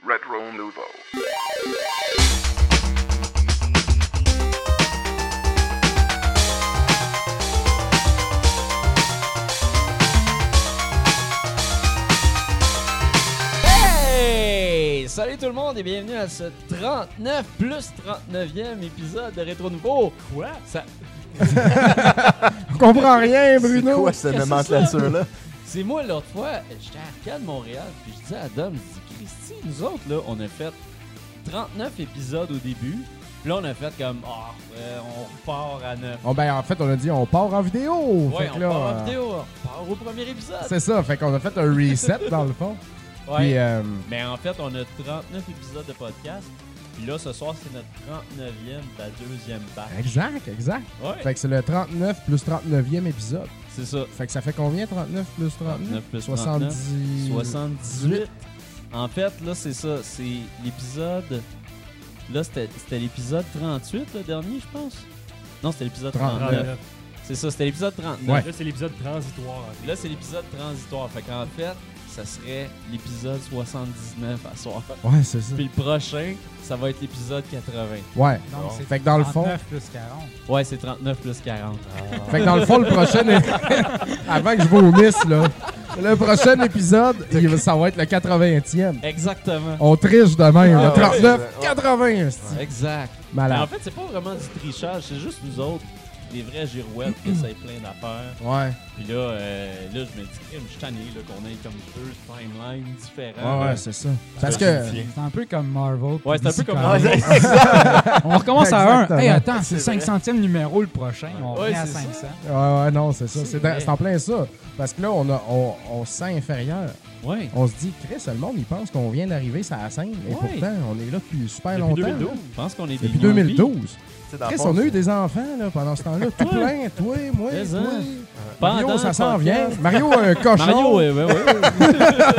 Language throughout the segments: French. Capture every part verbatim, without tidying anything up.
Retro Nouveau. Hey! Salut tout le monde et bienvenue à ce trente-neuf plus trente-neuvième épisode de Rétro Nouveau. Quoi? Ça... On comprend rien, Bruno. C'est quoi cette nomenclature-là? C'est moi l'autre fois, j'étais à Arcade Montréal, puis je disais à Dom, je dis, Christy, nous autres, là, on a fait trente-neuf épisodes au début. Puis là, on a fait comme, ah, oh, euh, on repart à neuf. Oh, ben, en fait, on a dit on part en vidéo. Ouais, fait que on là, part en euh, vidéo, on part au premier épisode. C'est ça, fait qu'on a fait un reset dans le fond. Ouais. Puis, euh, Mais en fait, on a trente-neuf épisodes de podcast. Puis là, ce soir, c'est notre trente-neuvième de la deuxième batch. exact, exact. Ouais, Fait que c'est le trente-neuf plus trente-neuvième épisode. c'est ça. Fait que ça fait combien, trente-neuf plus trente-neuf? trente-neuf plus soixante-dix... soixante-dix-huit. En fait, là, c'est ça. C'est l'épisode... Là, c'était c'était l'épisode trente-huit, le dernier, je pense. Non, c'était l'épisode trente-neuf. trente-neuf. C'est ça, c'était l'épisode trente-neuf. Ouais. Là, c'est l'épisode transitoire. en fait. Là, c'est l'épisode transitoire. Fait qu'en fait, ça serait l'épisode soixante-dix-neuf à soir. Ouais, c'est ça. Puis le prochain, ça va être l'épisode quatre-vingts. Ouais. Donc, c'est Fait que dans le fond... trente-neuf plus quarante. Ouais, c'est trente-neuf plus quarante. Fait que dans le fond, le prochain... é- Avant que je vomisse, là, le prochain épisode, il va- ça va être le quatre-vingtième. Exactement. On triche de même. Ah, le ouais, trente-neuf, c'est- quatre-vingts. esti. Exact. Mais en Malade. fait, c'est pas vraiment du trichage, c'est juste nous autres, les vrais girouettes qui essayent plein d'affaires. Ouais. Puis là, euh, là, je me dis, je suis tanné là, qu'on ait comme deux timelines différents. Ouais, ouais, c'est ça. Parce que... C'est un peu comme Marvel. Ouais, c'est un peu D C comme Comics. Marvel. On recommence à un. Exactement. Hey, attends, c'est C'est le vrai. cinq centième numéro le prochain. On Ouais, revient à c'est cinq ça. cents. Ouais, ouais, non, c'est ça. C'est C'est dans- vrai. c'est en plein ça. Parce que là, on, a, on, on se sent inférieur. Ouais. On se dit, Chris, le monde, il pense qu'on vient d'arriver sur la scène. Et Ouais. pourtant, on est là depuis super Depuis longtemps. deux mille douze. là. Je pense qu'on est des Depuis lions de deux vie. mille douze. C'est dans le Chris, fond, on a eu des enfants là, pendant ce temps-là. Tout plein. Toi, moi, Mais toi. hein. Mario, Pendant ça le s'en podcast. vient. Mario, un cochon. Mario, ouais, ouais, ouais.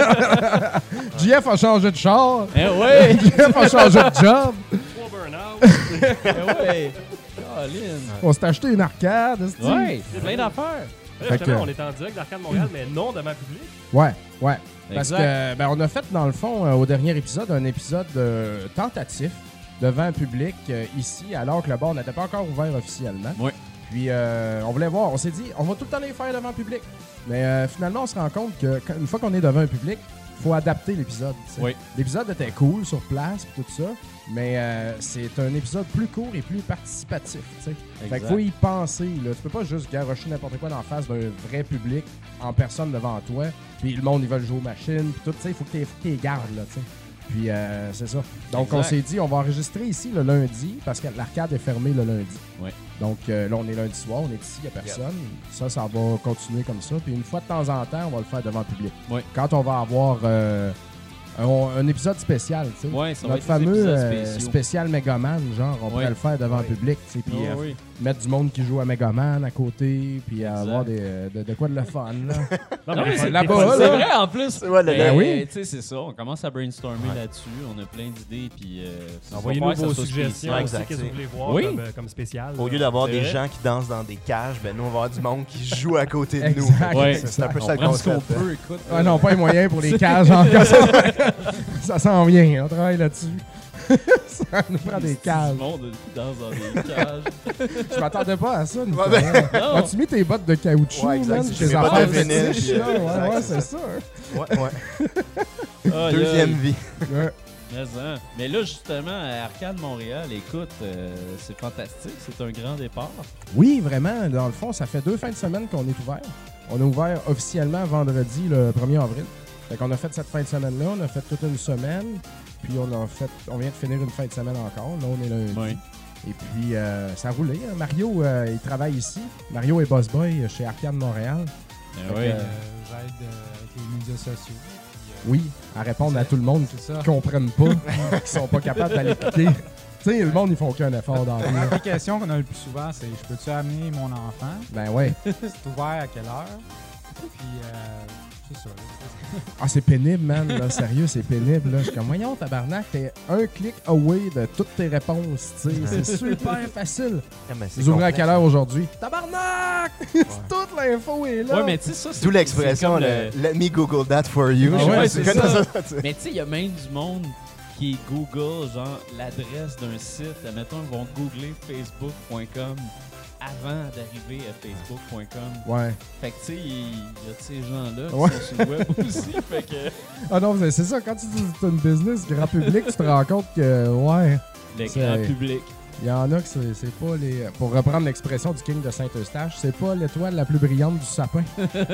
J F a changé de char. Eh ouais. J F a changé de job. Trois burn-out. Eh ouais. Caroline. On s'est acheté une arcade. esti. Ouais, plein d'affaires. Là, Fait justement, que- on est en direct d'Arcade Montréal, mais non devant le public. Ouais, ouais. Parce Exact. que ben, on a fait, dans le fond, euh, au dernier épisode, un épisode euh, tentatif devant un public euh, ici, alors que le bar n'était pas encore ouvert officiellement. Oui. Puis euh, on voulait voir, on s'est dit, on va tout le temps les faire devant un public. Mais euh, finalement, on se rend compte qu'une fois qu'on est devant un public, il faut adapter l'épisode. tu sais. Oui. L'épisode était cool sur place et tout ça, mais euh, c'est un épisode plus court et plus participatif. tu sais. Fait qu'il Exact. faut y penser. Là. Tu peux pas juste garocher n'importe quoi dans la face d'un vrai public en personne devant toi. Puis le monde, ils veulent jouer aux machines. Puis tout, tu sais, il faut que tu les gardes. Là, tu sais. Puis euh, c'est ça. Donc Exact. on s'est dit, on va enregistrer ici le lundi parce que l'arcade est fermée le lundi. Oui. Donc euh, là, on est lundi soir, on est ici, il n'y a personne. Ça, ça va continuer comme ça. Puis une fois de temps en temps, on va le faire devant le public. Oui. Quand on va avoir euh, un, un épisode spécial, tu sais. Ouais, ça va Notre être des fameux épisodes euh, spéciaux. spécial Megaman, genre, on pourrait le faire devant le public, tu sais, puis Oh, euh, oui. mettre du monde qui joue à Megaman à côté, puis Exact. avoir des, euh, de, de quoi de le fun, là. Non, Non, mais c'est là-bas, des- là. C'est vrai en plus. Ouais, le- Mais, Ben oui. Tu sais, c'est ça. On commence à brainstormer là-dessus. On a plein d'idées. Puis, euh, ça va Envoyez-nous faire que ça vos soit suggestions. spécial. Aussi, Exact. qu'est-ce que vous voulez voir Oui. comme, euh, comme spécial. Au là. lieu d'avoir C'est des vrai. gens qui dansent dans des cages, ben nous, on va avoir du monde qui joue à côté de nous. Exact. Ouais. C'est un peu On ça le prend ce qu'on concept. peut, écoute. Ah non, pas les moyens pour les cages encore. Ça s'en vient, on travaille là-dessus. Ça nous prend des cages. Du monde qui danse dans des cages. Je m'attendais pas à ça, Ouais, Nicolas. ben- Non. As-tu mis tes bottes de caoutchouc, Ouais, exact. man? J'ai Tes mes bottes affaires de vinyle, fétiches, puis, là? euh, Ouais, ouais, exact, c'est ça. Ouais, ouais. Aïe, Deuxième aïe. vie. Ouais. Mais, hein. Mais là, justement, à Arcade Montréal, écoute, euh, c'est fantastique. C'est un grand départ. Oui, vraiment. Dans le fond, ça fait deux fins de semaine qu'on est ouvert. On a ouvert officiellement vendredi, le premier avril. Fait qu'on a fait cette fin de semaine-là. On a fait toute une semaine. Puis on a fait, on vient de finir une fin de semaine encore. Là, on est lundi. Oui. Et puis, euh, ça a roulé. hein. Mario, euh, il travaille ici. Mario est boss boy chez Arcade Montréal. Ben Fait oui. que, Euh, J'aide euh, avec les médias sociaux. Puis, euh, Oui, à répondre à tout le monde C'est ça. qui ne comprennent pas, qui sont pas capables d'aller cliquer. Tu sais, le monde, ils font aucun effort dans la vie. La question qu'on a le plus souvent, c'est je peux-tu amener mon enfant? Ben ouais. C'est ouvert à quelle heure? Puis, euh, c'est ça. là. Ah, c'est pénible, man. Là. Sérieux, c'est pénible. Là. Je suis comme, voyons, tabarnak, t'es un clic away de toutes tes réponses. tu sais. C'est super facile. Ah, mais c'est Vous ouvrez à complexe. quelle heure aujourd'hui? Tabarnak! Toute l'info est là. Ouais, mais tu sais, ça, c'est. D'où l'expression, c'est comme le, let me Google that for you. Ah Je sais ouais, pas c'est si tu connais ça. ça, tu sais. Mais tu sais, il y a même du monde qui Google, genre, l'adresse d'un site. Admettons, ils vont googler facebook point com avant d'arriver à facebook point com. Ouais. Fait que, tu sais, il y a de ces gens-là qui Ouais. sont sur le web aussi. Fait que Ah non, c'est c'est ça, quand tu dis que c'est une business grand public, tu te rends compte que, ouais, le C'est- grand public. il y en a que c'est c'est pas les... Pour reprendre l'expression du King de Saint-Eustache, c'est pas l'étoile la plus brillante du sapin.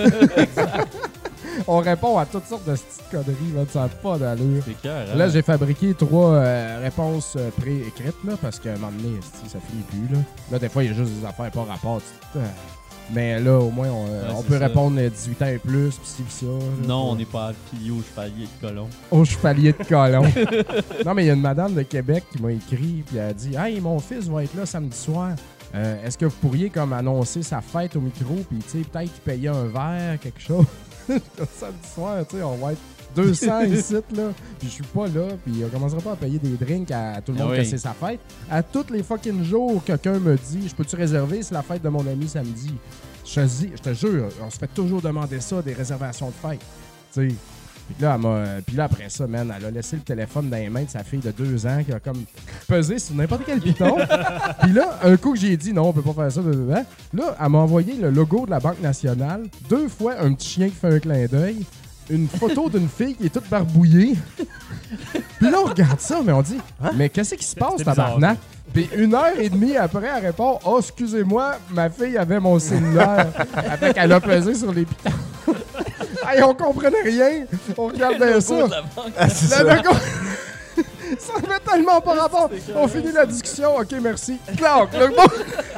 On répond à toutes sortes de petites conneries, man, ça n'a pas d'allure. C'est cœur, hein? Là, j'ai fabriqué trois euh, réponses euh, pré-écrites, là, parce qu'à un moment donné, esti, ça finit plus, là. Là, des fois, il y a juste des affaires pas rapport. tu- euh, Mais là, au moins, on, euh, Ouais, on c'est peut ça. répondre euh, dix-huit ans et plus, pis ci, pis ça. là. Non, on n'est pas affilié au chevalier de colon. Au chevalier de colon. Non, mais il y a une madame de Québec qui m'a écrit, puis elle a dit « Hey, mon fils va être là samedi soir. Euh, Est-ce que vous pourriez comme annoncer sa fête au micro, puis tu sais, peut-être qu'il payait un verre, quelque chose? » Samedi soir, tu sais, on va être deux cents ici, là. Puis je suis pas là, puis on commencera pas à payer des drinks à tout le Ah monde oui. que c'est sa fête. À tous les fucking jours, quelqu'un me dit « Je peux-tu réserver? C'est la fête de mon ami samedi. » Je te dis- je te jure, on se fait toujours demander ça, des réservations de fête. Tu sais. Puis là, elle m'a- puis là, après ça, man, elle a laissé le téléphone dans les mains de sa fille de deux ans qui a comme pesé sur n'importe quel piton. Puis là, un coup que j'ai dit non, on peut pas faire ça, blablabla, là, elle m'a envoyé le logo de la Banque nationale, deux fois un petit chien qui fait un clin d'œil, une photo d'une fille qui est toute barbouillée. Puis là, on regarde ça, mais on dit, mais qu'est-ce qui se passe, C'est bizarre, tabarnak? Puis une heure et demie après, elle répond, oh, excusez-moi, ma fille avait mon cellulaire. Après qu'elle a pesé sur les pitons. Hey, on comprenait rien. On regardait ça. Ah, c'est Le ça. logo- ça avait tellement pas rapport. On finit la discussion. OK, merci. Clac, le logo.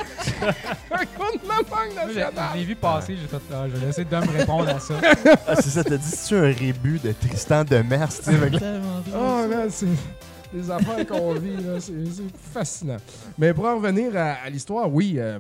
Le logo de la Banque Moi, j'ai- nationale. je l'ai vu passer, j'ai fait, ah, je vais laisser Dom répondre à ça. Ah, c'est ça, t'as dit, c'est-tu un rébut de Tristan Demers, tu sais, avec la- Oh, man, c'est les affaires qu'on vit, là, c'est c'est fascinant. Mais pour en revenir à, à l'histoire, oui, euh,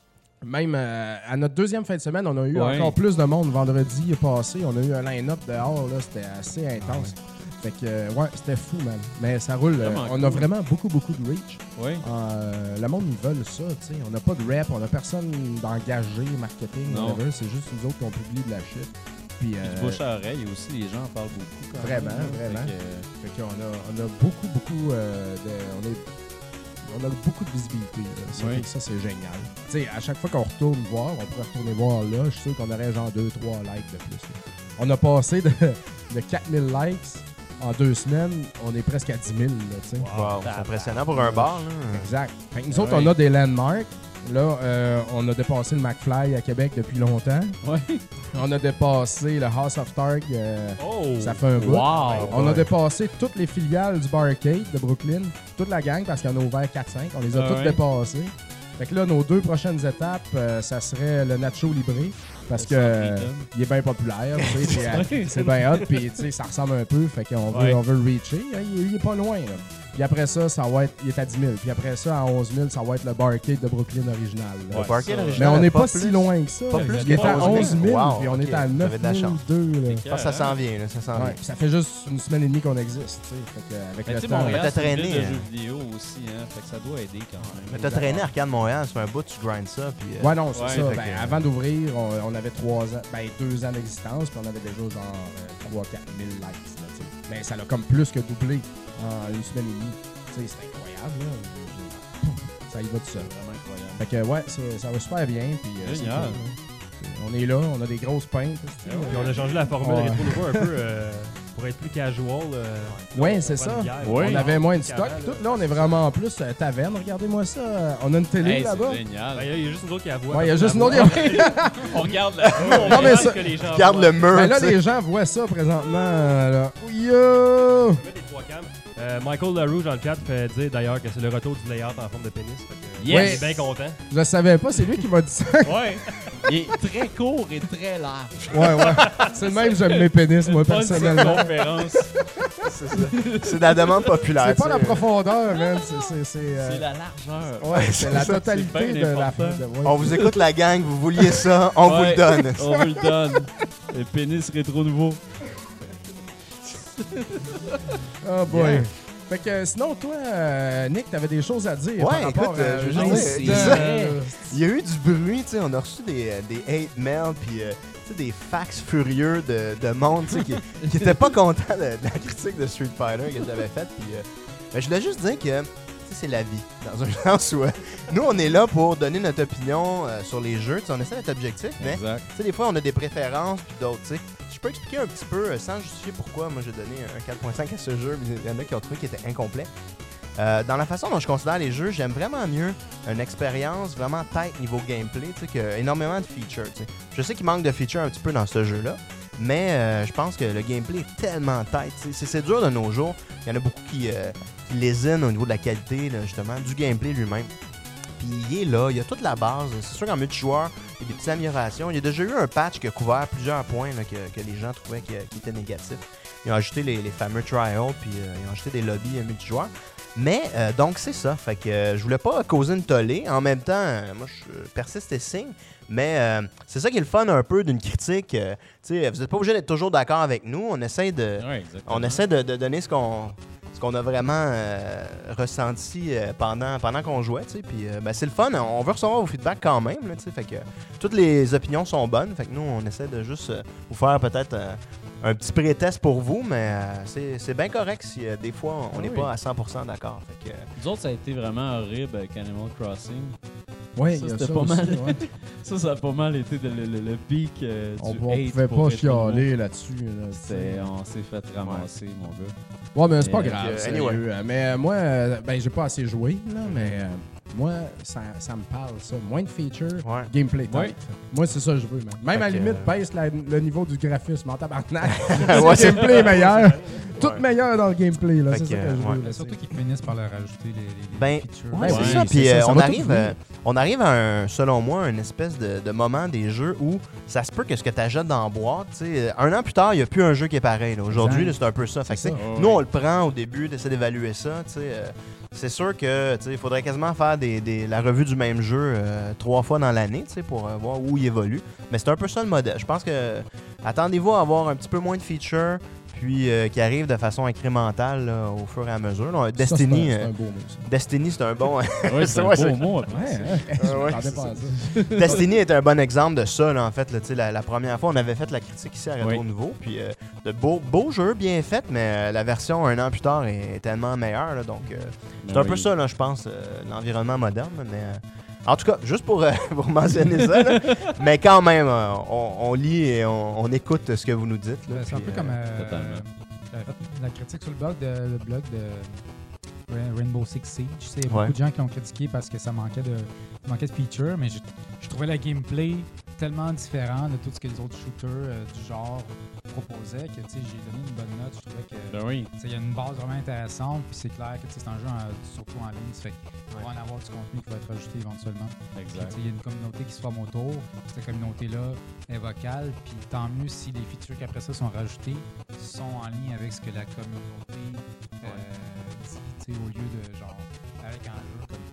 même euh, à notre deuxième fin de semaine, on a eu Ouais. encore plus de monde vendredi passé. On a eu un line-up dehors, là, c'était assez intense. Fait que, euh, ouais, c'était fou, man. Mais ça roule. euh, Vraiment on a cool. vraiment beaucoup, beaucoup de reach. Oui. Euh, le monde, ils veulent ça, tu sais. On n'a pas de rep, on n'a personne d'engagé, marketing, Non. whatever. C'est juste nous autres qui on publie de la shit. Puis, Puis euh, du bouche à oreille aussi, les gens en parlent beaucoup. Quand Vraiment, même, là. vraiment. Fait que, fait qu'on a, on a beaucoup, beaucoup euh, de. On, est, on a beaucoup de visibilité. Là. Ça, Oui. fait que ça, c'est génial. Tu sais, à chaque fois qu'on retourne voir, on pourrait retourner voir là, je suis sûr qu'on aurait genre deux trois likes de plus. là. On a passé de, de quatre mille likes en deux semaines, on est presque à dix mille. Là, tu sais. Wow, c'est impressionnant pour un bar, là. Exact. Fait que nous Ah autres, oui. on a des landmarks. Là, euh, on a dépassé le McFly à Québec depuis longtemps. ouais. On a dépassé le House of Targ. euh, Oh! ça fait un bout. Wow! On a Ouais. dépassé toutes les filiales du Barcade de Brooklyn, toute la gang, parce qu'on a ouvert quatre cinq. On les a Ah toutes ouais. dépassées. Fait que là, nos deux prochaines étapes, euh, ça serait le Nacho Libré, parce Le que Centre euh, Eaton. il est bien populaire, tu sais, puis, euh, c'est bien hot, puis tu sais, ça ressemble un peu, fait qu'on veut, Ouais. on veut le reacher. Hein, il, est- il est pas loin, là. Puis après ça, ça va être, il est à dix mille. Puis après ça, à onze mille, ça va être le Barcade de Brooklyn original. là. Le Ouais, Barcade ça. Mais original, on n'est pas, plus. si loin que ça. Pas plus Il est que à onze mille, Wow, puis on ok, est à t'avais neuf de la mille chance. deux. Là. Je pense que ça s'en vient, là, ça s'en Ouais, vient. puis ça fait juste une semaine et demie qu'on existe, tu sais. Fait que avec Mais le tu sais, temps. Montréal, t'as c'est une ville traîné, de hein. jeux vidéo aussi, hein. Fait que ça doit aider quand même. Mais t'as traîné Arcade Montréal, c'est un bout, tu grindes ça, puis... euh, Ouais, non, c'est Ouais, ça. fait Ben, que- avant d'ouvrir, on, on avait trois ans, ben, deux ans d'existence, puis on avait déjà genre trois à quatre mille likes. Là, tu sais. Mais ça l'a comme plus que doublé en une semaine et demie. Tu sais, c'est incroyable, là. Ça y va tout seul. Vraiment incroyable. Fait que, ouais, c'est- ça va super bien. Puis, euh, c'est Génial. cool, là. C'est- on est là, on a des grosses pintes. tu sais. Puis on a changé la formule Ouais. Rétro Nouveau un peu euh, pour être plus casual. euh, Ouais, on c'est prend ça. une bière, Oui. On avait moins de stock. qu'avant, Puis là. tout, là, on est vraiment en plus euh, taverne. Regardez-moi ça. euh, On a une télé Hey, là-bas. c'est génial. Ben, Il y a juste nous autres qui la voient. Ouais, il y a juste une nous autre. On regarde la. On Non, mais regarde ça- que les gens Regarde voient. le mur, Ben là, tu sais. les gens voient ça présentement. euh, Là. Yo! On met des trois cams. Euh, Michael LaRouge dans le chat fait dire d'ailleurs que c'est le retour du layout en forme de pénis. Fait que, Yes! Il est bien content. Je savais pas, c'est lui qui m'a dit ça. Ouais. Il est très court et très large. Ouais, ouais. C'est le même, j'aime mes pénis, moi, Pas une personnellement. conférence. C'est ça. C'est de la demande populaire. C'est pas tu la sais. profondeur, man. C'est. c'est, c'est, euh, C'est la largeur. Ouais, c'est la ça, totalité c'est bien de la. important. de- ouais. On vous écoute, la gang, vous vouliez ça, on vous Ouais. le donne. On vous le donne. Le pénis rétro nouveau. Oh boy. Yeah. Fait que euh, sinon, toi, euh, Nick, t'avais des choses à dire. Ouais, par rapport écoute, euh, à je veux Jean- juste c'est dire, vrai. il y a eu du bruit, tu sais, on a reçu des, euh, des hate mails, puis euh, tu sais, des fax furieux de, de monde, tu sais, qui, qui étaient pas contents de, de la critique de Street Fighter que j'avais faite, puis euh, ben, je voulais juste dire que, tu sais, c'est la vie, dans un sens où euh, nous, on est là pour donner notre opinion euh, sur les jeux, tu sais, on essaie d'être objectif, mais Exact. tu sais, des fois, on a des préférences, puis d'autres, tu sais. Je peux expliquer un petit peu, euh, sans justifier pourquoi moi j'ai donné un quatre point cinq à ce jeu, mais il y en a qui ont trouvé qu'il était incomplet. Euh, dans la façon dont je considère les jeux, j'aime vraiment mieux une expérience vraiment tight niveau gameplay, tu sais, que énormément de features, tu sais. Je sais qu'il manque de features un petit peu dans ce jeu-là, mais euh, je pense que le gameplay est tellement tight, tu sais. C'est, c'est dur de nos jours. Il y en a beaucoup qui, euh, qui lésinent au niveau de la qualité, là, justement, du gameplay lui-même. Puis il est là, il y a toute la base. C'est sûr qu'en multijoueur, il y a des petites améliorations. Il y a déjà eu un patch qui a couvert plusieurs points là, que, que les gens trouvaient qui, qui étaient négatifs. Ils ont ajouté les, les fameux trials, puis euh, ils ont ajouté des lobbies euh, multijoueurs. Mais, euh, donc, c'est ça. Fait que euh, je voulais pas causer une tollée. En même temps, euh, moi, je euh, persiste et signe. Mais euh, c'est ça qui est le fun un peu d'une critique. Euh, tu sais, vous n'êtes pas obligé d'être toujours d'accord avec nous. On essaie de, Ouais, exactement. on essaie de, de donner ce qu'on... ce qu'on a vraiment euh, ressenti euh, pendant, pendant qu'on jouait, tu sais, puis euh, ben, c'est le fun, on veut recevoir vos feedbacks quand même, là, tu sais, fait que toutes les opinions sont bonnes, fait que nous, on essaie de juste euh, vous faire peut-être euh, un petit pré-test pour vous, mais euh, c'est, c'est bien correct si euh, des fois, on n'est Oui. pas à cent pour cent d'accord, fait que... euh, Nous autres, ça a été vraiment horrible avec Animal Crossing. Ouais, Ça, il y a c'était ça pas aussi, mal. ouais. Ça, ça a pas mal été le, le, le, le pic euh, On, du on hate pouvait pour pas Retro chialer là-dessus. Là, C'était- On s'est fait ramasser, mon gars. Ouais, mais c'est pas Mais, grave. euh, sérieux. anyway. Euh, Mais euh, moi, euh, ben, j'ai pas assez joué, là, mais euh, moi, ça, ça me parle, ça. Moins de features, Ouais. gameplay Ouais. tight. Moi, c'est ça que je veux, man. Même Fait à la que, limite, euh, baisse la- le niveau du graphisme en tabarnak. Ouais, le c'est- gameplay est meilleur. Tout Ouais. meilleur dans le gameplay, là. Fait C'est que, ça que je euh, veux. ouais. là, Surtout c'est- qu'ils finissent par leur rajouter les, les, les Ben, features. Ouais, Ouais, c'est ouais, ça. c'est Puis ça, euh, ça on, va tout arrive, venir. euh, on arrive à, un, selon moi, une espèce de, de moment des jeux où ça se peut que ce que tu achètes dans la boîte, tu sais, euh, un an plus tard, il n'y a plus un jeu qui est pareil. là. Aujourd'hui, Exact. là, c'est un peu ça. Fait que, C'est tu sais, ça. nous, Ouais. on le prend au début, d'essayer d'évaluer ça. tu sais, euh, c'est sûr que tu sais, il faudrait quasiment faire des, des- la revue du même jeu euh, trois fois dans l'année tu sais, pour euh, voir où il évolue. Mais c'est un peu ça le modèle. Je pense que attendez-vous à avoir un petit peu moins de features, puis euh, qui arrive de façon incrémentale là, au fur et à mesure. Là, Ça, Destiny, c'est un- c'est euh, un beau mot, ça. Destiny, c'est un bon. Ouais, c'est C'est un vrai, beau c'est- mot après. Ouais, hein? Ouais, Je ouais, m'attendais c'est pas à ça. ça. Destiny est un bon exemple de ça, là, en fait. Là, tu sais, la, la première fois, on avait fait la critique ici à Retro Oui. Nouveau. Puis, euh, de beaux beau jeux bien faits, mais euh, la version un an plus tard est, est tellement meilleure. là, donc, euh, c'est Ben un peu oui. ça, là, je pense, euh, l'environnement moderne. Mais, euh, en tout cas, juste pour, euh, pour mentionner ça, là, mais quand même, euh, on, on lit et on, on écoute ce que vous nous dites. Là, Euh, C'est un puis, peu comme euh, euh, totalement. j'avais fait la critique sur le blog de, le blog de Ra- Rainbow Six Siege. Tu sais, Il y a Ouais. beaucoup de gens qui l'ont critiqué parce que ça manquait de, ça manquait de features, mais je, je trouvais le gameplay tellement différent de tout ce que les autres shooters euh, du genre proposaient que tu sais, j'ai donné une bonne note. Je trouvais que Ben oui. tu sais, il y a une base vraiment intéressante, puis c'est clair que tu sais, c'est un jeu en- surtout en ligne, ça fait qu'il va en avoir du contenu qui va être ajouté éventuellement. Puis, tu Exact. sais, il y a une communauté qui se forme autour. Cette communauté-là est vocale. Puis tant mieux si les features qu'après ça sont rajoutées sont en ligne avec ce que la communauté euh, dit, tu sais, au lieu de genre avec un jeu comme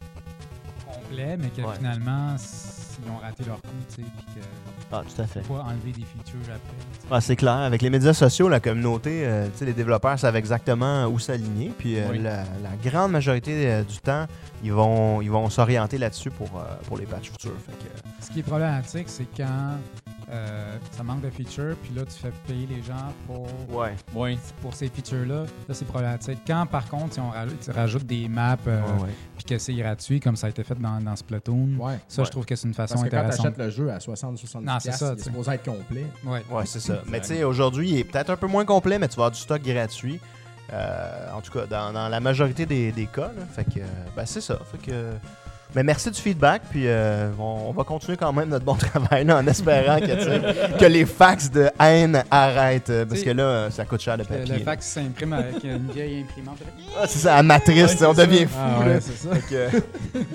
complet, mais que Ouais. finalement s- ils ont raté leur coup, tu sais, puis que Ah, tout à fait. faut pas enlever des features après. tu sais. Ah, c'est clair. Avec les médias sociaux, la communauté, euh, tu sais, les développeurs savent exactement où s'aligner. Puis euh, Oui. la, la grande majorité euh, du temps, ils vont, ils vont s'orienter là-dessus pour, euh, pour les patchs futurs. Fait que, euh, Ce qui est problématique, c'est quand euh, ça manque de features, puis là tu fais payer les gens pour ouais. Oui. pour ces features-là, là, c'est problématique. Quand, par contre, si on rajoute, tu rajoutes des maps euh, ouais, ouais. puis que c'est gratuit, comme ça a été fait dans, dans Splatoon, Ouais. ça, Ouais. je trouve que c'est une façon Parce que quand tu intéressante. achètes le jeu à soixante soixante-dix Non, c'est ça, il tu est sais. supposé être complet. Ouais. Ouais, c'est ça. Mais tu Exact. sais, aujourd'hui, il est peut-être un peu moins complet, mais tu vas avoir du stock gratuit. Euh, en tout cas, dans, dans la majorité des, des cas. Là. Fait que, euh, ben, c'est ça. Fait que, mais merci du feedback, puis euh, on, on va continuer quand même notre bon travail là, en espérant que, tu sais, que les fax de haine arrêtent. euh, Parce Tu sais, que là, euh, ça coûte cher de Le, papier. le là. fax s'imprime avec une vieille imprimante. Ah, c'est ça, à matrice, tu sais, on devient fou. Ah là. ouais, c'est ça. Fait que-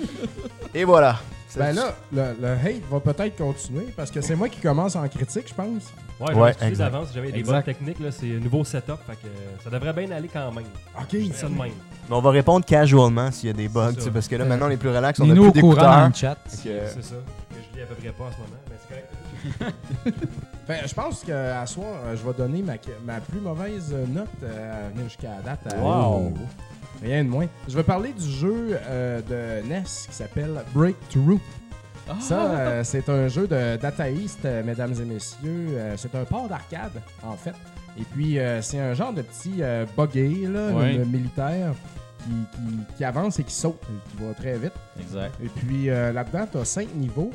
Et voilà. C'est- Ben là, le, le hate va peut-être continuer parce que c'est moi qui commence en critique, je pense. Ouais, Ouais, ouais exact. d'avance, si jamais il y a des Exact. bugs techniques, là, c'est un nouveau setup, fait que euh, ça devrait bien aller quand même. OK. Je dis ça de même. Mais on va répondre casualement s'il y a des bugs, C'est tu sais, ça. parce que là, Euh, maintenant, on est plus relax, on a Mets-nous plus au courant dans d'écouteurs. le chat. Fait que- C'est ça, que je lis à peu près pas en ce moment, mais c'est correct. Fait, je pense qu'à soir, euh, je vais donner ma, ma plus mauvaise note euh, à venir jusqu'à la date. À... Wow. Rien de moins. Je vais parler du jeu euh, de N E S qui s'appelle Breakthrough. Ah! Ça, euh, c'est un jeu de Data East, euh, mesdames et messieurs. Euh, c'est un port d'arcade, en fait. Et puis, euh, c'est un genre de petit euh, buggy, là, Oui. le militaire, qui, qui, qui avance et qui saute, qui va très vite. Exact. Et puis, euh, là-dedans, tu as cinq niveaux.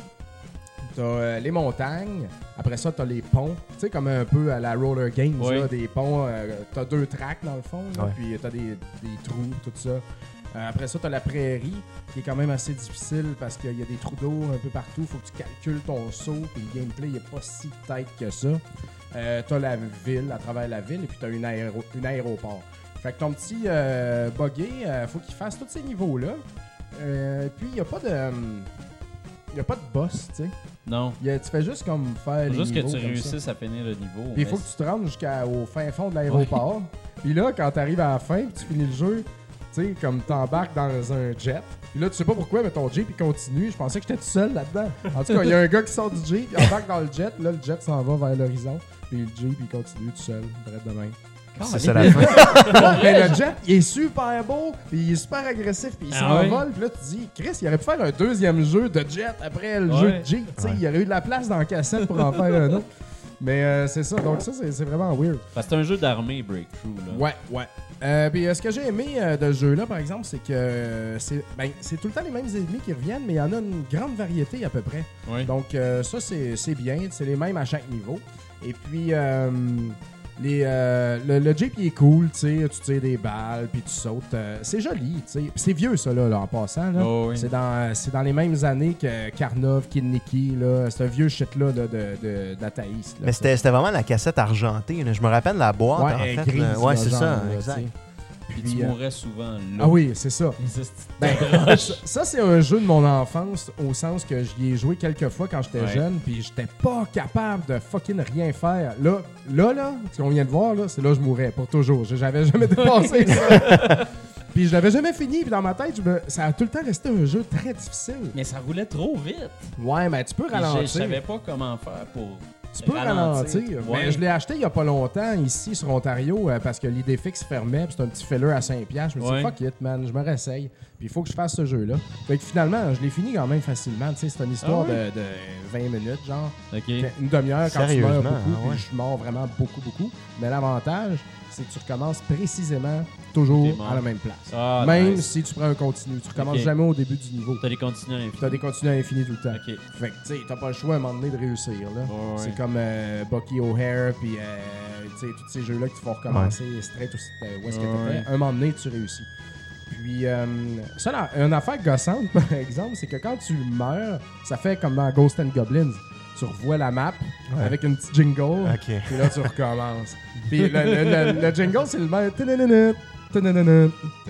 Tu as euh, les montagnes. Après ça, tu as les ponts. Tu sais, comme un peu à la Roller Games, Oui. là, des ponts. Euh, tu as deux tracks, dans le fond. Là, Ouais. Puis, tu as des, des trous, tout ça. Euh, après ça, tu as la prairie, qui est quand même assez difficile parce qu'il y a des trous d'eau un peu partout. Il faut que tu calcules ton saut. Puis le gameplay n'est pas si tight que ça. Euh, tu as la ville, à travers la ville. Et puis, tu as une, aéro une aéroport. Fait que ton petit euh, buggy, il euh, faut qu'il fasse tous ces niveaux-là. Euh, puis, il n'y a pas de... Il n'y a pas de boss, tu sais. Non. Il y a- Tu fais juste comme faire Faut les juste que niveaux tu comme ça. réussisses à finir le niveau. Puis il faut mais que tu te rendes jusqu'au fin fond de l'aéroport. Puis là, quand tu arrives à la fin, puis tu finis le jeu, tu sais, comme t'embarques dans un jet. Puis là, tu sais pas pourquoi, mais ton Jeep, il continue. Je pensais que j'étais tout seul là-dedans. En tout cas, il y a un gars qui sort du Jeep, il embarque dans le jet. Là, le jet s'en va vers l'horizon. Puis le Jeep, il continue tout seul, direct de même. C'est ça la fin. Mais le jet, il est super beau, puis il est super agressif, puis il Ah s'envole. Puis là, tu te dis, Chris, il aurait pu faire un deuxième jeu de jet après le Ouais. jeu de Jeep. Tu sais, Ouais. il y aurait eu de la place dans la cassette pour en faire un autre. Mais euh, c'est ça, donc ça, c'est c'est vraiment weird. Parce que c'est un jeu d'armée, Breakthrough. Là. Ouais, ouais. Euh, puis euh, ce que j'ai aimé euh, de ce jeu-là, par exemple, c'est que euh, c'est ben, c'est tout le temps les mêmes ennemis qui reviennent, mais il y en a une grande variété à peu près. Oui. Donc euh, ça, c'est c'est bien. C'est les mêmes à chaque niveau. Et puis, euh, les, euh, le, le Jeep, il est cool, tu sais. Tu tires des balles, puis tu sautes. euh, c'est joli, tu sais. Puis c'est vieux, ça, là, là, en passant. Là. Oh, oui. C'est dans, c'est dans les mêmes années que Karnov, Kid Nicky, là. C'est un vieux shit-là de, de, de, d'Ata East, là, Mais ça. c'était c'était vraiment la cassette argentée. Là. Je me rappelle la boîte, Ouais, en elle est fait. grise, là. Ouais, là, c'est genre, ça, là, exact. tu sais. Puis Puis, tu euh, mourrais souvent là. Ah oui, c'est ça. Les estis de Ben, roche. ça, ça, c'est un jeu de mon enfance au sens que j'y ai joué quelques fois quand j'étais Ouais. jeune, puis j'étais pas capable de fucking rien faire. Là, là, là, ce qu'on vient de voir, là, c'est là que je mourrais pour toujours. J'avais jamais dépassé ça. Puis je l'avais jamais fini, puis dans ma tête, je me- ça a tout le temps resté un jeu très difficile. Mais ça roulait trop vite. Ouais, mais tu peux Puis j'ai- ralentir. Je savais pas comment faire pour. Tu peux ralentir. Ouais. Mais je l'ai acheté il y a pas longtemps ici sur Ontario euh, parce que l'Idéfix fermait. Puis c'est un petit filler à cinq piastres. Je me suis dit, Ouais. fuck it, man, je me réessaye. Puis il faut que je fasse ce jeu-là. Fait que finalement, je l'ai fini quand même facilement. Tu sais, c'est une histoire Ah ouais? de, de vingt minutes, genre. Ok. Une demi-heure quand tu meurs Sérieusement, beaucoup. ah ouais. Puis je meurs vraiment beaucoup, beaucoup. Mais l'avantage, c'est que tu recommences précisément toujours T'es mort. à la même place. Ah, même nice. si tu prends un continu. Tu recommences Ok. jamais au début du niveau. T'as des continues à l'infini. Tu as des continus à l'infini tout le temps. Ok. Fait que, tu sais, t'as pas le choix à un moment donné de réussir, là. Ouais, ouais. C'est comme euh, Bucky O'Hare, puis, euh, tu sais, tous ces jeux-là qui te font recommencer straight où, c'était- où est-ce que Ouais, t'étais. ouais. Un moment donné, tu réussis. Puis, euh, ça, là, une affaire gossante, par exemple, c'est que quand tu meurs, ça fait comme dans Ghost and Goblins. Tu revois la map Ouais. avec une petite jingle, Ok. puis là, tu recommences. Puis le, le- le- le jingle, c'est le même. Tadadadada, tadadadada,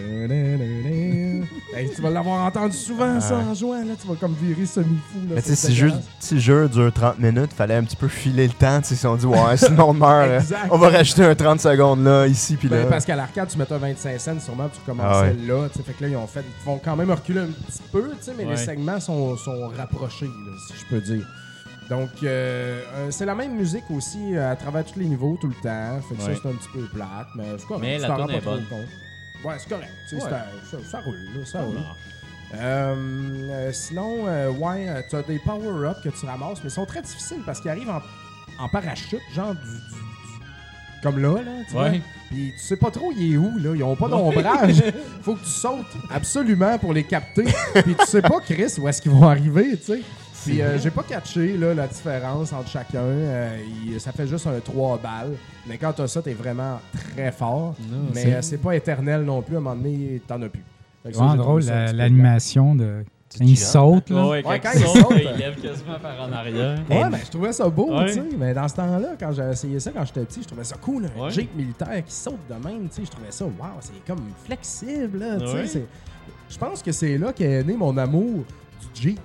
tadadadada. Hey, tu vas l'avoir entendu souvent, ça, Ouais. en jouant. Là, tu vas comme virer semi-fou. là, Mais tu sais, c'est si le jeu, dégueulasse. si le jeu dure trente minutes, fallait un petit peu filer le temps. Tu sais, si on dit, ouais, sinon on meurt. là. Exact. On va rajouter un trente secondes là, ici, puis là. Ben, parce qu'à l'arcade, tu mettais vingt-cinq cents sûrement, puis tu recommençais Ah ouais. là. tu sais, Fait que là, ils ont fait. Ils font quand même reculer un petit peu, tu sais, mais Ouais. les segments sont, sont rapprochés, là, si je peux dire. Donc, euh, euh, c'est la même musique aussi euh, à travers tous les niveaux, tout le temps. Fait que Ouais. ça, c'est un petit peu plate, mais c'est correct. Mais tu la t'en toune rends pas est trop bonne. compte. Ouais, c'est correct. tu sais, Ouais. c'est un- ça, ça roule, là, ça Ça roule. marche. Euh, euh, sinon, euh, ouais, euh, tu as des power-ups que tu ramasses, mais ils sont très difficiles parce qu'ils arrivent en, en parachute, genre du, du- du- comme là, là, tu vois. Ouais. Puis tu sais pas trop il est où, là. Ils ont pas d'ombrage. Faut que tu sautes absolument pour les capter. Puis tu sais pas, Chris, où est-ce qu'ils vont arriver, tu sais. Puis euh, j'ai pas catché là, la différence entre chacun. Euh, il- ça fait juste un trois balles. Mais quand t'as ça, t'es vraiment très fort. Non, mais c'est- euh, c'est pas éternel non plus. À un moment donné, t'en as plus. Fait que C'est ça, vraiment j'ai trouvé drôle, ça un la- petit peu l'animation de. Quand il gigantes, saute, là. Ouais, quand, Ouais, quand il il saute, saute, il lève quasiment par en arrière. plate. Ouais, mais je trouvais ça beau, Ouais. tu sais. Mais dans ce temps-là, quand j'ai essayé ça quand j'étais petit, je trouvais ça cool. Un Ouais. Jeep militaire qui saute de même, tu sais. Je trouvais ça, waouh, c'est comme flexible, là, tu sais. Ouais. c'est- Je pense que c'est là qu'est né mon amour du Jeep.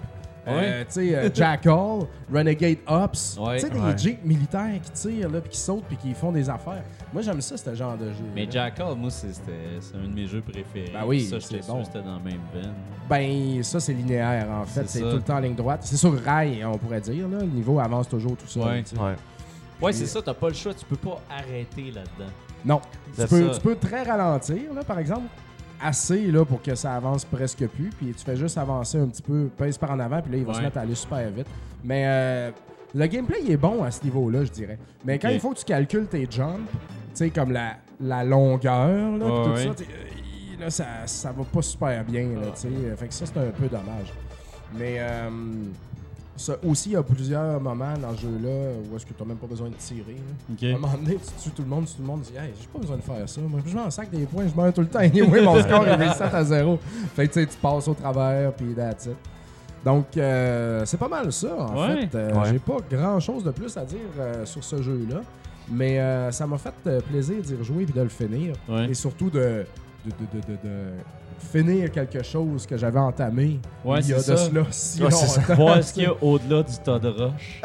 Euh, tu sais, euh, Jackal, Renegade Ops. Ouais. Tu sais, des Ouais. jeeps militaires qui tirent, là, puis qui sautent, puis qui font des affaires. Moi, j'aime ça, ce genre de jeu. Mais là. Jackal, moi, c'est c'était- c'est un de mes jeux préférés. Ben oui, ça, c'est j'étais sûr bon. que c'était dans la même veine. Ben, ça, c'est linéaire, en fait. C'est C'est ça. tout le temps en ligne droite. C'est sur rail, on pourrait dire. Là. Le niveau avance toujours tout seul. Ouais. tu sais. Ouais. Ouais, c'est ça, t'as pas le choix, tu peux pas arrêter là-dedans. Non. Tu C'est peux, ça. tu peux très ralentir, là, par exemple. Assez là, pour que ça avance presque plus. Puis tu fais juste avancer un petit peu, pèse par en avant, puis là, il va se Ouais. mettre à aller super vite. Mais euh, le gameplay, il est bon à ce niveau-là, je dirais. Mais quand Ok. il faut que tu calcules tes jumps, tu sais, comme la, la longueur, là, puis Ouais, tout ouais. ça, t'es- euh, là, ça, ça va pas super bien, là, tu sais. Fait que ça, c'est un peu dommage. Mais euh, ça, aussi, il y a plusieurs moments dans ce jeu-là où est-ce que tu n'as même pas besoin de tirer. là. Ok. À un moment donné, tu tues tout le monde, tout le monde dit hey, j'ai pas besoin de faire ça. Moi, je m'en sac des points, je meurs tout le temps. Anyway, mon score est reset à zéro. Fait que tu sais, tu passes au travers, puis that's it. Donc, euh, c'est pas mal ça, en Ouais. fait. Euh, Ouais. J'ai pas grand-chose de plus à dire euh, sur ce jeu-là. Mais euh, ça m'a fait euh, plaisir d'y rejouer et de le finir. Ouais. Et surtout de, de, de, de, de- de finir quelque chose que j'avais entamé Ouais, il y a de c'est ça. cela si Ouais, c'est ça. longtemps. Voir ce qu'il y a au-delà du tas de roches.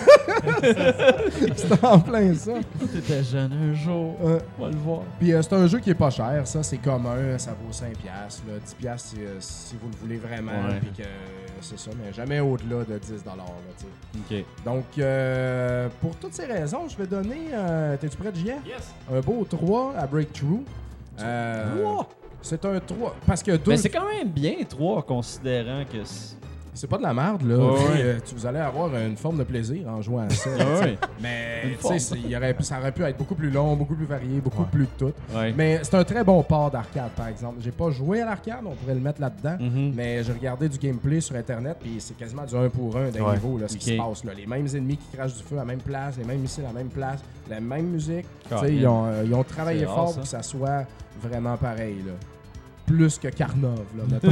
C'était en plein ça. T'étais jeune un jour, Euh, on va le voir. Puis euh, c'est un jeu qui est pas cher, ça c'est commun, ça vaut cinq piastres, là. dix piastres si, euh, si vous le voulez vraiment, Ouais. puis que euh, c'est ça, mais jamais au-delà de dix dollars. Là, tu sais. Ok. Donc euh, pour toutes ces raisons, je vais donner, euh, t'es-tu prêt, Julien? Yes! Un beau trois à Breakthrough. Euh, Trois? C'est un trois, parce que deux, Mais c'est quand même bien, trois, considérant que. c'est- c'est pas de la merde, là. Ouais, Tu sais, ouais. euh, tu- vous allez avoir une forme de plaisir en jouant à ça. Ah ouais. Mais Une tu sais, forme. c'est- il y aurait pu- ça aurait pu être beaucoup plus long, beaucoup plus varié, beaucoup Ouais. plus de tout. Ouais. Mais c'est un très bon port d'arcade, par exemple. J'ai pas joué à l'arcade, on pourrait le mettre là-dedans. Mhm. Mais j'ai regardé du gameplay sur Internet, puis c'est quasiment du un pour un d'un Ouais. niveau, là, ce qui Ok. se passe. Là. Les mêmes ennemis qui crachent du feu à la même place, les mêmes missiles à la même place, la même musique. Tu sais, Carrément. Ils ont, euh, ils ont travaillé C'est rare, fort ça. pour que ça soit vraiment pareil. Là. Plus que Carnov, là, mettons.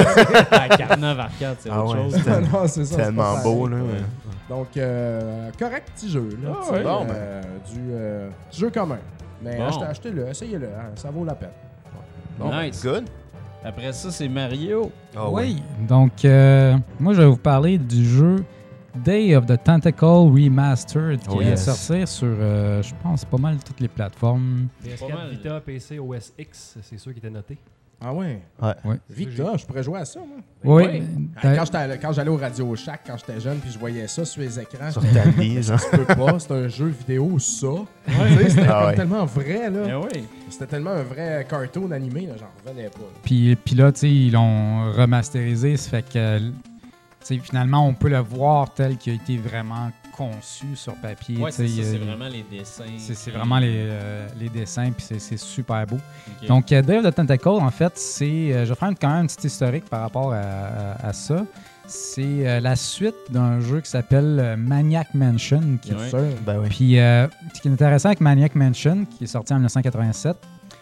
Ah, Carnave Arcade, c'est Ah autre ouais, chose. c'était Non, c'est ça, c'est tellement pas beau, pareil. là. Ouais. Donc, euh, correct petit jeu. Là, Ah tu sais, ouais. Bon, ben. euh, du euh, petit jeu commun. Mais Bon. achetez- achetez-le, essayez-le, hein, ça vaut la peine. Bon, Nice. Good. Après ça, c'est Mario. Ah oui. Donc, euh, moi, je vais vous parler du jeu Day of the Tentacle Remastered qui Oh, vient de yes. sortir sur, euh, je pense, pas mal toutes les plateformes. P S Pas quatre, mal. Vita, P C, O S X, c'est ceux qui étaient notés. Ah ouais? Ouais. Vita, je pourrais jouer à ça, moi. Oui. ouais. Hey, Quand j'étais quand j'allais au Radio Shack quand j'étais jeune puis je voyais ça sur les écrans, Sur ta vie, genre. je peux pas, c'est un jeu vidéo ça. Tu sais, c'était Ah comme ouais. tellement vrai là. Ah oui. C'était tellement un vrai cartoon animé là, j'en revenais pas. là. Puis, puis là, tu sais, ils l'ont remasterisé, ça fait que, tu sais, finalement, on peut le voir tel qu'il a été vraiment conçu sur papier. Ouais, tu sais, c'est ça, c'est euh, vraiment les dessins. C'est c'est qui- vraiment les, euh, les dessins, puis c'est- c'est super beau. Ok. Donc, euh, Day of the Tentacle, en fait, c'est. euh, je vais faire une- quand même un petit historique par rapport à, à- à ça. C'est euh, la suite d'un jeu qui s'appelle euh, Maniac Mansion. Qui, Ouais. Ça, Ben oui. Puis, euh, ce qui est intéressant avec Maniac Mansion, qui est sorti en dix-neuf cent quatre-vingt-sept,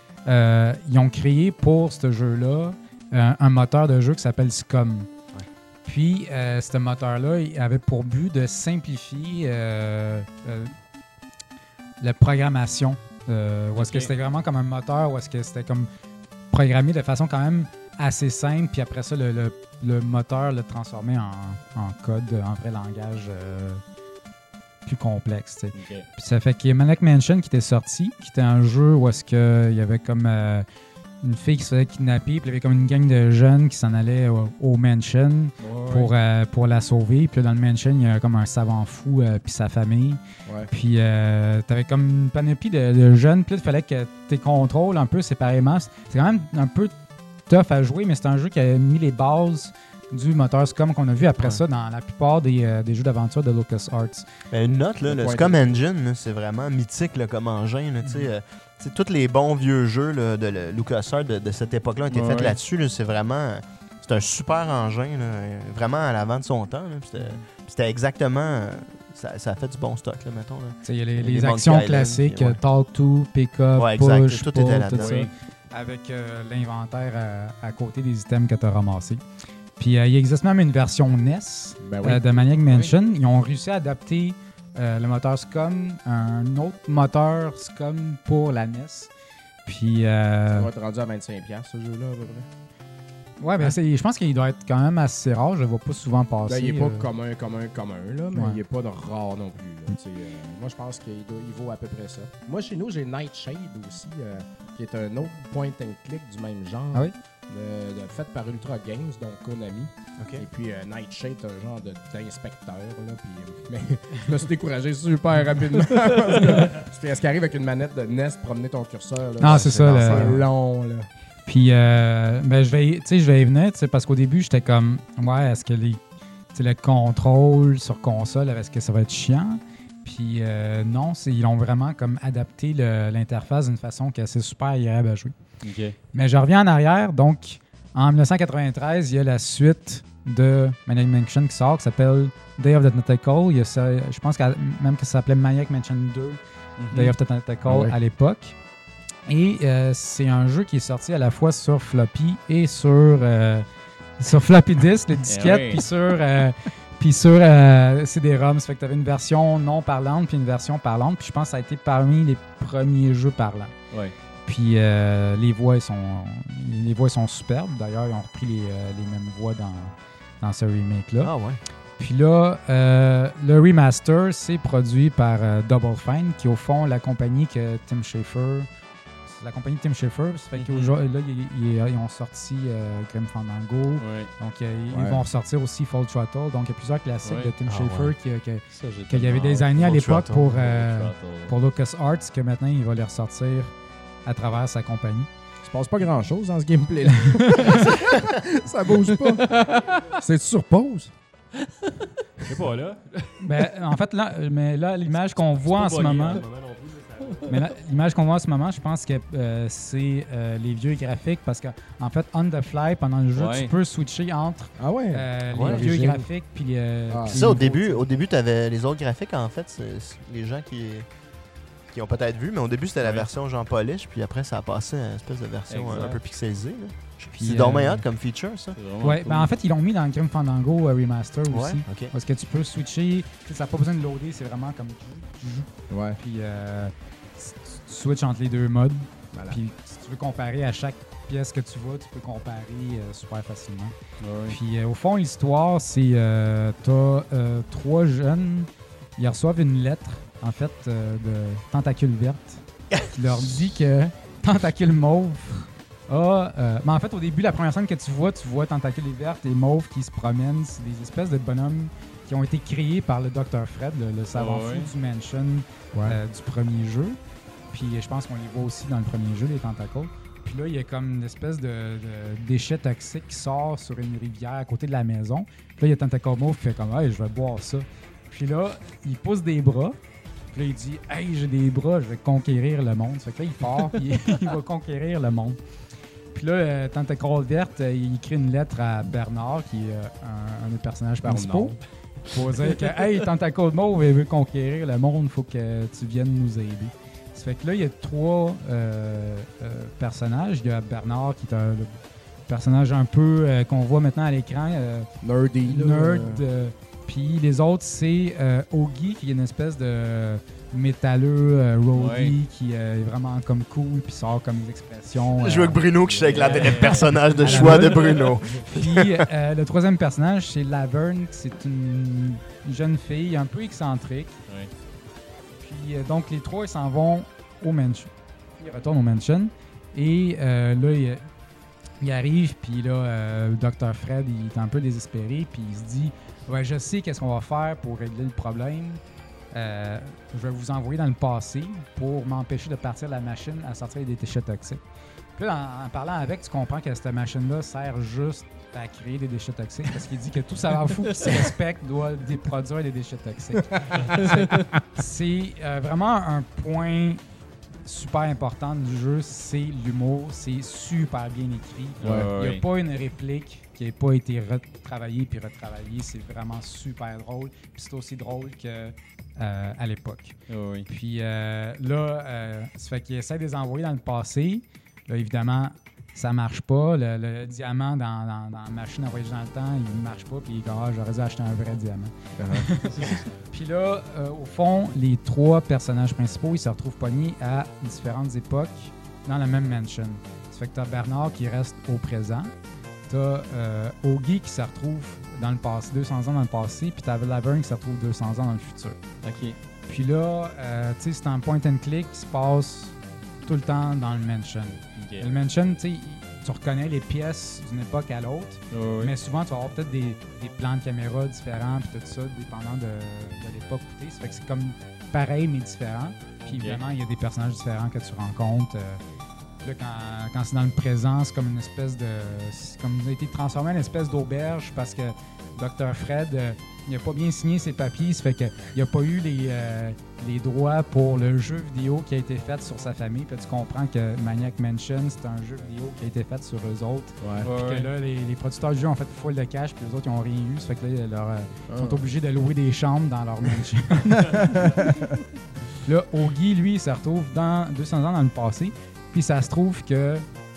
euh, ils ont créé pour ce jeu-là euh, un moteur de jeu qui s'appelle Scum. Puis, euh, ce moteur-là, il avait pour but de simplifier euh, euh, la programmation. Euh, où est-ce Ok. que c'était vraiment comme un moteur, où est-ce que c'était comme programmé de façon quand même assez simple, puis après ça, le, le- le moteur le transformait en, en code, en vrai langage euh, plus complexe. tu sais. Ok. Puis ça fait qu'il y a Maniac Mansion qui était sorti, qui était un jeu où est-ce que il y avait comme euh, une fille qui se faisait kidnapper, puis il y avait comme une gang de jeunes qui s'en allaient au, au mansion pour, euh, pour la sauver. Puis là, dans le mansion, il y a comme un savant fou euh, puis sa famille. ouais. Puis euh, t'avais comme une panoplie de, de jeunes, puis là, il fallait que tu contrôles un peu séparément. C'est quand même un peu tough à jouer, mais c'est un jeu qui a mis les bases du moteur Scum qu'on a vu après Ouais. ça dans la plupart des, euh, des jeux d'aventure de LucasArts. Ben, une note, là, Le le point Scum Engine, là, c'est vraiment mythique là, comme engin. Là, tu sais, euh, tu sais, tous les bons vieux jeux là, de le- LucasArts de, de cette époque-là ont été Ouais, faits ouais. là-dessus. Là, c'est vraiment... C'est un super engin, là, euh, vraiment à l'avant de son temps. là, puis C'était puis c'était exactement... euh, Ça, ça a fait du bon stock, là, mettons. Là. Tu sais, il y a les, Les les Monkey actions Island, classiques, puis ouais. euh, Talk to, Pick Up, Ouais, exact, Push, tout Pull, était là-dedans. tout ça, Oui. avec euh, l'inventaire à, à côté des items que tu as ramassés. Puis euh, il existe même une version N E S Ben oui. euh, de Maniac Mansion. Ils ont réussi à adapter euh, le moteur Scum à un autre moteur Scum pour la N E S. Puis, Ça euh, va être rendu à vingt-cinq piastres ce jeu-là à peu près. Ouais, ben, c'est- je pense qu'il doit être quand même assez rare. Je le vois pas souvent passer. Là, il n'est pas euh. commun, commun, commun, là, mais Ouais. il n'est pas de rare non plus. Là, tu sais, euh, moi, je pense qu'il doit- il vaut à peu près ça. Moi, chez nous, j'ai Nightshade aussi, euh, qui est un autre point and click du même genre. Ah oui? de- de- fait par Ultra Games, donc Konami. OK. Et puis euh, Nightshade, c'est un genre de- d'inspecteur. Là, puis, euh, mais je me suis découragé super rapidement. parce que c'est ce qui arrive avec une manette de N E S, promener ton curseur. Là, Ah, c'est ça. c'est le- long. Là. Puis, euh, ben, je vais, y- tu sais, je vais y venir, tu sais, parce qu'au début, j'étais comme, ouais, est-ce que les, tu sais, le contrôle sur console, est-ce que ça va être chiant? Puis, euh, non, c'est- ils ont vraiment comme adapté le- l'interface d'une façon que c'est super agréable à jouer. OK. Mais je reviens en arrière, donc, en dix-neuf cent quatre-vingt-treize, il y a la suite de Maniac Mansion qui sort, qui s'appelle Day of the Tentacle. Il y a ça, je pense qu'à- même que ça s'appelait Maniac Mansion deux, Mhm. Day of the Tentacle Ah ouais. à l'époque. Et euh, c'est un jeu qui est sorti à la fois sur floppy et sur, euh, sur floppy disk, les disquettes, oui. puis sur, euh, puis sur euh, C D ROM. Ça fait que tu avais une version non parlante puis une version parlante. Puis je pense que ça a été parmi les premiers jeux parlants. Ouais. Puis euh, les voix elles sont, les voix elles sont superbes. D'ailleurs, ils ont repris les, euh, les mêmes voix dans, dans ce remake-là. Ah ouais. Puis là, euh, le remaster, c'est produit par euh, Double Fine, qui est au fond la compagnie que Tim Schafer. C'est la compagnie de Tim Schafer. Ça fait Mhm. qu'aujourd'hui, là, ils, ils- ils ont sorti euh, Grim Fandango. Ouais. Donc, euh, ils Ouais. vont ressortir aussi Full Throttle. Donc, il y a plusieurs classiques Ouais. de Tim Ah Schafer ouais. qui, qui- Ça, j'ai qu'il y avait tellement des hâte. années à Full l'époque Throttle, pour, Full euh, Throttle. pour LucasArts, que maintenant, il va les ressortir à travers sa compagnie. Il se passe pas grand-chose dans ce gameplay-là. Ça bouge pas. C'est sur pause. Je sais pas, là. Ben, en fait, là, mais là l'image qu'on voit en ce C'est pas buggy moment... en ce moment non plus, là, ça- Mais là, l'image qu'on voit en ce moment, je pense que euh, c'est euh, les vieux graphiques parce qu'en en fait, on the fly, pendant le jeu, Ouais. tu peux switcher entre Ah ouais? euh, Ouais. les vieux Origine. graphiques puis les. Ah. puis C'est ça, au les début, nouveaux, au début, tu avais les autres graphiques, en fait, c'est c'est les gens qui, qui ont peut-être vu, mais au début, c'était la Ouais. version Jean Polish, puis après, ça a passé à une espèce de version Exact. un peu pixelisée. là. puis, C'est dommage euh, hot comme feature, ça. C'est vraiment Ouais, cool. ben en fait, ils l'ont mis dans le Grim Fandango euh, Remaster Ouais, aussi. ok. Parce que tu peux switcher, tu sais, ça n'a pas besoin de loader, c'est vraiment comme tu joues. Ouais. Puis euh, tu tu switches entre les deux modes. Voilà. Puis si tu veux comparer à chaque pièce que tu vois, tu peux comparer euh, super facilement. Ouais. Puis euh, au fond, l'histoire, c'est euh, t'as euh, trois jeunes, ils reçoivent une lettre, en fait, euh, de Tentacule Verte, qui leur dit que Tentacule Mauve a... euh, mais en fait, au début, la première scène que tu vois, tu vois Tentacule Verte et Mauve qui se promènent. C'est des espèces de bonhommes qui ont été créés par le docteur Fred, le, le savant Ah ouais. fou du Mansion Ouais. euh, du premier jeu. Puis je pense qu'on les voit aussi dans le premier jeu, les tentacles. Puis là, il y a comme une espèce de, de déchet toxique qui sort sur une rivière à côté de la maison. Puis là, il y a Tentacle Mauve qui fait comme « Hey, je vais boire ça ». Puis là, il pousse des bras. Puis là, il dit « Hey, j'ai des bras, je vais conquérir le monde ». Ça fait que là, il part, puis il va conquérir le monde. Puis là, euh, Tentacle Verte, euh, il écrit une lettre à Bernard, qui est euh, un, un des personnages principaux, pour dire que « Hey, Tentacle Mauve, il veut conquérir le monde, il faut que tu viennes nous aider ». Ça fait que là, il y a trois euh, euh, personnages. Il y a Bernard, qui est un le personnage un peu euh, qu'on voit maintenant à l'écran, euh, Nerdy. là, nerd. euh, euh, Puis les autres, c'est euh, Ogi, qui est une espèce de métalleux euh, roadie, Ouais. qui euh, est vraiment comme cool, puis sort comme des expressions. Je euh, joue avec Bruno, qui avec la Ouais. le personnage de À la choix de mode. Bruno. Puis euh, le troisième personnage, c'est Laverne, c'est une jeune fille un peu excentrique. Ouais. Puis euh, donc les trois, ils s'en vont au mansion. Ils retournent au mansion. Et euh, là, il, il arrive, puis là, euh, le docteur Fred, il est un peu désespéré, puis il se dit « Ouais, je sais qu'est-ce qu'on va faire pour régler le problème. Euh, je vais vous envoyer dans le passé pour m'empêcher de partir de la machine à sortir des déchets toxiques. » Puis là, en, en parlant avec, tu comprends que cette machine-là sert juste à créer des déchets toxiques parce qu'il dit que tout savant fou qui se respecte doit dé- produire des déchets toxiques. C'est- C'est euh, vraiment un point super important du jeu, c'est l'humour. C'est super bien écrit. Ouais, Il n'y ouais. a pas une réplique qui n'a pas été retravaillée puis retravaillée. C'est vraiment super drôle. Puis c'est aussi drôle que euh, à l'époque. Ouais, ouais. Puis euh, là, euh, ça fait qu'il essaie de les envoyer dans le passé. Là, évidemment, ça marche pas. Le, le diamant dans, dans, dans la machine à voyager dans le temps, il ne marche pas. Puis il est comme, ah, j'aurais dû acheter un vrai diamant. Puis là, euh, au fond, les trois personnages principaux, ils se retrouvent pognés à différentes époques dans la même mansion. Ça fait que tu as Bernard qui reste au présent. t'as euh, Augie qui se retrouve dans le passé, deux cents ans dans le passé, puis t'as Laverne qui se retrouve deux cents ans dans le futur. OK. Puis là, euh, tu sais, c'est un point and click qui se passe tout le temps dans le mansion. OK. Le mansion, tu sais, tu reconnais les pièces d'une époque à l'autre, Ouais, ouais. mais souvent, tu vas avoir peut-être des, des plans de caméra différents, puis tout ça, dépendant de, de l'époque où t'es. Ça fait que c'est comme pareil, mais différent. Puis Ok. évidemment, il y a des personnages différents que tu rencontres. Euh, là, quand, quand c'est dans le présent, c'est comme une espèce de... C'est comme il a été transformé en une espèce d'auberge parce que docteur Fred, euh, il n'a pas bien signé ses papiers. Ça fait qu'il n'a pas eu les, euh, les droits pour le jeu vidéo qui a été fait sur sa famille. Puis tu comprends que Maniac Mansion, c'est un jeu vidéo qui a été fait sur eux autres. Ouais. Ouais, Puis ouais. que là, les, les producteurs du jeu ont fait full de cash, puis les autres, ils n'ont rien eu. Ça fait que là, ils leur, euh, Ah. sont obligés de louer des chambres dans leur mansion. Là, Augie, lui, il se retrouve dans deux cents ans dans le passé. Puis ça se trouve que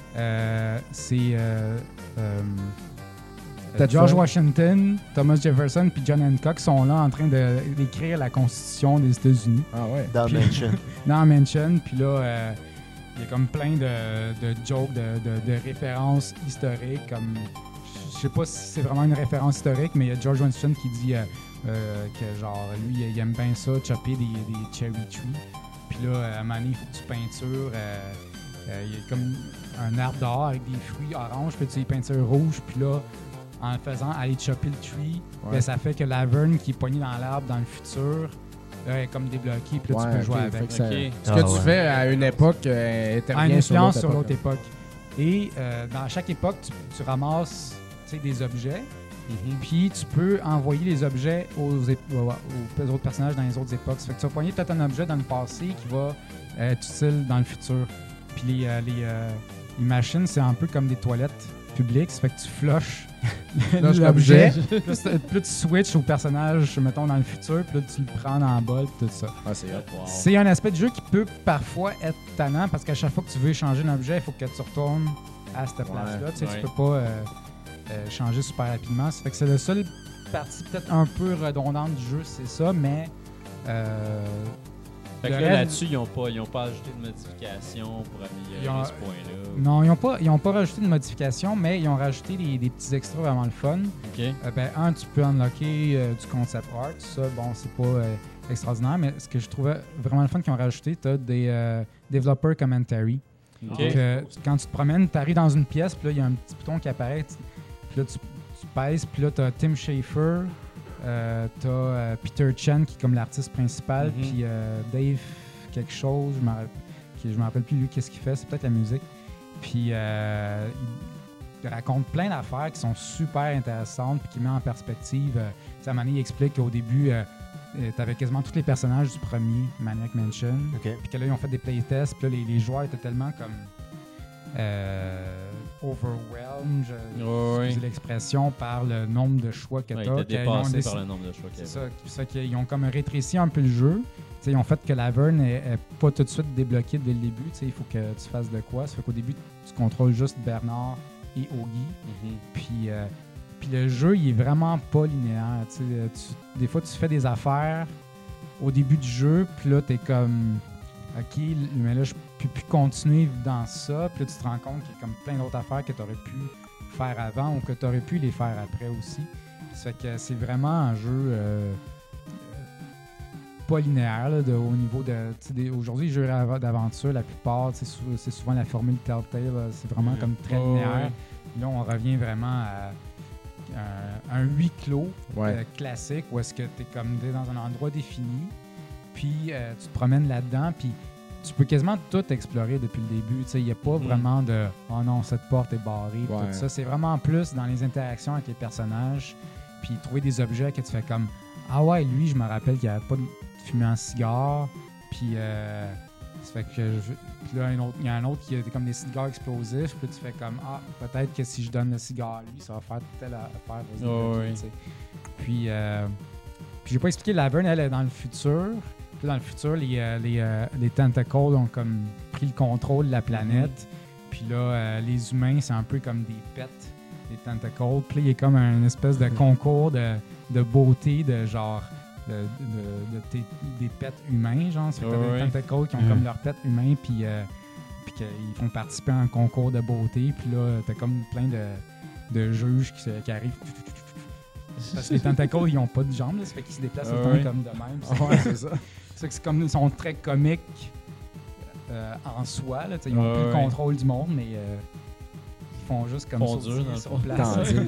euh, c'est euh, euh, Peut-être George ça. Washington, Thomas Jefferson puis John Hancock sont là en train de- d'écrire la Constitution des États-Unis Ah ouais. Dans Puis- Mansion. dans Mansion. Puis là, euh, il y a comme plein de, de jokes, de, de- de références historiques. Comme, je sais pas si c'est vraiment une référence historique, mais il y a George Washington qui dit euh, euh, que genre lui, il aime bien ça, chopper des, des cherry trees. Puis là, à un moment donné, il faut que tu peintures. euh, euh, il y a comme un arbre dehors avec des fruits oranges, puis tu les peintures rouges. Puis là, en le faisant aller chopper le tree, Ouais. ben, ça fait que Laverne qui est poignée dans l'arbre dans le futur, là, est comme débloquée, puis là, tu Ouais, peux ok, jouer fait avec. que ça- OK. Ce Ah que ouais. tu fais à une époque euh, a intervient une sur influence l'autre sur l'autre époque. époque. Et euh, dans chaque époque, tu, tu ramasses tu sais, des objets, Mhm. puis tu peux envoyer les objets aux, ép- aux- aux autres personnages dans les autres époques. Ça fait que tu vas poigner peut-être un objet dans le passé qui va euh, être utile dans le futur. Puis les, euh, les, euh, les machines, c'est un peu comme des toilettes publiques. Ça fait que tu flushes Flush l'objet. l'objet. Puis là, c'est- puis là, tu switches au personnage, mettons, dans le futur, puis là, tu le prends dans la bol, puis tout ça. Ah, c'est hot. Wow. C'est un aspect de jeu qui peut parfois être tannant parce qu'à chaque fois que tu veux échanger un objet, il faut que tu retournes à cette place-là. Tu sais, ouais. tu peux pas euh, euh, changer super rapidement. Ça fait que c'est le seul partie peut-être un peu redondante du jeu, c'est ça, mais euh, Fait que le là, reste- là-dessus, ils n'ont pas, ils ont pas ajouté de modifications pour améliorer Ils ont- ce point-là. non, ils n'ont pas, ils ont pas rajouté de modifications, mais ils ont rajouté des, des petits extras vraiment le fun. OK. Euh, ben, un, tu peux unlocker euh, du concept art. Ça, bon, c'est pas euh, extraordinaire, mais ce que je trouvais vraiment le fun qu'ils ont rajouté, tu as des euh, developer commentary. OK. Donc, euh, tu- quand tu te promènes, tu arrives dans une pièce, puis là, il y a un petit bouton qui apparaît. tu- Puis là, tu, tu pèses, puis là, tu as Tim Schafer, euh, tu as Peter Chen, qui est comme l'artiste principal, Mhm. puis euh, Dave quelque chose, je me rappelle, qui- je me rappelle plus lui qu'est-ce qu'il fait, c'est peut-être la musique. Puis euh, il raconte plein d'affaires qui sont super intéressantes, puis qui met en perspective. Euh, tu sais, à un moment donné, il explique qu'au début, euh, tu avais quasiment tous les personnages du premier Maniac Mansion. OK. Puis que là, ils ont fait des playtests. Puis là, les, les joueurs étaient tellement comme euh, overwhelmed, je, Ouais, ouais. excusez l'expression, par le nombre de choix que Ouais, tu il as. était dépassé par le nombre de choix qu'il y C'est avait. ça. C'est ça qu'ils ont comme rétréci un peu le jeu. Tu sais, ils ont fait que Laverne est, est pas tout de suite débloquée dès le début. Tu sais, il faut que tu fasses de quoi. Ça fait qu'au début, tu contrôles juste Bernard et Augie. Mhm. Puis, euh, puis le jeu, il est vraiment pas linéaire. Tu sais, euh, tu- des fois, tu fais des affaires au début du jeu, puis là, t'es comme, OK, mais là, je peux plus continuer dans ça. Puis là, tu te rends compte qu'il y a comme plein d'autres affaires que tu aurais pu faire avant ou que tu aurais pu les faire après aussi. Ça fait que c'est vraiment un jeu euh, euh, pas linéaire là, de, au niveau de... tu sais, des- Aujourd'hui, les jeux av- d'aventure, la plupart, tu sais, sou- c'est souvent la formule Telltale. là, C'est vraiment Mhm. comme très Oh, linéaire. ouais. Là, on revient vraiment à un, un huis clos Ouais. euh, classique où est-ce que tu es comme t'es dans un endroit défini, puis euh, tu te promènes là-dedans, puis tu peux quasiment tout explorer depuis le début. Il n'y a pas Mhm. vraiment de « Oh non, cette porte est barrée puis Ouais. tout ça. C'est vraiment plus dans les interactions avec les personnages, puis trouver des objets que tu fais comme « Ah ouais, lui, je me rappelle qu'il n'avait pas de fumé un cigare, puis euh, ça fait que je- puis là, un autre- il y a un autre qui a des- comme des cigares explosifs, puis tu fais comme ah, peut-être que si je donne le cigare à lui, ça va faire telle affaire. vas-y, Oh, vas-y, oui. tu sais. Puis, euh, puis j'ai pas expliqué, Laverne, elle est dans le futur. Puis dans le futur, les, euh, les, euh, les tentacles ont comme pris le contrôle de la planète. Puis là, euh, les humains, c'est un peu comme des pets, des tentacles. Puis là, il y a comme un espèce de concours de, de beauté, de genre de, de- de tes- des pets humains, genre. Ça fait que t'as Ouais, des ouais. tentacles qui ont Mhm. comme leurs pets humains, puis, euh, puis qu'ils font participer à un concours de beauté. Puis là, t'as comme plein de, de juges qui, qui arrivent. Parce que les tentacles, ils n'ont pas de jambes, là, ça fait qu'ils se déplacent tout le Ouais. temps comme de même. Ah ouais, c'est ça. C'est que c'est comme, ils sont très comiques euh, en soi. Là, ils n'ont Ouais, plus le ouais. contrôle du monde, mais euh, ils font juste comme Font ça dur, dans le sur fond. place. Tendu.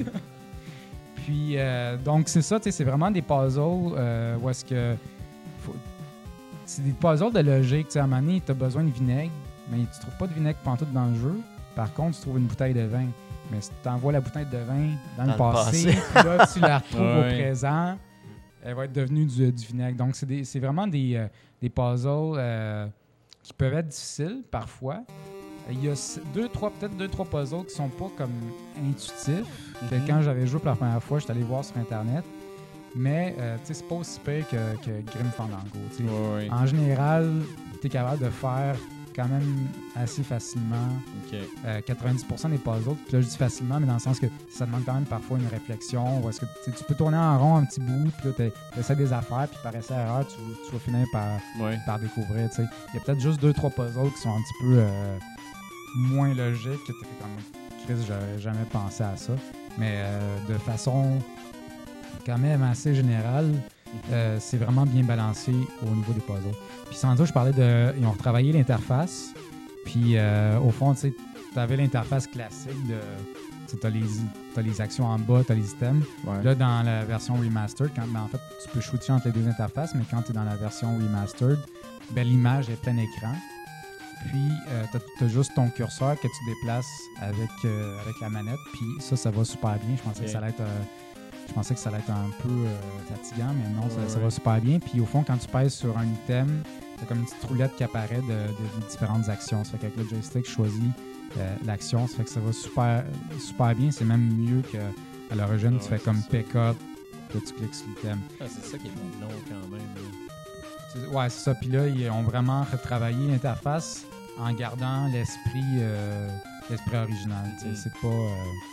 Puis, euh, donc, c'est ça, c'est vraiment des puzzles euh, où est-ce que. Faut... C'est des puzzles de logique. À un moment donné, tu as besoin de vinaigre, mais tu trouves pas de vinaigre pantoute dans le jeu. Par contre, tu trouves une bouteille de vin. Mais si tu envoies la bouteille de vin dans, Dans le le passé, passé. puis là, tu la retrouves Ouais. au présent, elle va être devenue du, du vinaigre. Donc, c'est, des, c'est vraiment des, euh, des puzzles euh, qui peuvent être difficiles parfois. Il y a c- deux, trois, peut-être deux, trois puzzles qui sont pas comme intuitifs. Fait que Mhm. quand j'avais joué pour la première fois, j'étais allé voir sur Internet. Mais, euh, tu sais, c'est pas aussi pire que, que Grim Fandango. tu sais. Ouais, ouais. En général, tu es capable de faire quand même assez facilement Ok. euh, quatre-vingt-dix pour cent des puzzles. Puis là, je dis facilement, mais dans le sens que ça demande quand même parfois une réflexion. Ou est-ce que tu sais, tu peux tourner en rond un petit bout, puis là, tu essaies des affaires, puis par essai-erreur, tu, tu vas finir par, Ouais. par découvrir. tu sais. Il y a peut-être juste deux, trois puzzles qui sont un petit peu euh, moins logiques, que tu fais comme Chris, j'aurais jamais pensé à ça. Mais euh, de façon quand même assez générale, euh, c'est vraiment bien balancé au niveau des puzzles. Puis sans dire, je parlais de. Ils ont retravaillé l'interface. Puis euh, au fond, tu sais, tu avais l'interface classique de. Tu as les, t'as les actions en bas, tu as les items. Ouais. Là, dans la version remastered, quand, ben, en fait, tu peux switcher entre les deux interfaces, mais quand tu es dans la version remastered, ben, l'image est plein écran. Puis, euh, tu as juste ton curseur que tu déplaces avec, euh, avec la manette. Puis ça, ça va super bien. Je pensais Ok. que ça allait être, euh, je pensais que ça allait être un peu euh, fatigant, mais non, ça, Ouais, ça ouais. va super bien. Puis au fond, quand tu pèses sur un item, tu as comme une petite roulette qui apparaît de, de- de différentes actions. Ça fait qu'avec le joystick, je choisis euh, l'action. Ça fait que ça va super, super bien. C'est même mieux qu'à l'origine. Ah tu ouais, fais comme c'est ça. pick-up, puis là, tu cliques sur l'item. Ah, c'est ça qui est bien long quand même. là. C'est- Ouais, c'est ça. Puis là, ils ont vraiment retravaillé l'interface en gardant l'esprit euh, l'esprit original. tu sais. Mm. C'est pas. euh,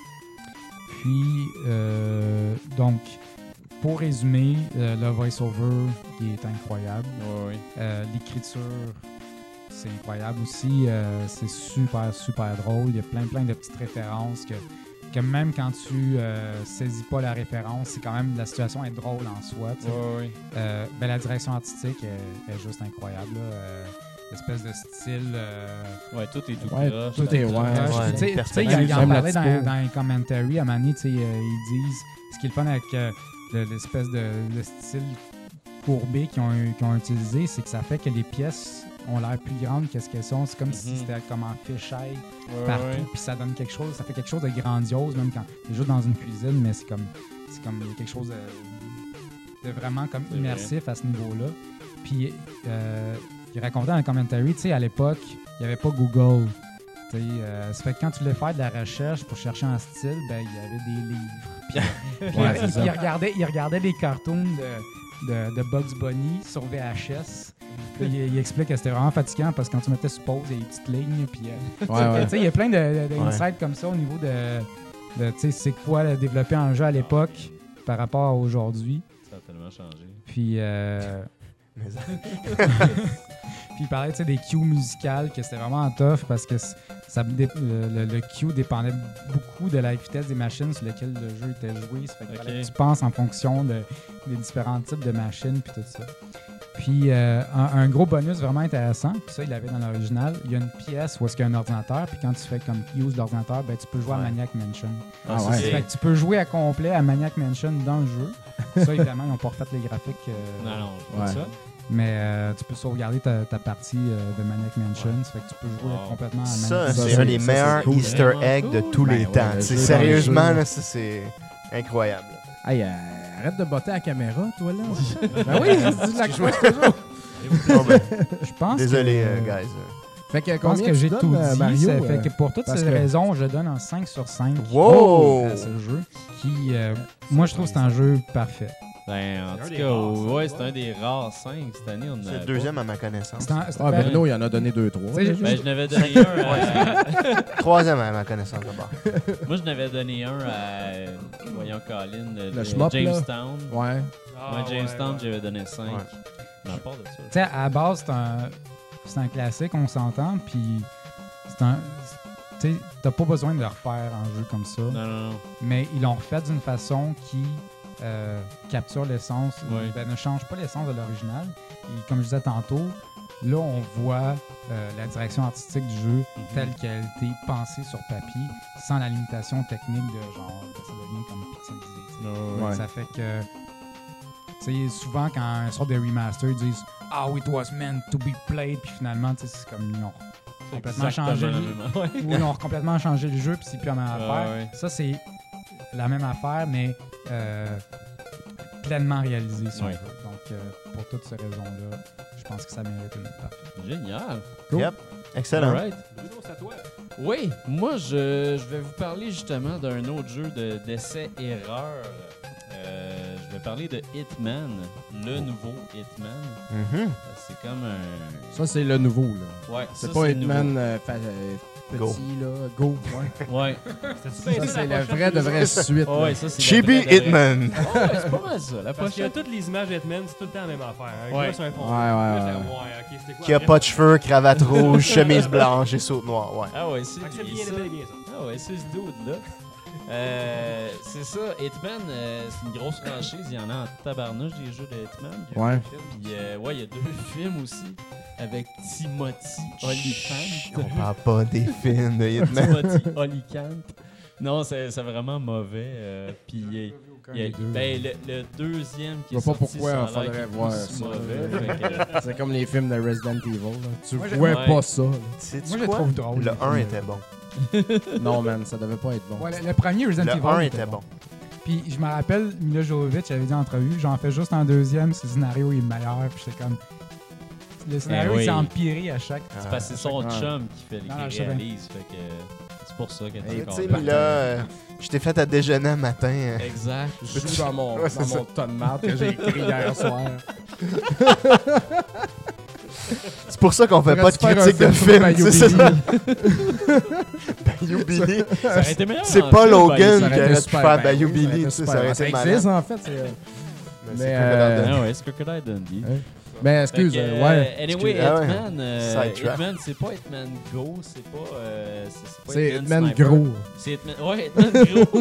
Puis, euh, donc, pour résumer, euh, le voice-over il est incroyable. Ouais, ouais. Euh, L'écriture, c'est incroyable aussi. Euh, c'est super, super drôle. Il y a plein, plein de petites références que, que même quand tu euh, saisis pas la référence, c'est quand même la situation est drôle en soi. tu sais. Ouais, ouais. Euh, ben, la direction artistique est, est juste incroyable. là. Euh, L'espèce de style. euh, Ouais, tout est tout Ouais, croche. tout est- là. ouais, proche. ouais, Puis, tu sais- tu sais, perspective. ils ils en Même la parlaient dans, typo. dans les commentaries à un moment donné, tu sais, euh, ils disent ce qui est le fun avec euh, le- l'espèce de le style courbé qu'ils ont, qu'ils ont utilisé, c'est que ça fait que les pièces ont l'air plus grandes que ce qu'elles sont. C'est comme si Mhm. c'était comme en fisheye Ouais, partout, ouais. puis ça donne quelque chose, ça fait quelque chose de grandiose, même quand tu es juste dans une cuisine, mais c'est comme, c'est comme quelque chose de, de vraiment comme C'est immersif à ce niveau-là. Puis, euh, il racontait dans le commentary, tu sais, à l'époque, il n'y avait pas Google. Tu sais, euh, ça fait que quand tu voulais faire de la recherche pour chercher un style, ben, il y avait des livres. Puis, puis Ouais, il- c'est puis ça. il, regardait, il regardait des cartoons de, de, de Bugs Bunny sur V H S. Puis il, il explique que c'était vraiment fatigant parce que quand tu mettais sur pause, il y a des petites lignes. Puis, euh, Ouais, ouais. tu sais, il y a plein de, de, de Ouais. insights comme ça au niveau de, de tu sais, c'est quoi là, développer un jeu à l'époque par rapport à aujourd'hui. Ça a tellement changé. Puis, euh, Mais ça- puis il parlait tu sais, des cues musicales, que c'était vraiment tough parce que c- ça, dé- le, le, le cue dépendait beaucoup de la vitesse des machines sur lesquelles le jeu était joué. Ça fait qu'il Ok. fallait que tu penses en fonction de, des différents types de machines puis tout ça. Puis euh, un, un gros bonus vraiment intéressant, puis ça il l'avait dans l'original, il y a une pièce où est-ce qu'il y a un ordinateur, puis quand tu fais comme use l'ordinateur, ben tu peux jouer à Ouais. Maniac Mansion. Ah ça, ouais. c'est- Fait que tu peux jouer à complet à Maniac Mansion dans le jeu. Ça évidemment ils n'ont pas refait les graphiques. euh, Non, non, Ouais. pas ça. mais euh, tu peux sauvegarder ta, ta partie euh, de Maniac Mansion. Ça fait que tu peux jouer Wow. complètement à Ça, Maniac Ça, c'est c'est- un des ça, c'est meilleurs cool. Easter Vraiment eggs de cool. tous les Ben ouais, temps. le C'est jeu dans sérieusement, le jeu. là, ça, c'est incroyable. Hey, euh, arrête de botter à la caméra, toi, là. ben oui, c'est de la croche toujours. Non, ben, Je pense désolé, que, euh, guys. Fait que Je pense combien que tu j'ai donnes, tout euh, dit. Mario, ça fait euh, que pour toutes parce ces que- raisons, je donne un cinq sur cinq Wow! à ce jeu. Qui, euh, moi, je trouve que c'est un jeu parfait. Ben, en C'est un tout des cas, rares, ça, ouais, ça. c'est un des rares cinq cette année. On en C'est avait le deuxième à ma connaissance. C'est un- c'est- Ah, ben, Bruno, il en a donné deux, trois. Tu sais, pas. Ben, je n'avais donné un à... Troisième à ma connaissance, d'abord. Moi, je n'avais donné un à... Voyons, Colin, le, Le schmop, là. Jamestown. Ouais. Moi, Jamestown, j'avais donné cinq. Ouais. Mais à part de ça. Tu sais, à la base, c'est un, c'est un classique, on s'entend. Puis c'est un. Tu tu sais, t'as pas besoin de le refaire en jeu comme ça. Non, non, non. Mais ils l'ont refait d'une façon qui euh, capture l'essence, Ouais. ben, ne change pas l'essence de l'original. Et comme je disais tantôt, là, on voit euh, la direction artistique du jeu Mm-hmm. telle qu'elle a été pensée sur papier, sans la limitation technique de genre, ça devient comme pixelisé. tu sais. Ouais. Ça fait que, tu sais, souvent quand ils sortent des remasters, ils disent « Ah, it was meant to be played », puis finalement, tu sais, c'est comme ils ont complètement changé Exactement le- la même- ouais. ou ils ont complètement changé le jeu, puis c'est plus la même Ah, affaire. ouais. Ça, c'est la même affaire, mais euh, pleinement réalisé, si on Ouais. veut. Donc, euh, pour toutes ces raisons-là, je pense que ça mérite une note parfaite. Génial. Cool. Yep. Excellent. Alright. Bruno, c'est à toi. Oui, moi, je, je vais vous parler justement d'un autre jeu de- d'essai-erreur. Euh, je vais parler de Hitman, le nouveau Hitman. Mhm. C'est comme un... Ça, c'est le nouveau, là. Ouais, C'est ça, pas le Hitman euh, fa- euh, petit, Go. là. Go. Ouais. nouveau. Ouais. Ça, c'est la vraie de vraie suite. Ouais, là. ouais, ça, c'est la Chibi vraie de vraie. Hitman. Ouais, c'est pas mal ça. La Parce que prochaine. toutes les images d'Hitman, c'est tout le temps la même affaire. Un Ouais. gars sur un fond. Ouais, ouais, Là, ouais. j'étais, ouais, ok, c'était quoi Qui a après? pas de cheveux, cravate rouge, chemise blanche et saute noire. Ouais. Ah ouais, c'est Fait que c'est lui, bien, ça. bel et bien ça. Ah ouais, c'est ce dude-là. Euh, c'est ça, Hitman, euh, c'est une grosse franchise. Il y en a en tabarnouche des jeux de Hitman. Il y a Ouais. deux films. Puis, euh, ouais, il y a deux films aussi avec Timothy Olyphant. On parle pas des films de Hitman. Timothy Olyphant. Non, c'est c'est vraiment mauvais. euh, Puis il y a- il y a- ben, le, le deuxième qui Je est vois pas sorti, pourquoi ça a on l'air faudrait qu'il est voir aussi ça. mauvais. Fait que, C'est comme les films de Resident Evil. Là. Tu Moi, j'ai- vois Ouais. pas ça. là. Sais-tu Moi, je le quoi? trouve drôle. Le les un films. était bon. Non, man, ça devait pas être bon. Ouais, le, le premier Resident Le Evil un était était bon. Puis je me rappelle, Mila Jovovich avait dit en entrevue, j'en fais juste un deuxième, ce scénario est meilleur. Puis j'étais comme... Le scénario, Eh oui. il s'est empiré à chaque... c'est parce que c'est son Ah. chum qui fait les Non, non, je qui sais bien. réalise. Fait que c'est pour ça qu'elle Hey, est Tu encore sais, là. Mila, euh, je t'ai fait à déjeuner un matin. euh, Exact. Je joue dans mon, Ouais, c'est dans ça. mon tas de marde que j'ai écrit hier soir. C'est pour ça qu'on fait pas de Faudrait-tu critique de faire un film. film C'est sur ça. Ben, Bayou Billy. Ça aurait été meilleur. C'est en pas film, Logan ben, qui Ça aurait aurait été pu super faire bien, Bayou oui, Billy. ça aurait été Tu sais, super ça aurait bien. été Ça malade. existe, en fait. c'est, euh, Mais Mais, c'est euh, Crocodile Ah ouais, c'est Crocodile Dundee. hein. Mais excuse, Fait que, euh, euh, ouais. Anyway, excuse- ah ouais. Hitman, euh, Sidetrack. Hitman, c'est pas Hitman Go, c'est pas. euh, c'est c'est pas C'est Hitman Sniper. gros. C'est Hitman. Ouais, Hitman Gros.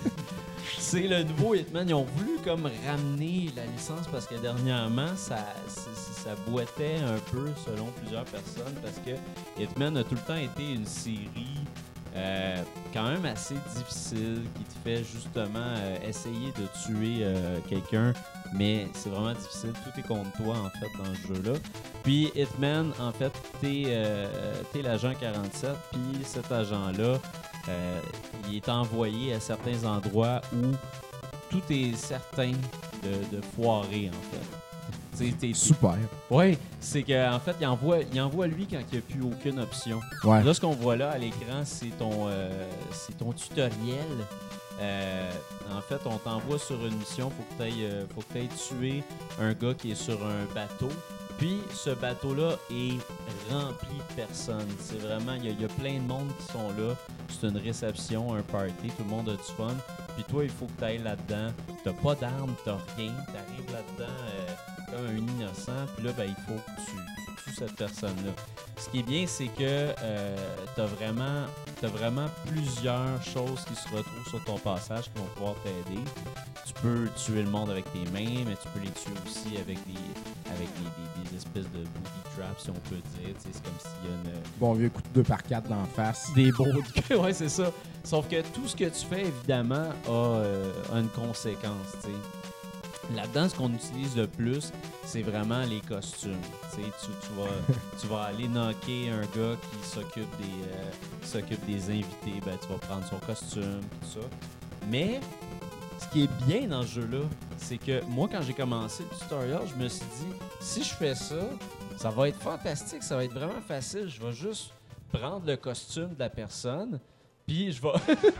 C'est le nouveau Hitman. Ils ont voulu comme ramener la licence parce que dernièrement, ça, c'est- c'est- ça boitait un peu selon plusieurs personnes parce que Hitman a tout le temps été une série euh, quand même assez difficile qui te fait justement euh, essayer de tuer euh, quelqu'un, mais c'est vraiment difficile. Tout est contre toi en fait dans ce jeu-là. Puis Hitman, en fait, t'es euh, t'es l'agent quarante-sept, puis cet agent-là, euh, il est envoyé à certains endroits où tout est certain de, de foirer en fait. T'sais, t'es- Super. Ouais, c'est qu'en fait, il envoie, il envoie lui quand il n'y a plus aucune option. Ouais. Là, ce qu'on voit là à l'écran, c'est ton, euh, c'est ton tutoriel. Euh, en fait, on t'envoie sur une mission, faut que tu ailles, faut que t'ailles tuer un gars qui est sur un bateau. Puis, ce bateau-là est rempli de personnes. C'est vraiment, il y, a- il y a plein de monde qui sont là. C'est une réception, un party, tout le monde a du fun. Puis toi, il faut que tu ailles là-dedans. T'as pas d'armes, t'as rien. T'arrives là-dedans euh, comme un innocent. Puis là, ben, il faut que tu, tu tues cette personne-là. Ce qui est bien, c'est que euh, t'as vraiment, t'as vraiment plusieurs choses qui se retrouvent sur ton passage qui vont pouvoir t'aider. Tu peux tuer le monde avec tes mains, mais tu peux les tuer aussi avec des, avec des, des- des espèces de booby traps, si on peut dire. Tu sais, c'est comme s'il y a une, Bon vieux coup de deux par quatre d'en face. des beaux. Ouais, c'est ça. Sauf que tout ce que tu fais, évidemment, a, euh, a une conséquence. tu sais. Là-dedans, ce qu'on utilise le plus, c'est vraiment les costumes. Tu sais, tu, tu vas, tu vas aller knocker un gars qui s'occupe des, euh, qui s'occupe des invités. Ben, tu vas prendre son costume, tout ça. Mais ce qui est bien dans ce jeu-là, c'est que moi, quand j'ai commencé le tutoriel, je me suis dit, si je fais ça, ça va être fantastique, ça va être vraiment facile. Je vais juste prendre le costume de la personne, puis je vais...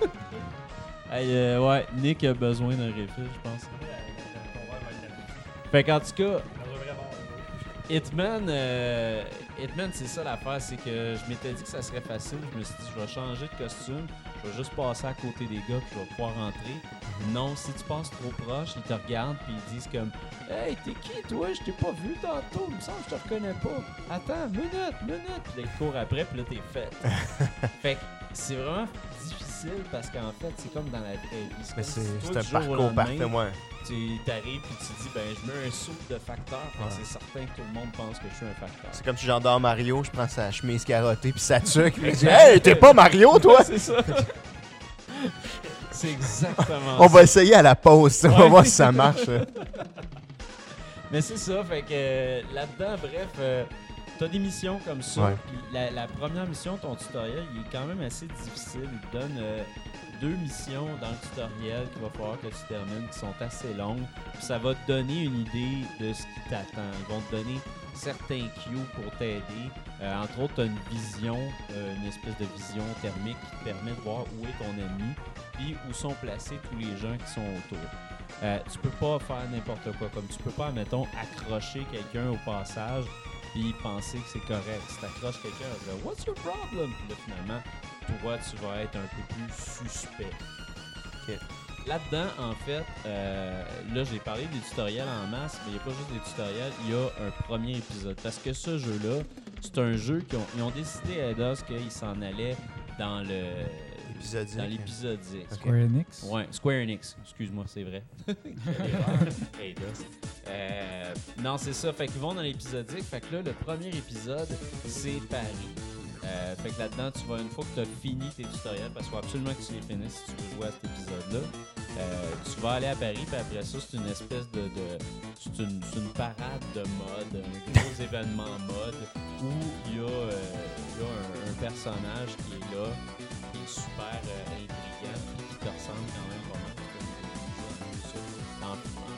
Hey, euh, ouais, Nick a besoin d'un refill, je pense. Fait qu'en tout cas, Hitman, euh, Hitman, c'est ça l'affaire, c'est que je m'étais dit que ça serait facile. Je me suis dit, je vais changer de costume, je vais juste passer à côté des gars, puis je vais pouvoir rentrer. Non, si tu passes trop proche, ils te regardent, puis ils disent comme, hey, t'es qui toi? Je t'ai pas vu tantôt, il me semble que je te reconnais pas. Attends, minute, minute. Puis là, ils te courent après, puis là, t'es fait. Fait que c'est vraiment difficile parce qu'en fait, c'est comme dans la vraie vie. Mais comme c'est si c'est toi, un du jour au parcours lendemain, parfait, ouais. Tu t'arrives et tu dis, ben, je mets un saut de facteur. Fait que Ouais. c'est certain que tout le monde pense que je suis un facteur. C'est comme si j'endors Mario, je prends sa chemise carottée puis sa tuque. Puis je dis, hey, t'es pas Mario, toi? C'est ça. C'est exactement On ça. va essayer à la pause, ça. on va Ouais. voir si ça marche. Mais c'est ça, fait que euh, là-dedans, bref, euh, t'as des missions comme ça. Ouais. Puis la, la première mission, ton tutoriel, il est quand même assez difficile. Il te donne euh, deux missions dans le tutoriel qu'il va falloir que tu termines, qui sont assez longues. Puis ça va te donner une idée de ce qui t'attend. Ils vont te donner certains cues pour t'aider. Euh, entre autres, tu as une vision, euh, une espèce de vision thermique qui te permet de voir où est ton ennemi, puis où sont placés tous les gens qui sont autour. Euh, tu peux pas faire n'importe quoi, comme tu peux pas, mettons, accrocher quelqu'un au passage puis penser que c'est correct. Si t'accroches quelqu'un, elle va dire « What's your problem? » Puis là, finalement, toi, tu vas être un peu plus suspect. Ok. Là-dedans, en fait, euh, là, j'ai parlé des tutoriels en masse, mais il n'y a pas juste des tutoriels, il y a un premier épisode. Parce que ce jeu-là, c'est un jeu qu'ils ont, ils ont décidé à Eidos qu'ils s'en allaient dans le... Épisodique. Dans l'épisodique. Ok. Square Enix. Ouais, Square Enix, excuse-moi, c'est vrai. Quelle erreur. Eidos. Euh, non, c'est ça. Fait qu'ils vont dans l'épisodique. Fait que là, le premier épisode, c'est Paris. Euh, fait que là-dedans, tu vas, une fois que tu as fini tes tutoriels, parce qu'il faut absolument que tu les finisses si tu veux jouer à cet épisode-là, euh, tu vas aller à Paris, puis après ça, c'est une espèce de... de c'est une, c'est une parade de mode, un gros événement mode, où il y a, euh, il y a un, un personnage qui est là, qui est super euh, intriguant, puis qui te ressemble quand même pas mal. Dans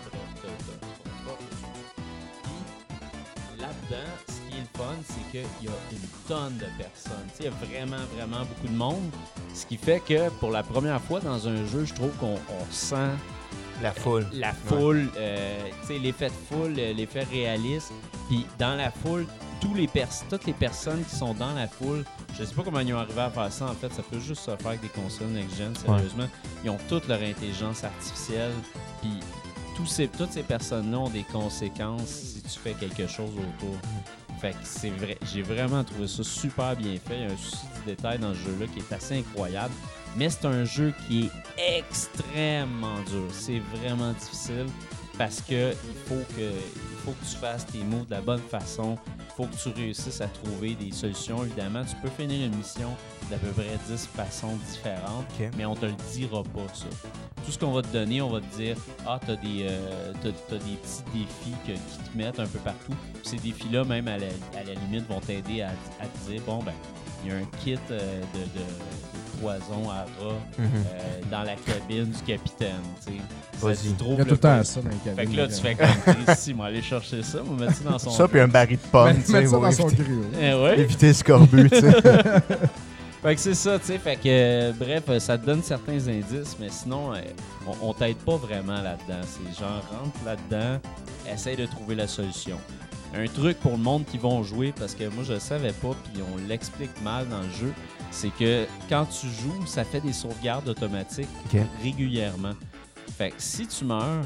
Puis là-dedans, ce qui est le fun, c'est qu'il y a une tonne de personnes. Tu sais, il y a vraiment, vraiment beaucoup de monde. Ce qui fait que pour la première fois dans un jeu, je trouve qu'on on sent La foule. la foule, euh, tu sais, l'effet de foule, euh, l'effet réaliste. Puis dans la foule, tous les pers- toutes les personnes qui sont dans la foule, je sais pas comment ils ont arrivé à faire ça. En fait, ça peut juste se faire avec des consoles next-gen, sérieusement. Ils ont toute leur intelligence artificielle. Puis tous ces, toutes ces personnes-là ont des conséquences si tu fais quelque chose autour. Fait que c'est vrai, j'ai vraiment trouvé ça super bien fait. Il y a un souci du détail dans ce jeu-là qui est assez incroyable. Mais c'est un jeu qui est extrêmement dur. C'est vraiment difficile parce que il faut que, il faut que tu fasses tes moves de la bonne façon. Il faut que tu réussisses à trouver des solutions. Évidemment, tu peux finir une mission d'à peu près dix façons différentes, Ok. mais on te le dira pas, ça. Tout ce qu'on va te donner, on va te dire « Ah, t'as des, euh, t'as, t'as des petits défis que, qui te mettent un peu partout. » Puis ces défis-là, même à la, à la limite, vont t'aider à, à te dire « Bon, ben, il y a un kit euh, de, de, de poison à rats Mhm. euh, dans la cabine du capitaine. » tu sais. Ça, Vas-y. tu trouves Il y a tout le le temps point. ça dans les cabines. Fait que là, tu fais comme ici, moi, aller chercher ça, moi, mettre ça dans son. Ça, puis un baril de pommes, tu sais, Mettre ça pour dans son éviter, griot. Eh ouais. éviter le scorbut, tu sais. Fait que c'est ça, tu sais. Fait que, euh, bref, euh, ça te donne certains indices, mais sinon, euh, on, on t'aide pas vraiment là-dedans. C'est genre, rentre là-dedans, essaye de trouver la solution. Un truc pour le monde qui vont jouer, parce que moi, je le savais pas, puis on l'explique mal dans le jeu, c'est que quand tu joues, ça fait des sauvegardes automatiques Ok. régulièrement. Fait que si tu meurs,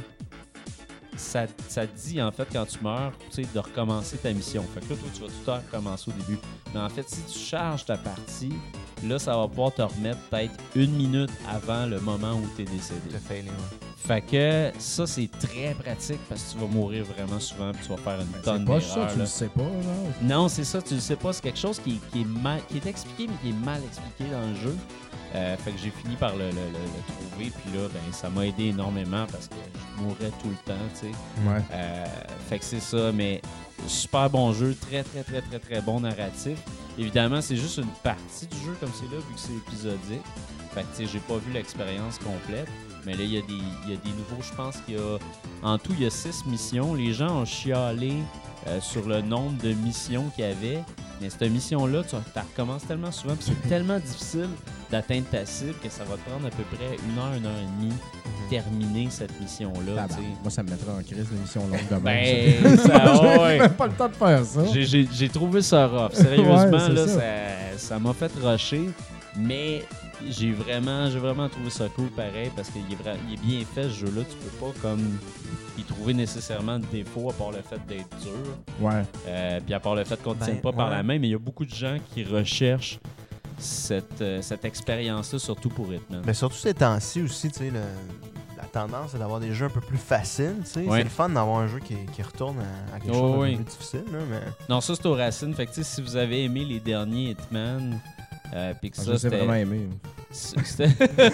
ça, ça te dit, en fait, quand tu meurs, tu sais, de recommencer ta mission. Fait que là, toi, tu vas tout le temps recommencer au début. Mais en fait, si tu charges ta partie, là, ça va pouvoir te remettre peut-être une minute avant le moment où tu es décédé. T'as failli, ouais. Fait que ça, c'est très pratique parce que tu vas mourir vraiment souvent puis tu vas faire une tonne C'est pas ça, d'erreurs. tu là. le sais pas, genre. Non, c'est ça, tu le sais pas. C'est quelque chose qui, qui est mal, qui est expliqué, mais qui est mal expliqué dans le jeu. Euh, fait que j'ai fini par le, le- le- le trouver. Puis là, ben, ça m'a aidé énormément parce que je mourrais tout le temps, tu sais. Ouais. Euh, fait que c'est ça, mais super bon jeu, très, très, très, très, très bon narratif. Évidemment, c'est juste une partie du jeu comme c'est là, vu que c'est épisodique. Fait que, tu sais, j'ai pas vu l'expérience complète. Mais là, il y, a des- il y a des nouveaux, je pense qu'il y a... En tout, il y a six missions. Les gens ont chialé euh, sur le nombre de missions qu'il y avait. Mais cette mission-là, tu la recommences tellement souvent, puis c'est tellement difficile d'atteindre ta cible que ça va te prendre à peu près une heure, une heure et demie terminer cette mission-là. Ah, tu ben, sais. moi, ça me mettrait en crise l'émission longue de même. Ben, ça, J'ai ouais. même pas le temps de faire ça. J'ai- J'ai j'ai trouvé ça rough. Sérieusement, Ouais, c'est là, ça. ça ça m'a fait rusher. Mais j'ai vraiment, j'ai vraiment trouvé ça cool pareil parce qu'il est, vra- il est bien fait ce jeu-là. Tu peux pas comme y trouver nécessairement de défaut à part le fait d'être dur. Ouais. Euh, puis à part le fait qu'on ne Ben, tienne pas par ouais. la main, mais il y a beaucoup de gens qui recherchent cette, euh, cette expérience-là, surtout pour Hitman. Mais surtout ces temps-ci aussi, tu sais, le- la tendance c'est d'avoir des jeux un peu plus faciles, tu sais. Ouais. C'est le fun d'avoir un jeu qui, qui retourne à, à quelque Oh, chose oui. d'un peu plus difficile, là, mais... Non, ça, c'est aux racines. Fait que, tu sais, si vous avez aimé les derniers Hitman, euh, puis que Ah, ça, je les ai c'était... vraiment aimé. C'était...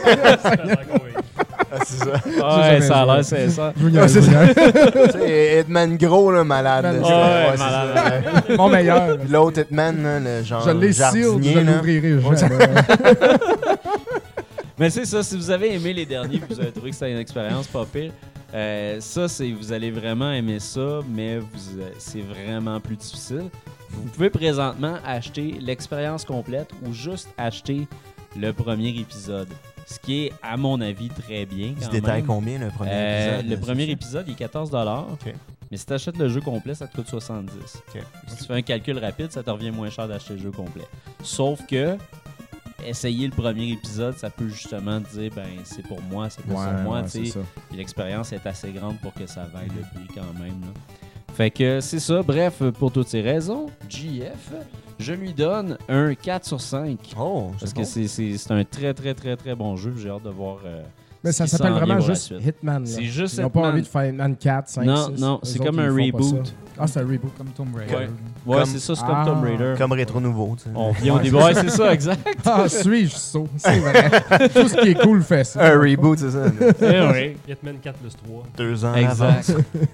Ah, c'est ça. ouais, ça a l'air, c'est ça. Je vous Ouais, niaise, c'est je vous ça. niaise. Tu sais, Hitman gros, là, malade. là, Ouais, c'est- ouais, c'est malade. ça, ouais. Mon meilleur. Puis l'autre Hitman, là, le genre Je l'ai sealed, je jardinier, là. l'ouvrirai Ouais. jamais. Mais c'est ça, si vous avez aimé les derniers, puis vous avez trouvé que c'était une expérience pas pire, euh, ça, c'est vous allez vraiment aimer ça, mais vous, euh, c'est vraiment plus difficile. Vous pouvez présentement acheter l'expérience complète ou juste acheter le premier épisode. Ce qui est, à mon avis, très bien. Il se quand détaille même. combien, le premier Euh, épisode? Le là, premier c'est épisode, il est quatorze dollars. Ok. Mais si tu achètes le jeu complet, ça te coûte soixante-dix. Ok. Si tu fais un calcul rapide, ça te revient moins cher d'acheter le jeu complet. Sauf que, essayer le premier épisode, ça peut justement te dire, ben, c'est pour moi, c'est pas Ouais, sur moi, ouais, tu c'est sais. ça. Puis l'expérience est assez grande pour que ça vaille le prix quand même. Là. Fait que c'est ça. Bref, pour toutes ces raisons, J F, je lui donne un quatre sur cinq. Oh, Parce c'est que bon. c'est, c'est, c'est un très, très, très, très bon jeu. J'ai hâte de voir. euh, Mais ce ça qui s'appelle s'en vient vraiment pour la juste suite. Hitman. là. C'est juste Ils n'ont pas Hitman. envie de faire Hitman quatre, cinq, Non, six. non, Eux c'est autres, comme ils un font pas reboot. ça. Ah, c'est un reboot. Comme Tomb Raider. Ouais. là. Ouais, Comme- c'est ça, c'est Ah. comme Tomb Raider. Comme Rétro Nouveau, tu sais. On vient au Ouais, début. Ouais, c'est ça, exact. Ah, suis-je saut. C'est vrai. Tout ce qui est cool fait ça. Un reboot, c'est ça. là. Eh oui. Hitman quatre plus trois. Deux ans Exact. d'avance.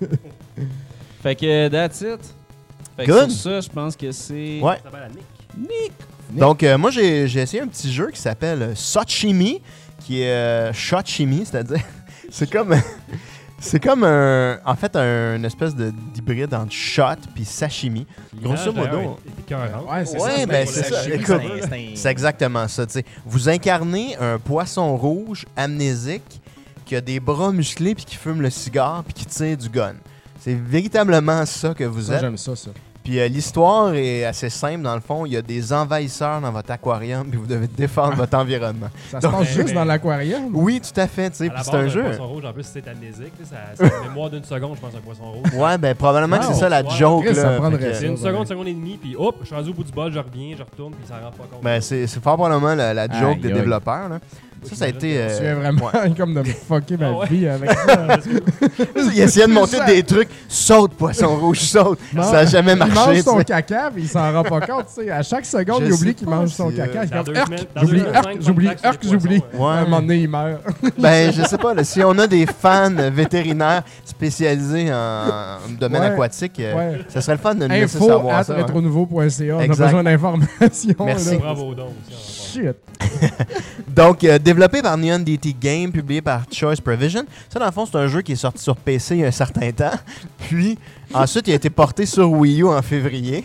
Fait que that's it. Fait que Good. sur ça, je pense que c'est. Ouais. Ça s'appelle la Nick. Nick. Donc, euh, moi, j'ai j'ai essayé un petit jeu qui s'appelle euh, Sashimi, qui est euh, Shot-Chimi, c'est-à-dire, c'est comme, c'est comme un, en fait, un une espèce de d'hybride entre shot puis sashimi. Grosso L'image, modo. d'ailleurs, est écœurante. Ouais, c'est Ouais, ça. ben, pour c'est le ça. sashimi, Écoute, c'est un- c'est un- C'est exactement ça, tu sais. Vous incarnez un poisson rouge amnésique qui a des bras musclés puis qui fume le cigare puis qui tire du gun. C'est véritablement ça que vous Ça, êtes. j'aime ça, ça. Puis euh, l'histoire est assez simple dans le fond. Il y a des envahisseurs dans votre aquarium puis vous devez défendre votre environnement. Ça se Donc- passe juste Mais- dans l'aquarium. Oui, tout à fait, tu sais. À la Puis base, c'est un jeu. poisson rouge, en plus, c'est amnésique. tu sais, Ça, c'est une mémoire d'une seconde, je pense, un poisson rouge. Ouais, ben probablement que Wow. c'est ça la Ouais, joke Chris, ça là. prendrait Fait que, ça. C'est une ouais. seconde, seconde et demie, puis hop, je suis rendu au bout du bol, je reviens, je retourne, puis ça rend pas compte. Ben c'est c'est fort probablement la, la joke Aïe, des aïe. développeurs là. Ça, ça a été. Tu viens euh, vraiment ouais. comme de me fucker ma Ah ouais. vie avec ça. Il essayait de monter des trucs. Saute, poisson rouge, saute. Non. Ça a jamais Il marché. mange tu son sais. caca, mais il s'en rend pas compte. tu sais. À chaque seconde, Je il oublie sais qu'il pas mange si, son euh, caca. Il est dans comme, deux Arc, semaines- dans j'oublie, deux semaines, arc, cinq j'oublie, contacts sur arc, les j'oublie. poissons, Ouais. À un moment donné, il meurt. Ben, je sais pas, là, si on a des fans vétérinaires spécialisés en domaine Ouais. aquatique, euh, Ouais. ça serait le fun de nous laisser Info savoir at ça. hein. retronouveau point c a. On a Exact. besoin d'informations. Merci. là. Bravo donc. aussi, Shit. Donc, euh, développé par Neon D T Game, publié par Choice Provision. Ça, dans le fond, c'est un jeu qui est sorti sur P C il y a un certain temps. Puis, ensuite, il a été porté sur Wii U en février.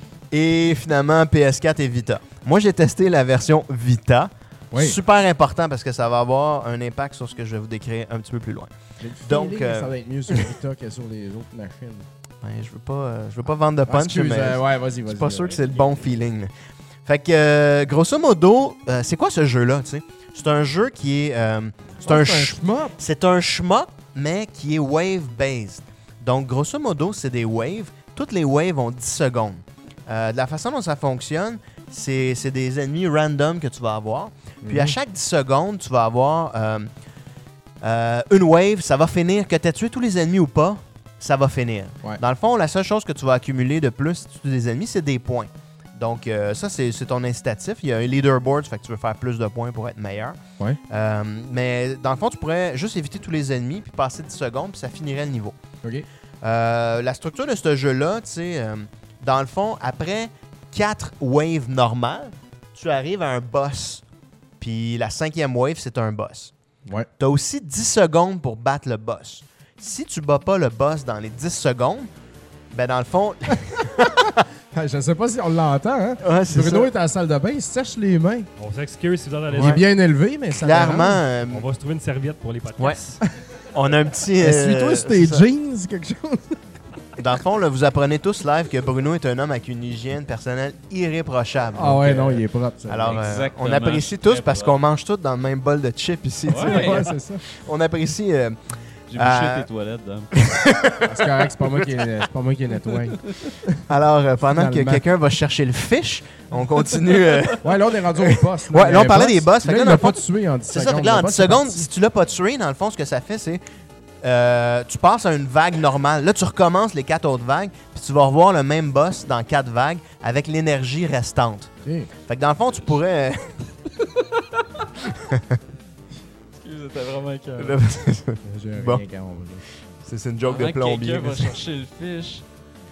Et finalement, P S quatre et Vita. Moi, j'ai testé la version Vita. Oui. Super important parce que ça va avoir un impact sur ce que je vais vous décrire un petit peu plus loin. J'ai le Donc, feeling que euh, ça va être mieux sur Vita que sur les autres machines. Ouais, je veux pas, euh, je veux pas vendre de Ah, punch, excuse, mais euh, ouais, vas-y, je vas-y. suis pas sûr ouais. que c'est le bon feeling. là. Fait que, euh, grosso modo, euh, c'est quoi ce jeu-là, tu sais? C'est un jeu qui est... euh, c'est Ah, un, c'est un ch- shmup. c'est un shmup, mais qui est wave-based. Donc, grosso modo, c'est des waves. Toutes les waves ont dix secondes. Euh, de la façon dont ça fonctionne, c'est c'est des ennemis random que tu vas avoir. Puis à Mhm. chaque dix secondes, tu vas avoir euh, euh, une wave. Ça va finir, que tu as tué tous les ennemis ou pas, ça va finir. Ouais. Dans le fond, la seule chose que tu vas accumuler de plus si tu tues des ennemis, c'est des points. Donc, euh, ça, c'est c'est ton incitatif. Il y a un leaderboard, ça fait que tu veux faire plus de points pour être meilleur. Ouais. Euh, mais dans le fond, tu pourrais juste éviter tous les ennemis, puis passer dix secondes, puis ça finirait le niveau. OK. Euh, la structure de ce jeu-là, tu sais, euh, dans le fond, après quatre waves normales, tu arrives à un boss. Puis la cinquième wave, c'est un boss. Ouais. Tu as aussi dix secondes pour battre le boss. Si tu bats pas le boss dans les dix secondes, ben dans le fond... Je sais pas si on l'entend, hein? ouais, c'est Bruno ça. est à la salle de bain, il se sèche les mains. On s'excuse si vous êtes à la Il est maison. bien élevé, mais ça Clairement, dérange. euh, On va se trouver une serviette pour les podcasts. Ouais. on a un petit... euh, Essuie-toi sur tes c'est ça. jeans, quelque chose. Dans le fond, là, vous apprenez tous live que Bruno est un homme avec une hygiène personnelle irréprochable. Ah Donc, ouais, euh, non, il est propre. Ça. Alors, euh, Exactement. on apprécie Très tous parce propre. qu'on mange tous dans le même bol de chips ici. tu sais. Ouais. ouais, c'est ça. On apprécie euh, J'ai Euh, bouché tes toilettes, Dom. C'est correct, c'est pas moi qui est, c'est pas moi qui est nettoie. Alors, euh, pendant que Finalement. quelqu'un va chercher le fish, on continue. euh, Ouais, là, on est rendu au boss. Ouais, là, on parlait des boss, fait que Là, là, il dans l'a le pas tué en dix C'est secondes. ça, fait que là, Le en boss dix est secondes, parti. si tu l'as pas tué, dans le fond, ce que ça fait, c'est. Euh, tu passes à une vague normale. Là, tu recommences les quatre autres vagues, puis tu vas revoir le même boss dans quatre vagues avec l'énergie restante. Ok. Fait que dans le fond, tu pourrais. Excuse, c'était vraiment cœur. J'ai rien Bon. qu'à- on va dire. c'est c'est une joke de Pendant que plombier. quelqu'un va chercher le fish.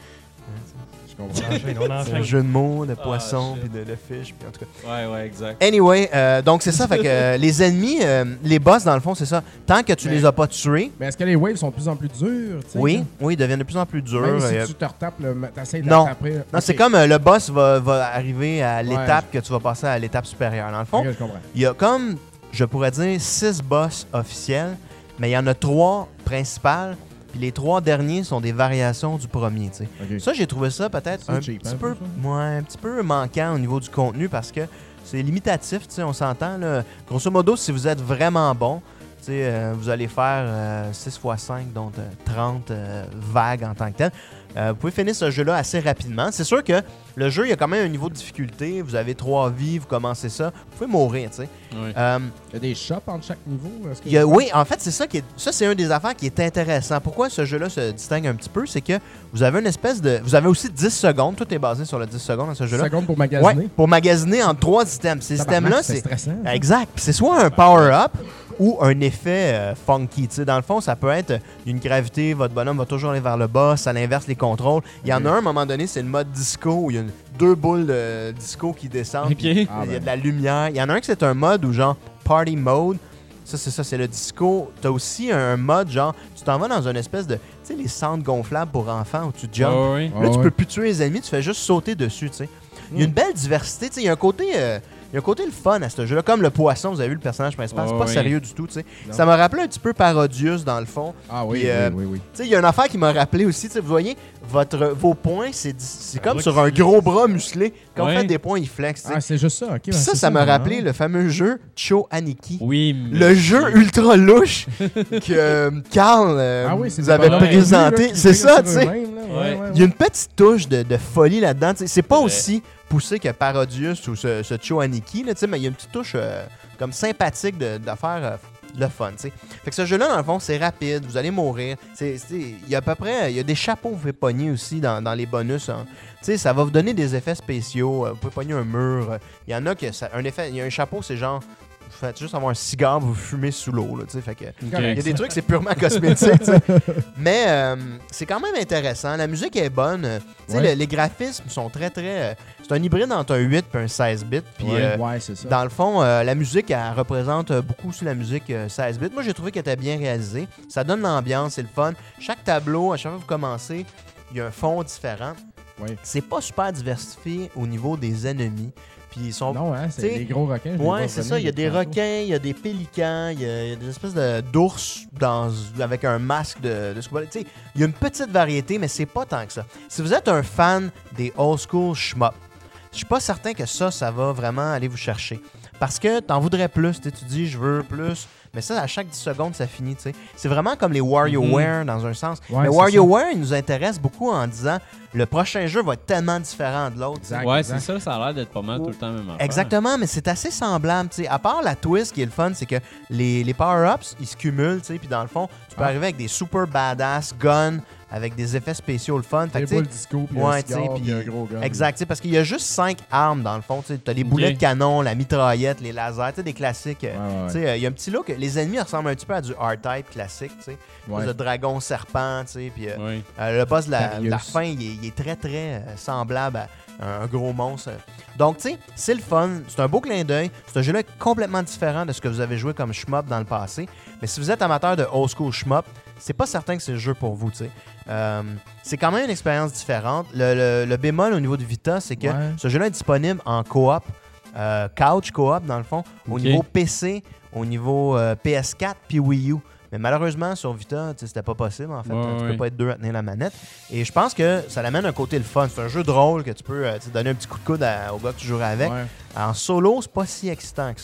Je comprends. On enchaîne, on C'est un enchaîne. jeu de mots, de Ah, poisson, shit. puis de, de fish, puis en tout cas. Ouais, ouais, exact. Anyway, euh, donc c'est ça, fait que euh, les ennemis, euh, les boss, dans le fond, c'est ça. Tant que tu Mais- les as pas tués, Mais est-ce que les waves sont de plus en plus dures? tu sais, oui, là? oui, ils deviennent de plus en plus durs. Même si euh, tu te retapes, le- t'essayes de Non. rattraper. Non, c'est comme euh, le boss va, va arriver à Ouais. l'étape que tu vas passer à l'étape supérieure. Dans le fond, Ok, je comprends. il y a comme, je pourrais dire, six boss officiels, mais il y en a trois principales, puis les trois derniers sont des variations du premier, tu sais. Ok. Ça, j'ai trouvé ça peut-être C'est un, cheap, petit hein, peu, pour ça. ouais, un petit peu manquant au niveau du contenu parce que c'est limitatif, tu sais, on s'entend. Là. Grosso modo, si vous êtes vraiment bon, tu sais, euh, vous allez faire euh, six fois cinq, donc euh, trente euh, vagues en tant que tel. Euh, vous pouvez finir ce jeu-là assez rapidement. C'est sûr que le jeu, il y a quand même un niveau de difficulté. Vous avez trois vies, vous commencez ça. Vous pouvez mourir, tu sais. Ouais. Euh, Il y a des shops entre chaque niveau? Est-ce que- il y a- oui, en fait, c'est ça qui est. Ça, c'est une des affaires qui est intéressant. Pourquoi ce jeu-là se distingue un petit peu, c'est que vous avez une espèce de. Vous avez aussi dix secondes. Tout est basé sur le dix secondes dans ce jeu-là. secondes pour Ouais, magasiner? pour magasiner en trois systèmes. Ces Tabarnak, systèmes-là, c'est. stressant. Exact. Puis c'est soit un power-up ou un effet euh, funky. Tu sais, dans le fond, ça peut être une gravité, votre bonhomme va toujours aller vers le bas, ça l'inverse les contrôles. Il y en a un, à un moment donné, c'est le mode disco où il y a une- deux boules de disco qui descendent. Ok. puis Ah, il y a ben. de la lumière. Il y en a un que c'est un mode où genre party mode. Ça, c'est ça, c'est le disco. T'as aussi un mode genre, tu t'en vas dans une espèce de, tu sais, les centres gonflables pour enfants où tu jumps. Ouais, ouais. Ah Là, tu ouais. peux plus tuer les ennemis, tu fais juste sauter dessus, tu sais. Il y a une belle diversité, tu sais. Il y a un côté, euh, il y a un côté le fun à ce jeu-là. Comme le poisson, vous avez vu le personnage principal, c'est Ouais, pas ouais. sérieux du tout, tu sais. Non. Ça m'a rappelé un petit peu Parodius dans le fond. Ah oui, Puis, euh, oui, oui, oui. Tu sais, il y a une affaire qui m'a rappelé aussi, tu sais, vous voyez, votre, vos poings, c'est di- c'est comme Rock sur un gros bras musclé. Quand Ouais. vous faites des points, ils flexent, tu sais. Ah, c'est juste ça, ok. Puis ça, ça m'a rappelé le fameux jeu Cho Aniki. Oui, Le jeu ultra louche que euh, Carl euh, Ah oui, c'est vous des avait bonhommes présenté. nus, là, qui C'est tirent ça, sur tu sais. eux-mêmes, là. Ouais, Ouais. ouais, Il y a ouais. une petite touche de, de folie là-dedans. tu sais. C'est pas Ouais. aussi poussé que Parodius ou ce, ce Cho Aniki, là, tu sais, mais il y a une petite touche euh, comme sympathique de, de faire euh, le fun. tu sais. Fait que ce jeu-là, dans le fond, c'est rapide, vous allez mourir. C'est- c'est- Il y a à peu près, il y a des chapeaux que vous pouvez pogner aussi dans, dans les bonus. hein. Tu sais, ça va vous donner des effets spéciaux. euh, Vous pouvez pogner un mur. euh, Il y en a que ça, un effet, il y a un chapeau, c'est genre, vous faites juste avoir un cigare, vous fumez sous l'eau, là, tu sais. Fait que il y a Ok. des trucs, c'est purement cosmétique, tu sais. Mais euh, c'est quand même intéressant. La musique est bonne. euh, Tu sais, Ouais. le- les graphismes sont très, très... euh, c'est un hybride entre un huit et un seize bits. Puis, Ouais. euh, Ouais, c'est ça. dans le fond, euh, la musique, elle représente euh, beaucoup aussi la musique euh, seize bits. Moi, j'ai trouvé qu'elle était bien réalisée. Ça donne l'ambiance, c'est le fun. Chaque tableau, à chaque fois que vous commencez, il y a un fond différent. Ouais. C'est pas super diversifié au niveau des ennemis. Puis ils sont Non, hein, c'est t'sais, des gros requins. je les vois Ouais, c'est venir, ça. Il y a des tantôt. requins, il y a des pélicans, il y a, il y a des espèces de- d'ours dans, avec un masque de, de scuba. Tu sais, il y a une petite variété, mais c'est pas tant que ça. Si vous êtes un fan des old school shmup, je suis pas certain que ça, ça va vraiment aller vous chercher. Parce que t'en voudrais plus, tu sais, tu dis je veux plus, mais ça, à chaque dix secondes, ça finit, tu sais. C'est vraiment comme les WarioWare dans un sens. Ouais, mais c'est WarioWare, il nous intéresse beaucoup en disant le prochain jeu va être tellement différent de l'autre. tu sais. Exact, Ouais, exact. c'est ça, ça a l'air d'être pas mal tout le temps même affaire. Exactement, mais c'est assez semblable. tu sais. À part la twist qui est le fun, c'est que les, les power-ups, ils se cumulent, tu sais, puis dans le fond, tu peux Ah. arriver avec des super badass guns, avec des effets spéciaux le fun. Fait Des que, tu sais, boules disco, puis ouais, un tu sais, cigare, puis- puis un gros gun. exact, tu sais, parce qu'il y a juste cinq armes dans le fond. Tu as les Ok. boulets de canon, la mitraillette, les lasers, tu sais, des classiques. euh, Ouais, ouais, tu sais, euh, il y a un petit look. Les ennemis ressemblent un petit peu à du R-Type classique, tu sais. ouais. De dragon serpent, tu sais, puis euh, Oui. euh, le boss de la, de la Darius. fin, il est, il est très, très euh, semblable à un, un gros monstre. Donc, tu sais, c'est le fun. C'est un beau clin d'œil. C'est un jeu-là complètement différent de ce que vous avez joué comme shmup dans le passé. Mais si vous êtes amateur de old school shmup, c'est pas certain que c'est le jeu pour vous, tu sais. Euh, c'est quand même une expérience différente. Le, le- le bémol au niveau de Vita, c'est que Ouais. ce jeu-là est disponible en coop, euh, couch coop dans le fond, au Ok. niveau P C, au niveau euh, P S quatre puis Wii U. Mais malheureusement, sur Vita, tu sais, c'était pas possible, en fait. Ouais, tu ouais. peux pas être deux à tenir la manette. Et je pense que ça l'amène un côté le fun. C'est un jeu drôle que tu peux euh, tu sais, donner un petit coup de coude à- au gars que tu jouerais avec. Ouais. En solo, c'est pas si excitant que ça.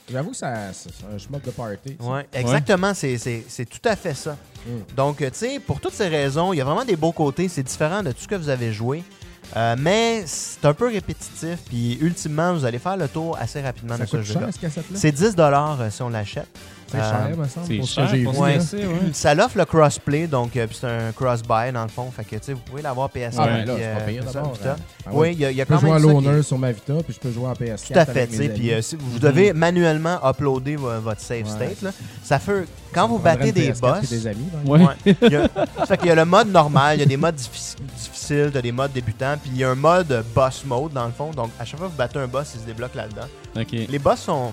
J'avoue que ça, c'est un schmuck de party. ça. Ouais, exactement, c'est, c'est, c'est tout à fait ça. Mm. Donc, euh, tu sais, pour toutes ces raisons, il y a vraiment des beaux côtés. C'est différent de tout ce que vous avez joué. Euh, mais c'est un peu répétitif. Puis, ultimement, vous allez faire le tour assez rapidement Ça de ce coûte jeu-là. cher, cette cassette-là? C'est dix dollars euh, si on l'achète. C'est Euh, cher, me semble, c'est pour ce cher que j'ai pour vu. ça. Ouais. là. C'est, ouais. Ça l'offre le crossplay, donc euh, puis c'est un cross-buy dans le fond. Fait que tu sais, vous pouvez l'avoir P S quatre. Ah, ben là, puis, c'est pas euh, pire ça, d'abord. Vita. hein. Ah Oui, il y a, il y a Je peux quand jouer à même ça qui est- l'Honneur sur ma Vita, puis je peux jouer en P S Tout quatre à fait, avec tu mes sais. Puis amis. euh, si vous devez manuellement uploader vo- votre save Ouais. state. Là. Ça fait quand Ça vous me prendrait battez une des P S quatre boss. et des amis, par Ouais. exemple. Ouais. Il y a, ça fait qu'il y a le mode normal, il y a des modes diffici- difficiles, t'as des modes débutants, puis il y a un mode boss mode dans le fond. Donc à chaque fois que vous battez un boss, il se débloque là-dedans. OK. Les boss sont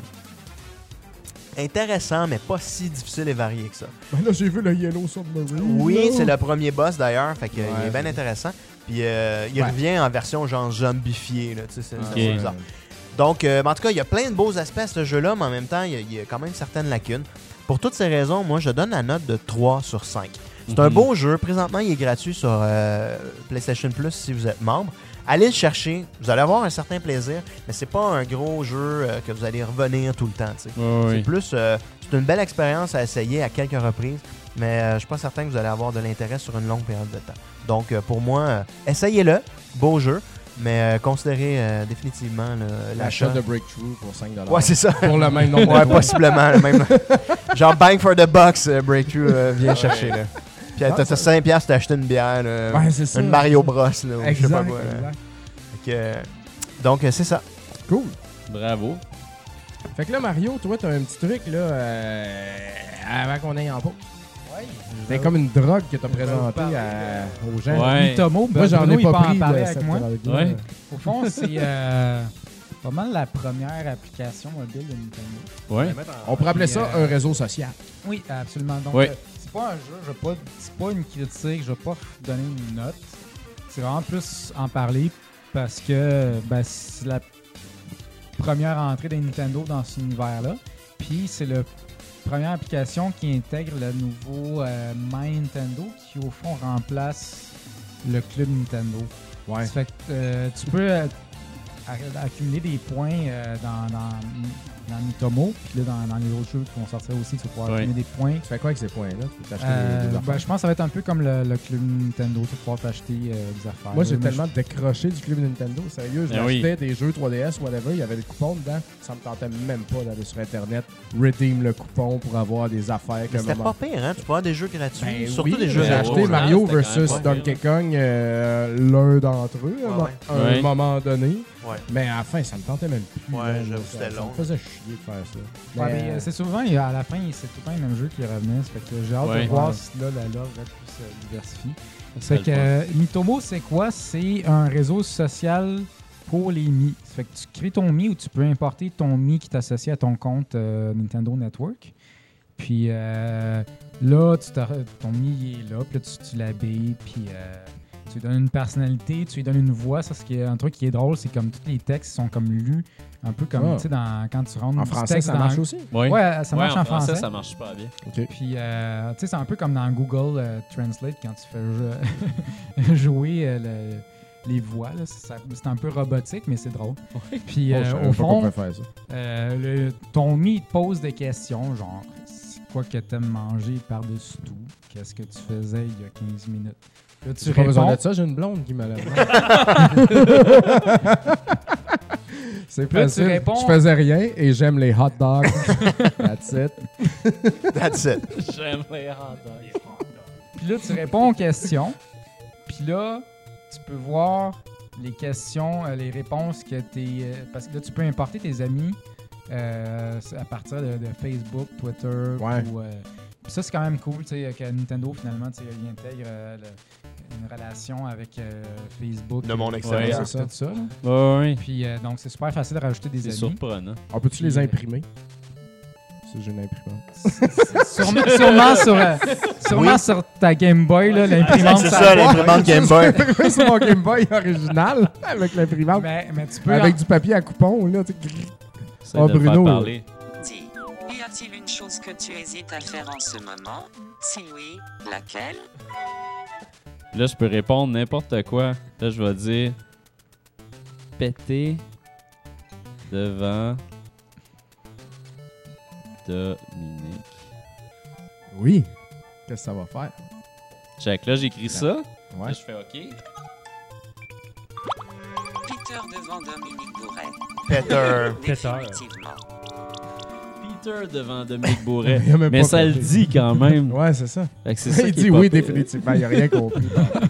intéressants, mais pas si difficiles et variés que ça. Ben là, j'ai vu le Yellow Submarine. Oui, là. c'est le premier boss d'ailleurs, fait qu'il Ouais, est bien c'est- intéressant. Puis euh, il Ouais. revient en version genre zombifiée, là, tu sais, c'est Ah, c'est Ok. bizarre. Donc, euh, en tout cas, il y a plein de beaux aspects à ce jeu-là, mais en même temps, il y, a- il y a quand même certaines lacunes. Pour toutes ces raisons, moi, je donne la note de trois sur cinq. C'est un Mhm. beau jeu. Présentement, il est gratuit sur euh, PlayStation Plus si vous êtes membre. Allez le chercher. Vous allez avoir un certain plaisir, mais c'est pas un gros jeu euh, que vous allez revenir tout le temps, tu sais. Ouais, C'est ouais. plus, euh, c'est une belle expérience à essayer à quelques reprises, mais euh, je suis pas certain que vous allez avoir de l'intérêt sur une longue période de temps. Donc, euh, pour moi, euh, essayez-le. Beau jeu, mais euh, considérez euh, définitivement le- L'achat l'achat. de Breakthrough pour cinq dollars. Ouais, c'est ça. Pour le même nombre Ouais, de fois. possiblement. le même... Genre, bang for the box, euh, Breakthrough euh, vient chercher. Là. Puis, Ah, t'as ça- cinq piastres, t'as acheté une bière, là, Ouais, c'est ça. une Mario Bros. Là, ou je sais pas Exact, quoi. là. exact. Fait que, euh, donc, euh, c'est ça. Cool. Bravo. Fait que là, Mario, toi, t'as un petit truc, là, euh, avant qu'on aille en pause. C'est comme une drogue que t'as présentée à- aux gens. Ouais. Mitomo, Moi, j'en ai Bruno, il pas peut en pris parler de avec cette moi. drogue-là. Ouais. Au fond, c'est euh, pas mal la première application mobile de Nintendo. Ouais. On pourrait appeler ça Puis, euh, un réseau social. Oui, absolument. Donc, Oui. euh, c'est pas un jeu, je vais pas, c'est pas une critique, je vais pas donner une note. C'est vraiment plus en parler parce que ben, c'est la première entrée de Nintendo dans cet univers-là. Puis c'est la première application qui intègre le nouveau euh, My Nintendo qui, au fond, remplace le club Nintendo. Ouais. Ça fait que euh, tu peux euh, a- accumuler des points euh, dans, dans, dans Mitomo, puis là, dans, dans les autres jeux qui vont sortir aussi, tu vas pouvoir Ouais. accumuler des points. Tu fais quoi avec ces points-là? Tu peux t'acheter Euh, des, des ben, affaires? je pense que ça va être un peu comme le, le club Nintendo, tu vas pouvoir t'acheter euh, des affaires. Moi, j'ai là, mais tellement décroché du club Nintendo. Sérieux, je Ben m'achetais des jeux trois D S, whatever. Il y avait des coupons dedans. Ça me tentait même pas d'aller sur Internet, redeem le coupon pour avoir des affaires Mais que c'était moment. pas pire, hein? Tu peux avoir des jeux gratuits, Ben surtout oui, des jeux j'ai Ouais, rétro, acheté ouais, là. Mario c'était quand même versus pas Donkey pire. Kong, euh, l'un d'entre eux, Ouais, à ouais. un Ouais. moment moment donné. Ouais. Mais à la fin, ça me tentait même plus. Ouais, là. j'avoue, Ça- c'était ça long. me faisait chier de faire ça. Ouais, Mais, mais, euh, c'est souvent, il y a- à la fin, c'est tout le temps les mêmes jeux qui revenaient. Ça fait que j'ai hâte Ouais. de voir Ouais. si là, la lore va être plus euh, diversifiée. Ça Fait serait que le fun. euh, Mitomo, c'est quoi? C'est un réseau social pour les Mi. Ça fait que tu crées ton Mi ou tu peux importer ton Mi qui t'associe à ton compte euh, Nintendo Network. Puis euh, là, tu t'as- ton Mi il est là, puis là, tu, tu l'habilles, puis euh, tu lui donnes une personnalité, tu lui donnes une voix. Ça, ce qui est un truc qui est drôle, c'est comme tous les textes sont comme lus, un peu comme, Ah. tu sais, dans- quand tu rentres en du français, texte ça dans- marche aussi. Ouais. Ouais, ça Ouais, marche en français. ça marche super bien. Puis, euh, tu sais, c'est un peu comme dans Google euh, Translate quand tu fais jou- jouer euh, le- les voix. là. Ça- C'est un peu robotique, mais c'est drôle. Puis, Oh, euh, je savais au pas qu'on fond, pouvait faire ça. euh, le- ton Mi te pose des questions, genre, c'est quoi que t'aimes manger par-dessus tout? Qu'est-ce que tu faisais il y a quinze minutes? Là, tu J'ai pas besoin réponds. de ça, j'ai une blonde qui me l'a C'est Là, tu facile. réponds- Je faisais rien et j'aime les hot dogs. That's it. That's it. J'aime les hot dogs. Puis là, tu réponds aux questions. Puis là, tu peux voir les questions, euh, les réponses que t'es. euh, parce que là, tu peux importer tes amis euh, à partir de, de Facebook, Twitter. Ouais. Ou, euh, puis ça, c'est quand même cool, tu sais, que Nintendo, finalement, tu sais, il intègre euh, le- une relation avec euh, Facebook. Le monde et- extérieur. et tout ça. là. Ouais, ouais. Puis euh, donc, c'est super facile de rajouter des C'est amis. surprenant. On peut-tu Puis, les euh, imprimer? Si j'ai une imprimante. Sûrement, sûrement sur, euh, sûrement Oui. sur ta Game Boy, là, l'imprimante. C'est ça ça, va. l'imprimante Game Boy. Imprimer sur mon Game Boy original avec l'imprimante. Mais, mais tu peux. Avec du papier à coupon, là. tu sais. C'est Oh, de faire Bruno. parler. Dis, y a-t-il une chose que tu hésites à faire en ce moment? Si oui, laquelle? Là, je peux répondre n'importe quoi. Là, je vais dire péter devant Dominique. Oui. Qu'est-ce que ça va faire? Check, là, j'écris ça. Ouais. Là, je fais OK. Peter devant Dominique Bourret. Peter. Définitivement. Peter devant Dominique Bourret. Il a même Mais pas ça le compris. dit quand même. Ouais, c'est ça. Fait que c'est ça Il qui est dit pas oui, pire. définitivement. Il n'a rien compris.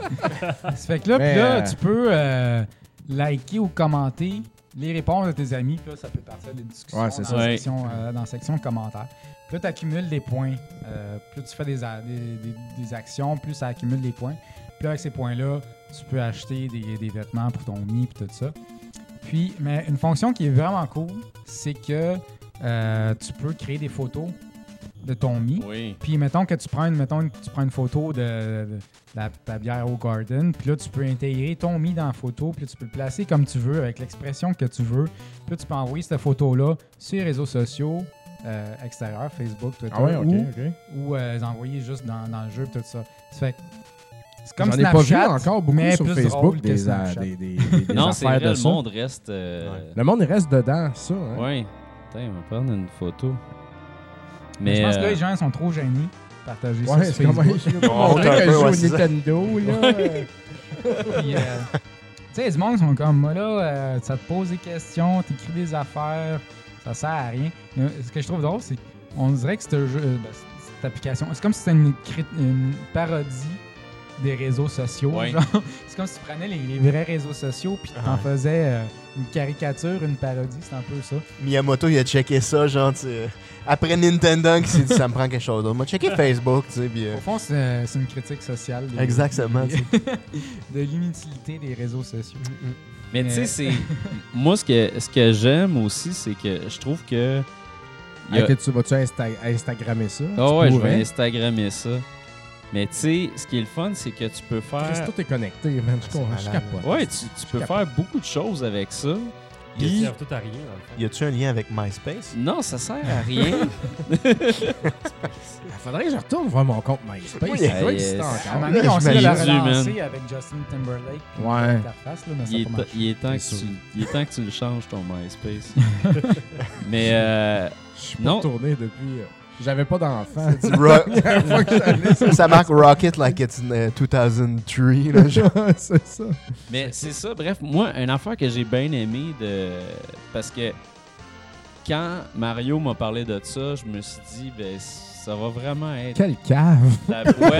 Ça fait que là, Mais, puis là euh, tu peux euh, liker ou commenter les réponses de tes amis. Puis là, ça peut partir des discussions Ouais, c'est dans, ça. la Ouais. section, euh, dans la section commentaires. Puis là, tu accumules des points. Euh, plus tu fais des, a- des, des- des actions, plus ça accumule des points. Puis là, avec ces points-là, tu peux acheter des, des vêtements pour ton nid puis tout ça. Puis, mais une fonction qui est vraiment cool, c'est que euh, tu peux créer des photos de ton nid. Oui. Puis mettons que tu prends une, mettons, tu prends une photo de, de la, ta bière au garden, puis là tu peux intégrer ton mi dans la photo, puis là, tu peux le placer comme tu veux, avec l'expression que tu veux. Puis là tu peux envoyer cette photo-là sur les réseaux sociaux euh, extérieurs, Facebook, Twitter, Ah ouais, ok, ou, ok. ou euh, les envoyer juste dans, dans le jeu, puis tout ça. Ça fait que c'est comme J'en ai pas vu Snapchat, encore beaucoup mais sur plus Facebook drôle que des, Snapchat. des, des, des, des Non, c'est affaires vrai, de le ça. monde reste... euh, Le monde il reste dedans, ça. Hein? Oui. Attends, on va prendre une photo. Mais Mais je pense que là, euh, les gens sont trop gênés de partager ça Ouais, sur c'est comme Facebook. je vais montrer un que je peu, joue ouais, au c'est ça. Nintendo, là. Puis, euh, tu sais, les gens sont comme, moi là, euh, ça te pose des questions, t'écris des affaires, ça sert à rien. Mais ce que je trouve drôle, c'est qu'on dirait que ce jeu, euh, ben, cette application, c'est comme si c'était une, crit- une parodie des réseaux sociaux. Ouais. Genre. C'est comme si tu prenais les, les vrais réseaux sociaux puis tu en Ah. faisais euh, une caricature, une parodie, c'est un peu ça. Miyamoto, il a checké ça, genre, tu sais, après Nintendo, qui s'est dit, ça me prend quelque chose d'autre. Moi, checké Facebook, tu sais, puis... euh, Au fond, c'est c'est une critique sociale des- Exactement, des- tu sais. de l'inutilité des réseaux sociaux. mais tu sais, Mais- c'est... Moi, ce que, ce que j'aime aussi, c'est que je trouve que... il y a- Hey, tu vas-tu Insta Instagrammer ça? Ah Tu ouais, je pourrais. vais Instagrammer ça. Mais tu sais, ce qui est le fun, c'est que tu peux Chris, faire... tout est connecté, man. Je, C'est comprends, je malade. capote. Ouais, tu, tu peux faire beaucoup de choses avec ça. Ils Puis- servent tout à rien, dans le fond. Y a-tu un lien avec MySpace? Non, ça sert à rien. Il faudrait que je retourne voir mon compte MySpace. Oui, Ça doit hey, exister euh, À un encore. moment donné, on s'est la j'imagine. relancer avec Justin Timberlake. puis Ouais. l'interface, là, mais ça il, a est pas ta- marché. il est temps que C'est tu, sûr. il est temps que tu le changes, ton MySpace. Mais euh, Je suis Non. pas retourné depuis... euh, J'avais pas d'enfant. Ro- La fois que j'allais sur- ça marque Rocket like it's in uh, two thousand three, là, genre. C'est ça. Mais c'est ça, bref, moi, une affaire que j'ai bien aimé de. Parce que quand Mario m'a parlé de ça, je me suis dit, ben, ça va vraiment être Quelle cave. la ouais.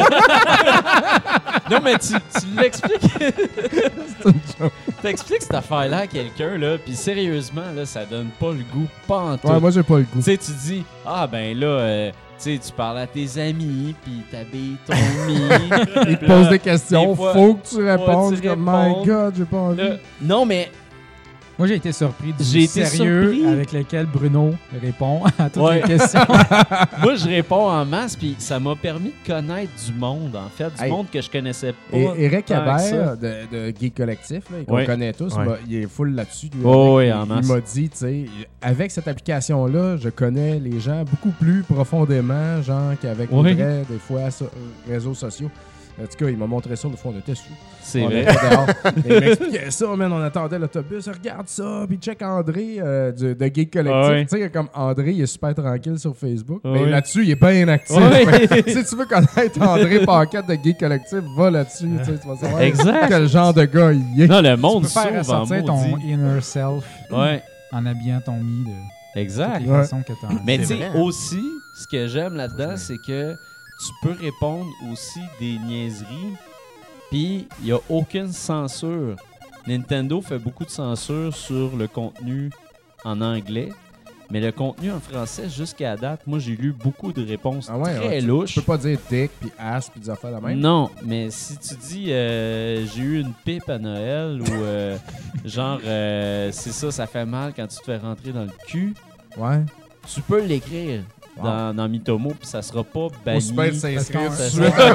Non, mais tu, tu l'expliques. C'est une joke. T'expliques cette affaire-là à quelqu'un, là, puis sérieusement, là, ça donne pas le goût, pas en tout. Ouais, moi, j'ai pas le goût. Tu sais, tu dis, ah, ben là, euh, tu sais, tu parles à tes amis, puis t'habilles ton mi. Ils te posent des questions, des fois, faut que tu répondes. tu Comme, réponds. my God, j'ai pas envie. Là, non, mais Moi, j'ai été surpris du J'ai été sérieux surpris. avec lequel Bruno répond à toutes Ouais. les questions. moi, je réponds en masse, puis ça m'a permis de connaître du monde, en fait, du Hey. monde que je connaissais pas. Et Eric tant que ça. Hébert de, de Geek Collectif, là, qu'on Ouais. connaît tous, Ouais. bah, il est full là-dessus. lui, Oh, avec- oui, en il masse. il m'a dit, tu sais, avec cette application-là, je connais les gens beaucoup plus profondément, genre qu'avec Oui. les vrais, des fois, so- euh, réseaux sociaux. En tout cas, il m'a montré ça, une fois, on était sous. C'est On vrai. était dehors. Et il m'expliquait ça, man, on attendait l'autobus, regarde ça, puis check André euh, du- de Geek Collectif. Ah ouais. Tu sais, comme André, il est super tranquille sur Facebook, Ah mais ouais. là-dessus, il est bien actif. Ouais. Fait que si tu veux connaître André Paquette de Geek Collectif, va là-dessus, tu sais, tu vas savoir Exact. quel genre de gars il est. Non, le Tu monde peux faire s'ouvre en ressortir ton maudit. inner self Ouais, en habillant ton mi de exact. toutes les Ouais. façons que tu as envie. Mais tu C'est sais, vrai, hein? aussi, ce que j'aime là-dedans, c'est que tu peux répondre aussi des niaiseries, puis il n'y a aucune censure. Nintendo fait beaucoup de censure sur le contenu en anglais, mais le contenu en français, jusqu'à date, moi, j'ai lu beaucoup de réponses Ah ouais, très ouais, tu- louches. Tu peux pas dire dick, puis ass, puis des affaires de même. Non, mais si tu dis euh, j'ai eu une pipe à Noël ou euh, genre euh, c'est ça, ça fait mal quand tu te fais rentrer dans le cul, Ouais. tu peux l'écrire Wow. dans, dans Mitomo puis ça sera pas banni. Faut super s'inscrire Parce tout qu'on- de suite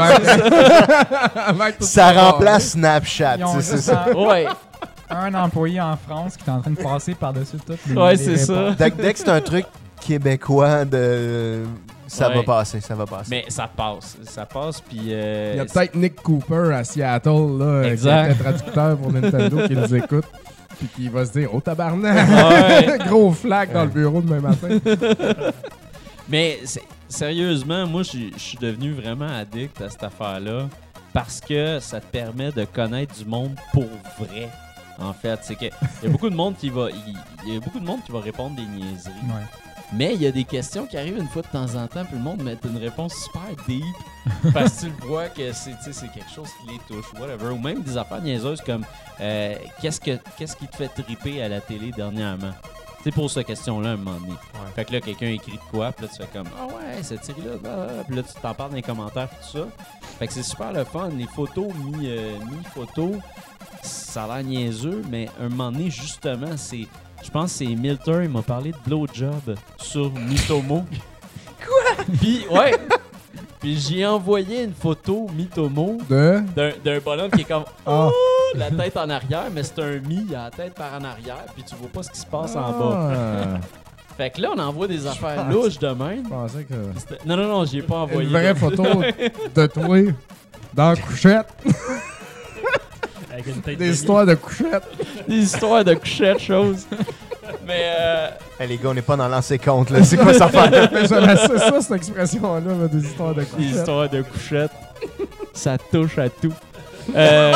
avant- avant que tout Ça soit remplace Snapchat, Ils ont tu sais, c'est juste ça. un, Ouais, un employé en France qui est en train de passer par-dessus tout. Les, ouais, les c'est ça. réponses. Dès, dès que c'est un truc québécois, de... ça Ouais. va passer, ça va passer. Mais ça passe, ça passe puis euh, Il y a peut-être Nick Cooper à Seattle, là, Exact. qui était traducteur pour Nintendo, qui nous écoute, puis qui va se dire « Oh tabarnak! Ouais. Gros flag dans le bureau demain matin. Mais c'est- sérieusement, moi, je suis- je suis devenu vraiment addict à cette affaire-là parce que ça te permet de connaître du monde pour vrai. En fait, c'est que il y a beaucoup de monde qui va, il il y a beaucoup de monde qui va répondre des niaiseries. Ouais. Mais il y a des questions qui arrivent une fois de temps en temps, puis le monde met une réponse super deep parce que tu le vois que c'est, tu sais, c'est quelque chose qui les touche, whatever. Ou même des affaires niaiseuses comme euh, qu'est-ce, que, qu'est-ce qui te fait triper à la télé dernièrement? Tu sais, pour cette question-là, à un moment donné. Ouais. Fait que là, quelqu'un écrit de quoi, puis là, tu fais comme « Ah ouais, cette série-là, bah, bah. Puis là, tu t'en parles dans les commentaires, tout ça. Fait que c'est super le fun. Les photos, mis, euh, mis photos, ça a l'air niaiseux, mais un moment donné, justement, c'est... Je pense que c'est Milter, il m'a parlé de blowjob sur Mitomo. Quoi? Puis, ouais. Puis j'y ai envoyé une photo Mitomo De. d'un, d'un bonhomme qui est comme Ah. oh, la tête en arrière, mais c'est un mi, il a la tête par en arrière, puis tu vois pas ce qui se passe en bas. Ah. Fait que là, on envoie des affaires louches de même. Je pensais que. C'était- Non, non, non, j'y ai pas envoyé. Une vraie de- photo de toi dans la couchette. Avec une tête Des de histoires de couchette. Des histoires de couchettes, choses. Mais euh, Hey, les gars, on n'est pas dans l'ancien compte, là. C'est quoi ça faire? Mais j'aimais ça, ça, cette expression-là, là, des histoires de des couchette. histoires de couchettes, ça touche à tout. Euh...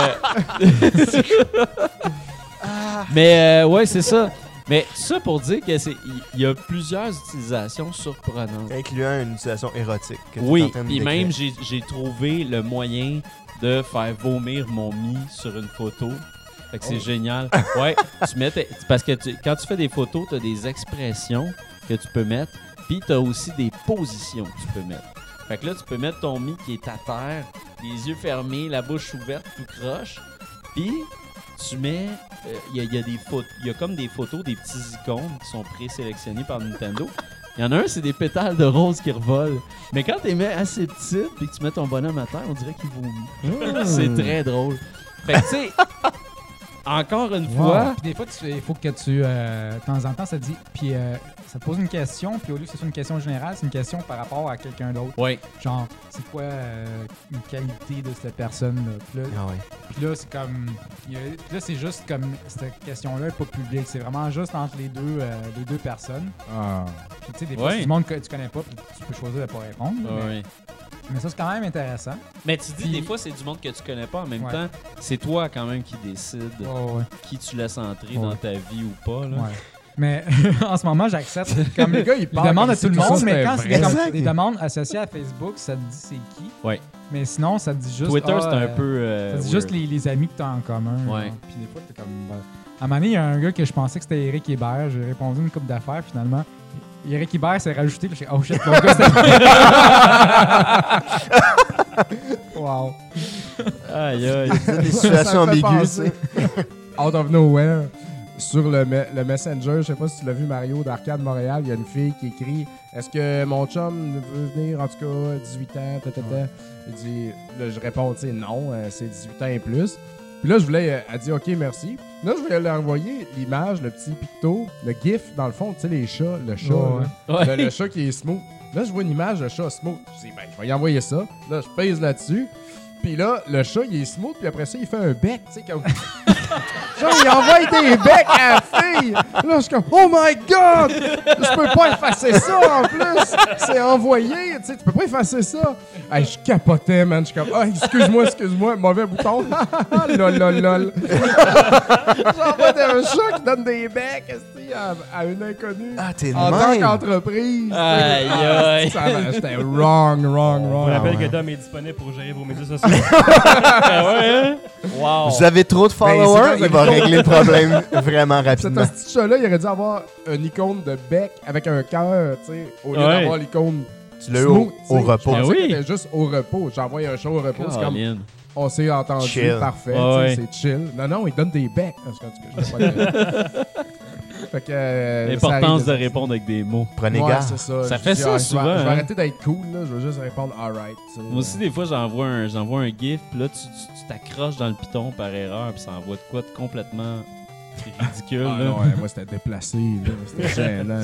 Mais euh, ouais, c'est ça. Mais ça pour dire que c'est il y, y a plusieurs utilisations surprenantes. Incluant une situation érotique. que t'es en Oui, train de puis décrire. même j'ai j'ai trouvé le moyen de faire vomir mon mi sur une photo. Fait que c'est génial. Ouais, tu mets tes- parce que tu- quand tu fais des photos, tu as des expressions que tu peux mettre, puis tu as aussi des positions que tu peux mettre. Fait que là, tu peux mettre ton mi qui est à terre, les yeux fermés, la bouche ouverte, tout croche. Puis tu mets il y, a, y a des photos, il y a comme des photos des petits icônes qui sont présélectionnés par Nintendo. Il y en a un, c'est des pétales de rose qui revolent. Mais quand tu les mets assez petites et que tu mets ton bonhomme à terre, on dirait qu'il vomit. C'est très drôle. Fait que tu sais, encore une fois, Puis des fois, tu- il faut que tu. euh, de temps en temps, ça te dit. Puis euh, ça te pose une question, puis au lieu que ce soit une question générale, c'est une question par rapport à quelqu'un d'autre. ouais, Genre, c'est quoi euh, une qualité de cette personne-là? Puis là, Ah ouais. puis là, c'est comme. il y a- Puis là, c'est juste comme. Cette question-là n'est pas publique. C'est vraiment juste entre les deux, euh, les deux personnes. Ah. Puis tu sais, des fois, Ouais. c'est du monde que tu connais pas, puis tu peux choisir de pas répondre. mais, ouais. mais ça, c'est quand même intéressant. Mais tu dis Puis- des fois c'est du monde que tu connais pas. En même Ouais. temps, c'est toi quand même qui décide Ouais, ouais. qui tu laisses entrer Ouais. dans ta vie ou pas. Là. Ouais. Mais en ce moment, j'accepte. Comme Les gars, ils ils parlent demandent comme à tout le si monde, ça, mais c'était quand c'est vrai. comme Exact. des demandes associées à Facebook, ça te dit c'est qui. Ouais. Mais sinon, ça te dit juste. Twitter, ah, c'est un euh, peu. euh, Ça dit weird. juste les, les amis que tu as en commun. Ouais. genre. Puis des fois, t'es comme. ben, À un moment donné, il y a un gars que je pensais que c'était Eric Hébert. J'ai répondu une couple d'affaires, finalement. Eric Hébert s'est rajouté, puis j'ai dit, oh shit, mon gars, c'était. Wow. Aïe, aïe. Des situations Ça me fait ambiguës, tu penser. sais. Out of nowhere, sur le, me- le Messenger, je sais pas si tu l'as vu, Mario, d'Arcade Montréal, il y a une fille qui écrit « Est-ce que mon chum veut venir, en tout cas, dix-huit ans, ta, ta, ta. Il dit, là, je réponds, tu sais, non, euh, c'est dix-huit ans et plus. Puis là, je voulais, euh, elle dit, OK, merci. Là, je voulais leur envoyer l'image, le petit picto, le gif, dans le fond, tu sais, les chats, le chat, Ouais, là. Ouais. Le, le chat qui est smooth. Là, je vois une image de chat smooth. Je dis, ben, je vais y envoyer ça. Là, je pèse là-dessus. Puis là, le chat, il est smooth, puis après ça, il fait un bec, tu sais, comme... Genre, il envoie des becs à la fille! Là, je suis comme, oh my god! Je peux pas effacer ça, en plus! C'est envoyé, tu sais, tu peux pas effacer ça! Hey, je capotais, man. Je suis comme, ah, excuse-moi, excuse-moi, mauvais bouton. lol, lol, lol. J'envoie un chat qui donne des becs, esti, à, à une inconnue. Ah, t'es de En tant même. qu'entreprise. tu sais. Aïe, Ah, aïe. ça va, J'étais wrong, wrong, On wrong. rappelle Ouais. que Dom est disponible pour gérer vos médias sociaux. Ah ouais, hein? Wow. Vous avez trop de Ben, c'est followers, quand il va vous avez- régler le problème vraiment Cet rapidement. petit chat-là, il aurait dû avoir une icône de bec avec un cœur, tu sais, au lieu Ouais. d'avoir l'icône Tu l'as eu au, smooth, tu au sais. repos. Je Ben pensais oui. qu'il était juste au repos. J'envoie un chat au repos, c'est comme, Caroline. on s'est entendu, Chill. parfait, Ouais. tu sais, c'est chill. Non, non, il donne des becs. En tout cas, je sais pas que- Fait que... euh, ça L'importance arrive de répondre avec des mots. Prenez Ouais, garde. c'est ça. Ça Je fait dis, ça ah, je vais- souvent, Je vais hein. arrêter d'être cool, là. Je vais juste répondre alright. tu sais. Moi aussi, des fois, j'envoie un, j'envoie un gif, puis là, tu tu- tu t'accroches dans le piton par erreur, puis ça envoie de quoi de complètement ridicule. Ah là. non, ouais, moi, c'était déplacé, là. C'était gênant.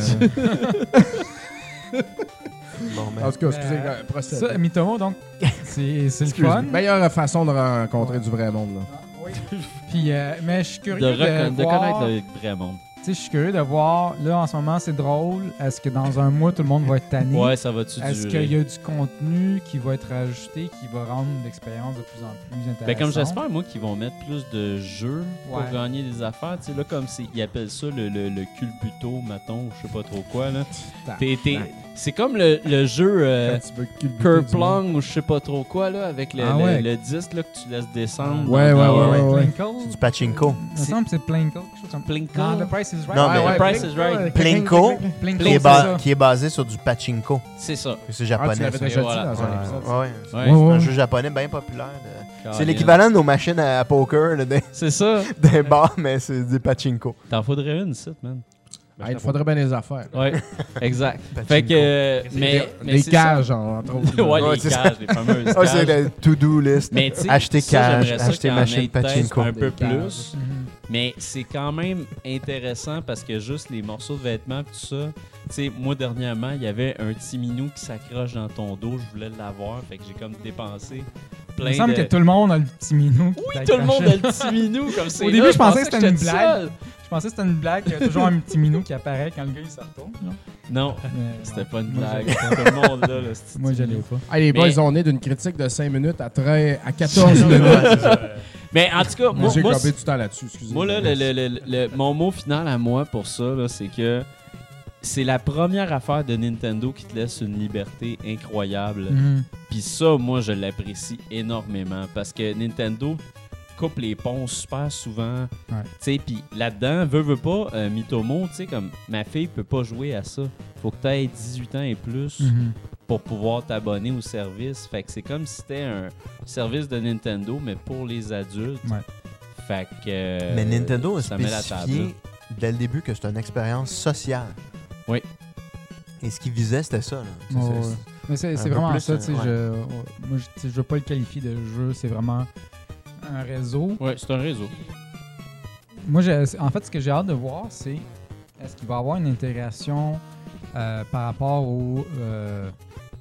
Bon, ben, En tout cas, excusez, Euh, euh, procède. Ça, Mitomo, donc, c'est c'est le Excuse-moi. fun. Meilleure façon de rencontrer Ouais. du vrai monde, là. Ah, oui. Puis, euh, mais je suis De, curieux de, recon- de voir... connaître le vrai monde. Tu sais, je suis curieux de voir, là, en ce moment, c'est drôle. Est-ce que dans un mois, tout le monde va être tanné? Ouais, ça va-tu durer? Est-ce qu'il y a du contenu qui va être ajouté, qui va rendre l'expérience de plus en plus intéressante? Ben, comme j'espère, moi, qu'ils vont mettre plus de jeux pour Ouais. gagner des affaires. Tu sais, là, comme c'est, ils appellent ça le, le, le culbuto, mettons, ou je sais pas trop quoi, là. T'es- t'es- c'est comme le, le jeu euh, Quand tu veux culbuter du monde. Kerplunk ou je sais pas trop quoi, là, avec le, Ah le- ouais. le disque là, que tu laisses descendre. Ouais, dans- ouais, dans- ouais, ouais. Plinko? Du pachinko. Il me semble que c'est Plinko, quelque chose comme Plinko? Non, The Price is Right. Non, Ouais, mais- ouais, The Price is Right. Plinko, Plinko, qui est, c'est ba- ça. qui est basé sur du pachinko. C'est ça. C'est Ah, japonais. tu l'avais ça. déjà dit voilà. dans Ouais, un épisode. ouais, ouais. Ouais. C'est Ouais, un ouais. jeu japonais bien populaire. de- C'est Colin. l'équivalent de nos machines à, à poker là, des, C'est ça. des bars, mais c'est des pachinko. T'en faudrait une, site, man. Ah, il faudrait bien les affaires. Ouais, exact. Pachinko. Fait que. euh, mais, mais Les c'est ça. cages, entre autres. Ouais, Ouais, les c'est ça. cages, les fameuses Ah, c'est cages. la to-do list. Mais tu sais, Acheter ça, cash, j'aimerais ça acheter qu'il y en machine ait peut-être pachinko. un peu Des cages. plus. Mhm. Mais c'est quand même intéressant parce que juste les morceaux de vêtements tout ça, tu sais, moi dernièrement, il y avait un petit minou qui s'accroche dans ton dos, je voulais l'avoir, fait que j'ai comme dépensé Il plein me semble de... que tout le monde a le petit minou. qui Oui, est tout le monde a accroché. le petit minou comme c'est Au là, début, je pensais que j'étais c'était une tout blague. seul. Je pensais que c'était une blague, qu'il y a toujours un petit minou qui apparaît quand le gars il se retourne. là. Non, Mais, c'était ouais. pas une Moi, blague. je- Tout le monde là, le petit Moi, je l'ai minou. pas. Ah, les Mais- boys, on est d'une critique de cinq minutes à, treize, à quatorze minutes. Mais en tout cas, moi, J'ai moi, coupé du temps là-dessus, excusez. Moi, là, le, le- le- le- mon mot final à moi pour ça, là, c'est que c'est la première affaire de Nintendo qui te laisse une liberté incroyable. Mhm. Puis ça, moi, je l'apprécie énormément parce que Nintendo coupe les ponts super souvent. Ouais. Tu sais, puis là-dedans, veut, veut pas, euh, Mitomo, tu sais, comme ma fille peut pas jouer à ça. Faut que tu aies dix-huit ans et plus Mhm. pour pouvoir t'abonner au service. Fait que c'est comme si c'était un service de Nintendo, mais pour les adultes. Ouais. Fait que. euh, Mais Nintendo a ça met la table. spécifié dès le début que c'est une expérience sociale. Oui. Et ce qu'il visait, c'était ça. Là. C'est- Ouais, c'est- ouais. Mais c'est un c'est peu vraiment plus, ça, tu sais, ouais. je, moi, je, tu sais, je veux pas le qualifier de jeu, c'est vraiment un réseau. Ouais, c'est un réseau. Moi, j'ai- en fait, ce que j'ai hâte de voir, c'est est-ce qu'il va y avoir une intégration euh, par rapport au... euh,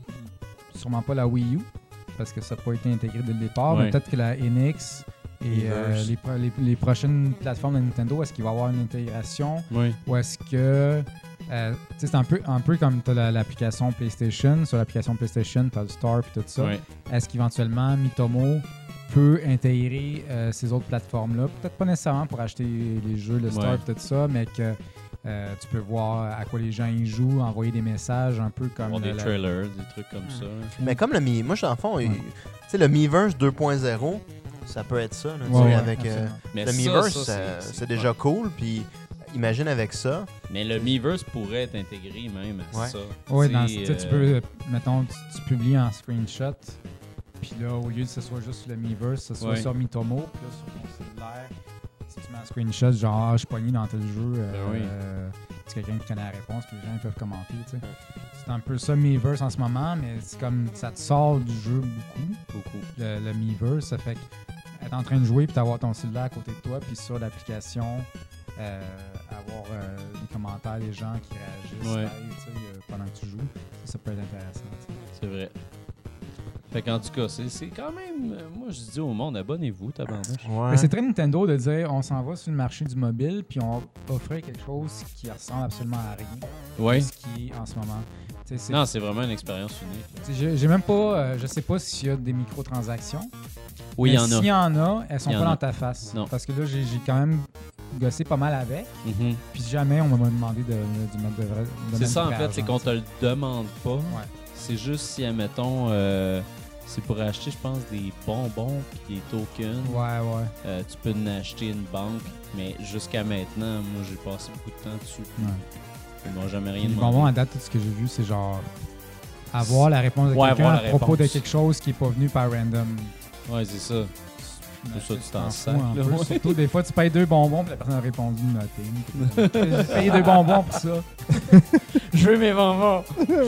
sûrement pas la Wii U, parce que ça n'a pas été intégré dès le départ, Ouais. mais peut-être que la N X et euh, Miiverse. les, pro- les, les prochaines plateformes de Nintendo, est-ce qu'il va y avoir une intégration Oui. ou est-ce que... euh, tu sais, c'est un peu, un peu comme tu as l'application PlayStation. Sur l'application PlayStation, tu as le Store et tout ça. Ouais. Est-ce qu'éventuellement, Mitomo peut intégrer euh, ces autres plateformes-là? Peut-être pas nécessairement pour acheter les jeux, le Store Ouais. et tout ça, mais que euh, tu peux voir à quoi les gens y jouent, envoyer des messages un peu comme... Avoir le- des la- trailers, des trucs comme ça. Mais comme le Mi... Moi, dans le fond, il- tu sais, le Miiverse deux point zéro, ça peut être ça. Là, tu Ouais, sais, ouais, avec, euh, absolument. Mais le ça, Miiverse, ça, ça- c'est- c'est déjà cool. Puis imagine avec ça. Mais le Miiverse pourrait être intégré même à Ouais. ça. Oui, Tu dans, sais, tu sais, tu euh, peux, euh, mettons, tu, tu publies en screenshot, puis là, au lieu que ce soit juste sur le Miiverse, ce soit Ouais. sur Mitomo, puis là, sur ton cellulaire, si tu mets un screenshot, genre, ah, je suis pogné dans tel jeu, euh, Ben oui. euh, c'est quelqu'un qui connaît la réponse, puis les gens ils peuvent commenter, tu sais. C'est un peu ça, Miiverse, en ce moment, mais c'est comme, ça te sort du jeu beaucoup, Beaucoup. le, le Miiverse, ça fait que être en train de jouer, puis t'avoir ton cellulaire à côté de toi, puis sur l'application, euh, avoir euh, des commentaires des gens qui réagissent Ouais. live, tu sais, euh, pendant que tu joues, ça, ça peut être intéressant. tu sais. C'est vrai. Fait qu'en tout cas, c'est c'est quand même. euh, Moi, je dis au monde, abonnez-vous, tabarnouche. Ouais. Mais c'est très Nintendo de dire on s'en va sur le marché du mobile puis on va offrir quelque chose qui ressemble absolument à rien Oui. de ce qui est en ce moment. Tu sais, c'est- Non, c'est vraiment une expérience unique. tu sais, j'ai- J'ai même pas, euh, je sais pas s'il y a des microtransactions. Oui, il y mais en a. S'il y en a, elles sont Il y pas en a. dans ta face. Non. Parce que là, j'ai j'ai quand même gossé pas mal avec. Mhm. Puis jamais on m'a demandé de, de mettre de vrai. de C'est mettre ça, en du fait, argent, c'est qu'on tu te le demande pas. Ouais. C'est juste si, admettons, euh, c'est pour acheter, je pense, des bonbons puis des tokens. sais. Ouais, ouais. Euh, tu peux en acheter une banque, mais jusqu'à maintenant, moi, j'ai passé beaucoup de temps dessus. ouais. Ils m'ont jamais rien Les demandé. bonbons, à date, tout ce que j'ai vu, c'est genre avoir la réponse de Ouais, quelqu'un avoir à la propos de réponse. quelque chose qui est pas venu par random. Ouais, c'est ça. Mais ça, tu t'en fous sacs, un là, peu. ouais. Surtout, des fois, tu payes deux bonbons puis la personne a répondu nothing. J'ai payé deux bonbons pour ça. Je veux mes bonbons!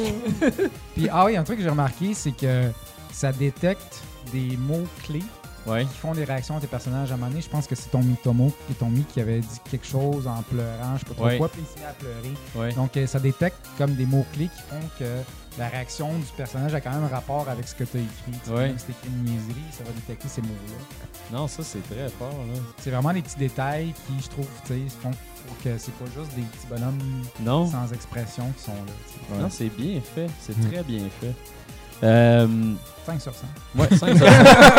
Puis, ah oui, un truc que j'ai remarqué, c'est que ça détecte des mots-clés Ouais. qui font des réactions à tes personnages. À un moment donné, je pense que c'est ton Mitomo et ton Mi qui avait dit quelque chose en pleurant, je sais pas trop Ouais. quoi, puis il s'est mis à pleurer. Ouais. Donc, euh, ça détecte comme des mots-clés qui font que la réaction du personnage a quand même rapport avec ce que tu as écrit. Tu sais, Ouais. Même si tu écrit une niaiserie, ça va détecter ces mots-là. Non, ça, c'est très fort, là. C'est vraiment des petits détails qui, je trouve, tu sais, font que c'est pas juste des petits bonhommes Non. sans expression qui sont là. tu sais. Non, c'est bien fait. C'est Mm. très bien fait. Euh, cinq sur cinq. ouais, cinq sur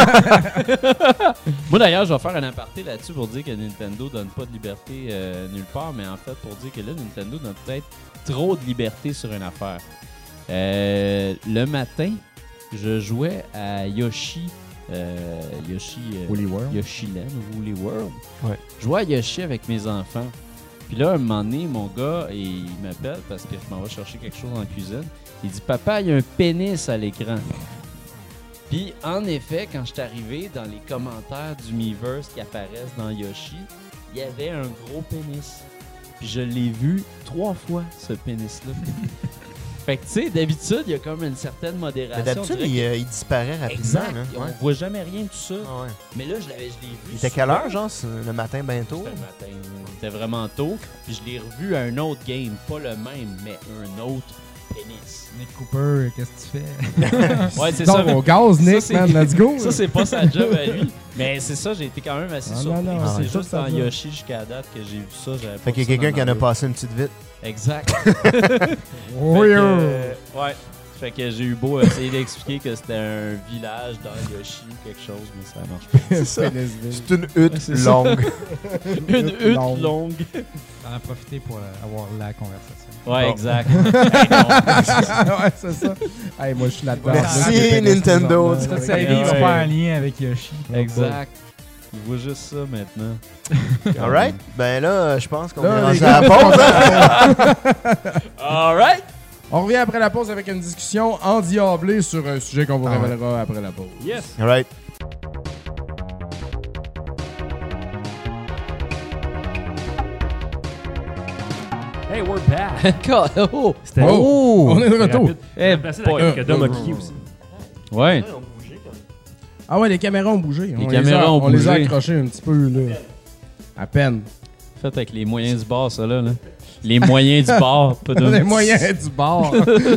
cinq. Moi, d'ailleurs, je vais faire un aparté là-dessus pour dire que Nintendo donne pas de liberté euh, nulle part, mais en fait, pour dire que là, Nintendo donne peut-être trop de liberté sur une affaire. Euh, le matin, je jouais à Yoshi. Euh, Yoshi. euh, Woolly World. Yoshi Land ou Woolly World. Ouais. Je jouais à Yoshi avec mes enfants. Puis là, un moment donné, mon gars, et il m'appelle parce que je m'en vais chercher quelque chose en cuisine. Il dit « Papa, il y a un pénis à l'écran. » Puis, en effet, quand je suis arrivé dans les commentaires du Miiverse qui apparaissent dans Yoshi, il y avait un gros pénis. Puis je l'ai vu trois fois, ce pénis-là. Fait que, tu sais, d'habitude, il y a comme une certaine modération. Mais d'habitude, On dirait il, euh, il disparaît rapidement. Exact. Là. On Ouais. voit jamais rien de tout ça. Ah ouais. Mais là, je l'avais, je l'ai vu. Il était quelle heure, genre? C'est le matin, bientôt? C'était le matin. C'était vraiment tôt. Puis je l'ai revu à un autre game. Pas le même, mais un autre pénis. Nick Cooper, qu'est-ce que tu fais? Ouais, c'est ça. Donc, au gaz, Ça, Nick, c'est- man, let's go. Ça, c'est pas sa job à lui. Mais c'est ça, j'ai été quand même assez Ah, surpris. non, non, c'est c'est juste tout ça, en ça. Yoshi jusqu'à date que j'ai vu ça. J'avais pas Fait qu'il y a vu ça quelqu'un dans qui en a Mario. passé une petite vite. Exact. Oh, Fait que, yo. euh, ouais. Fait que j'ai eu beau essayer d'expliquer que c'était un village dans Yoshi ou quelque chose, mais ça marche pas. C'est ça. Pénisville. C'est une hutte Ouais, c'est ça. longue. Une hutte longue. longue. T'en as profité pour euh, avoir la conversation. Ouais, Bon. exact. Hey, non. ouais, c'est ça. Hey, moi, je suis là-dedans. Merci, Là, j'ai pénis Nintendo. présentement, Toute là. sa vie, il va Ouais. pas en lien avec Yoshi. Exact. Il voit juste ça maintenant. Alright. Ben là, je pense qu'on est Là, rendu les à la gars, pause. hein? Alright. On revient après la pause avec une discussion endiablée sur un sujet qu'on vous Ah ouais. révélera après la pause. Yes! Alright. Hey, we're back! Oh. C'était Oh! On est de retour. rapide. Eh, J'ai placé la boy. carte que Dom a Euh, cliqué aussi. Ouais. Ah ouais, les caméras ont bougé. Les on caméras les a, ont on les a bougé. accrochés un petit peu, là. À peine. Fait avec les moyens du bord, ça là. là. Les moyens du bord. Pas de... Les moyens du bord.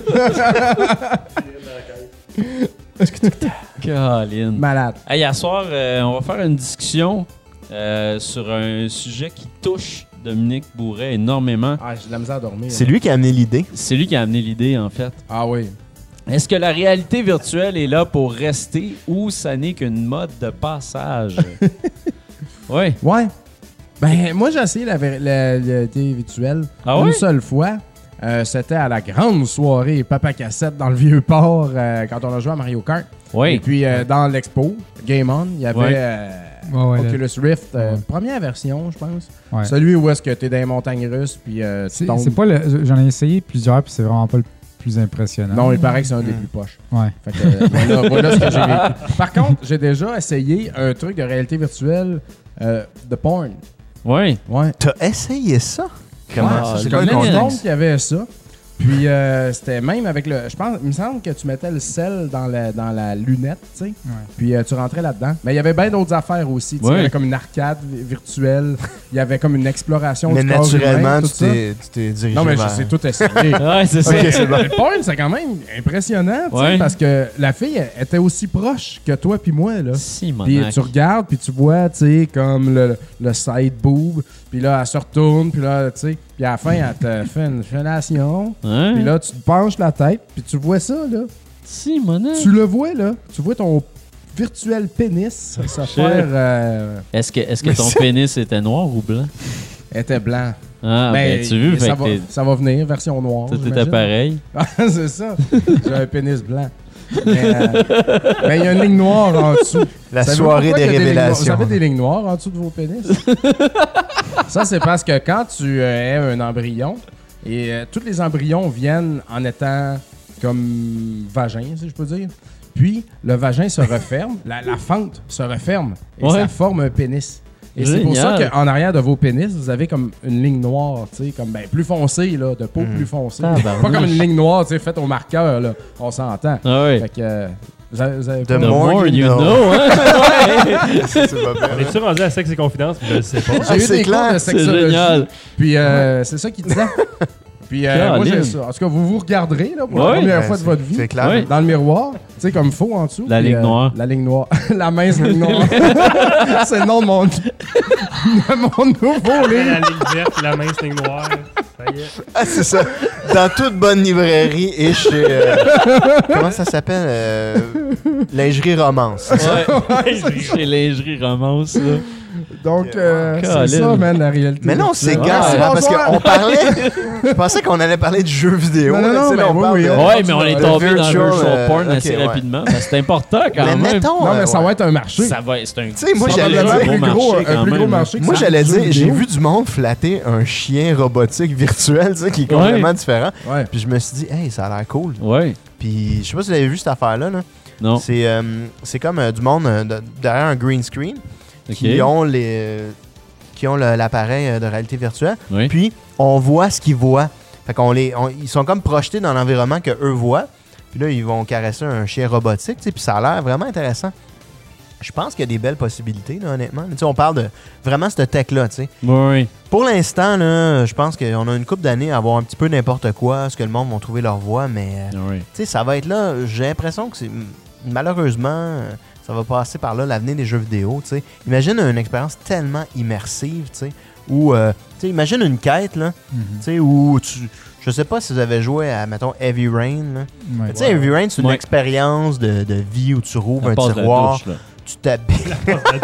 Caroline. Malade. Hey, hier soir, euh, on va faire une discussion euh, sur un sujet qui touche Dominique Bourret énormément. Ah, j'ai de la misère à dormir. C'est lui qui a amené l'idée. C'est lui qui a amené l'idée, en fait. Ah oui. Est-ce que la réalité virtuelle est là pour rester ou ça n'est qu'une mode de passage? Oui. Ouais. Ben, moi, j'ai essayé la, vé- la- la réalité virtuelle Ah une ouais? seule fois. Euh, C'était à la grande soirée Papa Cassette dans le Vieux-Port euh, quand on a joué à Mario Kart. Et Oui. puis, euh, dans l'expo, Game On, il y avait Ouais. euh, Ouais, ouais, Oculus Rift, euh, Ouais. première version, je pense. Ouais. Celui où est-ce que t'es dans les montagnes russes, puis euh, tu C'est tombes. c'est pas le. J'en ai essayé plusieurs, puis c'est vraiment pas le plus impressionnant. Non, il paraît que c'est un des Mm. plus poches. Ouais. Fait que, euh, voilà, voilà ce que j'ai vécu. Par contre, j'ai déjà essayé un truc de réalité virtuelle euh, de porn. Oui. Ouais. T'as essayé ça? Comment Ouais, ça? je C'est quoi le connais du contexte? monde qui avait ça. Puis euh, c'était même avec le. Je pense, il me semble que tu mettais le sel dans la, dans la lunette, tu sais. Ouais. Puis euh, tu rentrais là-dedans. Mais il y avait bien d'autres affaires aussi. tu sais. Ouais. Il y avait comme une arcade vi- virtuelle. Il y avait comme une exploration Mais du corps naturellement, humain, tu tout ça. t'es tu t'es dirigé Non, mais je vers- sais tout essayer. Ouais, c'est ça. Ok, c'est bon. Le porn, c'est quand même impressionnant, tu sais, Ouais. parce que la fille elle était aussi proche que toi puis moi, là. Si, mon Puis ac. tu regardes, puis tu vois, tu sais, comme le, le side boob, puis là, elle se retourne, puis là, tu sais, puis à la fin, elle te fait une fellation, Hein? puis là, tu te penches la tête, puis tu vois ça, là. Si, mon ac. Tu le vois, là. Tu vois ton virtuel pénis se faire... euh, Est-ce que, est-ce que Mais ton ça- pénis était noir ou blanc? elle était blanc. Ah, ben, tu veux, fait ça, que va, t'es- ça va venir, version noire, tout était j'imagine. pareil. Ah, c'est ça. J'ai un pénis blanc. Mais euh, mais il y a une ligne noire en dessous. La Savez-vous soirée pourquoi des il y a lignes noires? Vous révélations. avez des lignes noires en dessous de vos pénis? Ça, c'est parce que quand tu euh, es un embryon, et euh, tous les embryons viennent en étant comme vagin, si je peux dire. Puis, le vagin se referme, la, la fente se referme, et Ouais. ça forme un pénis. Et c'est pour ça Génial. qu'en arrière de vos pénis, vous avez comme une ligne noire, tu sais, comme ben, plus foncée, là, de peau Mm. plus foncée. Tabarnouche. Pas comme une ligne noire, tu sais, faite au marqueur, là. On s'entend. Ah oui. Fait que, euh, vous avez, vous avez The pas- The more more you you know. know, hein? Ouais. C'est pas On bien. est-tu rendu à Sexe et Confidence? Je le sais pas. J'ai eu c'est des cours clair, de C'est sexologie. génial. Puis euh, c'est ça qu'il disait. Puis euh, moi, Caroline. j'ai ça. En tout cas, vous vous regarderez là, pour Ouais. la première Ouais, fois de c'est- votre vie. C'est clair. Ouais. Dans le miroir, tu sais, comme faux en dessous. La puis, ligne noire. La ligne noire. La mince ligne noire. C'est le nom de mon, de mon nouveau La livre. ligne verte, la mince ligne noire. Ça y est. Ah, c'est ça. Dans toute bonne librairie et chez... euh, comment ça s'appelle? Euh, lingerie romance. Ouais. Chez Lingerie Romance, là. Donc, euh, c'est Caroline. ça, man, la réalité. Mais non, c'est Ouais. gars, c'est Ouais. parce Bonsoir. qu'on parlait... Je pensais qu'on allait parler du jeu vidéo. Non, non, là, non, tu sais, là, mais on oui, parle oui, de- on- Ouais, mais on est Le tombé dans le virtual, virtual euh, porn ok, assez ouais. rapidement. parce que c'est important quand Mais même. mettons... Non, euh, mais ça ouais. va être un marché. Ça va, c'est un, Tu sais, moi, c'est j'allais un dire- gros un plus gros, marché un quand plus gros même. marché que Moi, ça, j'allais le jeu dire, j'ai vidéo. vu du monde flatter un chien robotique virtuel, tu sais, qui est Ouais. complètement différent. Ouais. Puis je me suis dit, hey, ça a l'air cool. Ouais. Puis je sais pas si vous avez vu cette affaire-là. Là. Non. C'est euh, c'est comme euh, du monde euh, de- derrière un green screen OK. qui ont les qui ont le- l'appareil euh, de réalité virtuelle. Oui. Puis on voit ce qu'ils voient. Fait qu'on les, on- ils sont comme projetés dans l'environnement que eux voient. Puis là, ils vont caresser un chien robotique. tu sais, Puis ça a l'air vraiment intéressant. Je pense qu'il y a des belles possibilités, là, honnêtement. Tu sais, on parle de vraiment cette tech-là. tu sais. Oui. Pour l'instant, là, je pense qu'on a une couple d'années à avoir un petit peu n'importe quoi, ce que le monde va trouver leur voie, mais euh, Oui. tu sais, ça va être là. J'ai l'impression que c'est malheureusement, euh, ça va passer par là l'avenir des jeux vidéo. tu sais. Imagine une expérience tellement immersive, tu sais, où, euh, tu sais, imagine une quête là, Mhm. tu sais, où tu, je sais pas si vous avez joué à mettons Heavy Rain. là. Ouais. Mais Tu sais, Heavy Rain, c'est une Ouais. expérience de, de vie où tu rouvres Ça un passe de la tiroir, douche, là. tu t'habilles.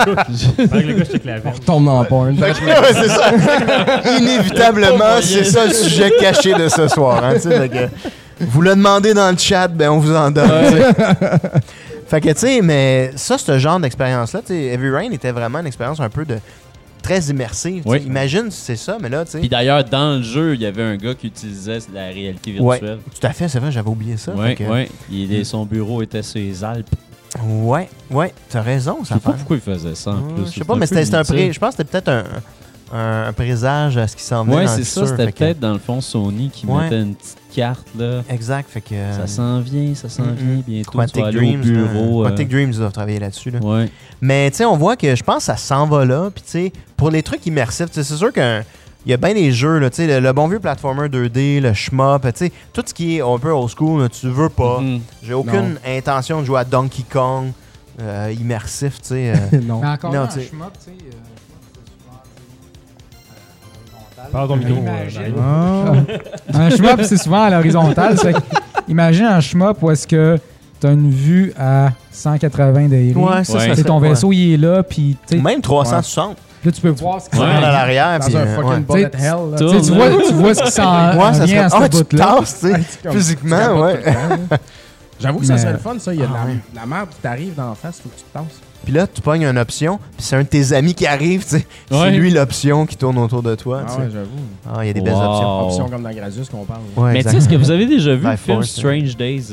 Avec le gars, je check la On veine. retombe dans le porn. Fait que, ouais, c'est ça. Inévitablement, c'est ça le sujet caché de ce soir. Hein, tu sais, fait que, vous le demandez dans le chat, ben on vous en donne. tu sais. Fait que, tu sais, mais ça, ce genre d'expérience-là, tu sais, Heavy Rain était vraiment une expérience un peu de très immersive. tu sais. Oui. Imagine, c'est ça, mais là, tu sais. Puis d'ailleurs, dans le jeu, il y avait un gars qui utilisait la réalité Ouais, virtuelle. tout à fait, c'est vrai, j'avais oublié ça. Oui, fait que- oui. Il est- son bureau était sur les Alpes. ouais, ouais, t'as raison, Je ça sais pas fait. pourquoi il faisait ça en Ouais, plus. je sais pas, mais c'était c'était un pré... Je pense que c'était peut-être un, un, un présage à ce qui s'en venait Ouais, dans le c'est ça. futur, C'était fait que- peut-être dans le fond Sony qui Ouais. mettait une petite carte là. Exact, fait que... Ça s'en vient, ça s'en Mm-mm. vient bientôt. Tu vas Quantic aller Dreams, au bureau. là. euh, Quantic Dreams doivent travailler là-dessus. Là. Ouais. Mais tu sais, on voit que je pense que ça s'en va là. Puis tu sais, pour les trucs immersifs, tu sais, c'est sûr qu'il y a bien des jeux, là, tu sais, le, le bon vieux platformer deux D, le shmup, tu sais, tout ce qui est un peu old school, là, tu veux pas. Mhm. J'ai aucune intention de jouer à Donkey Kong euh, immersif, tu sais. euh. Non. Mais encore Non, là, un tu sais. shmup, tu sais, euh, shmup, c'est souvent, tu sais, euh, horizontal. Parle ton micro, euh, Imagine- Mario. Ah. Un shmup, c'est souvent à l'horizontale. c'est que- Imagine un shmup où est-ce que tu as une vue à cent quatre-vingts degrés. Ouais, ça, Ouais. ça C'est serait- ton ouais. vaisseau, il est là, puis tu sais, Même trois cent soixante. là, tu peux voir ce qui Ouais. s'en à vient. l'arrière. Dans puis, un euh, fucking ouais. bullet T'sais, hell. là. tout- Tu sais, tu vois, tu vois ce qui s'en Ouais, ça vient à serait... ce Ah, tu bout-là. tasses, tu sais. Ouais, c'est comme- Physiquement, tu capotes ouais. tout le temps, là. J'avoue que ça Mais- serait le fun, ça. Il y a de Ah, la, ouais. la merde qui t'arrive d'en face, faut que tu te tasses. Puis là, tu pognes une option, puis c'est un de tes amis qui arrive, tu sais. C'est Ouais. lui l'option qui tourne autour de toi, tu Ah sais. ouais, j'avoue. Ah, il y a des belles Wow. options. Option comme dans Gradius qu'on parle. Ouais, Mais tu exact. sais, est-ce que vous avez déjà vu le Life film Force, Strange Days?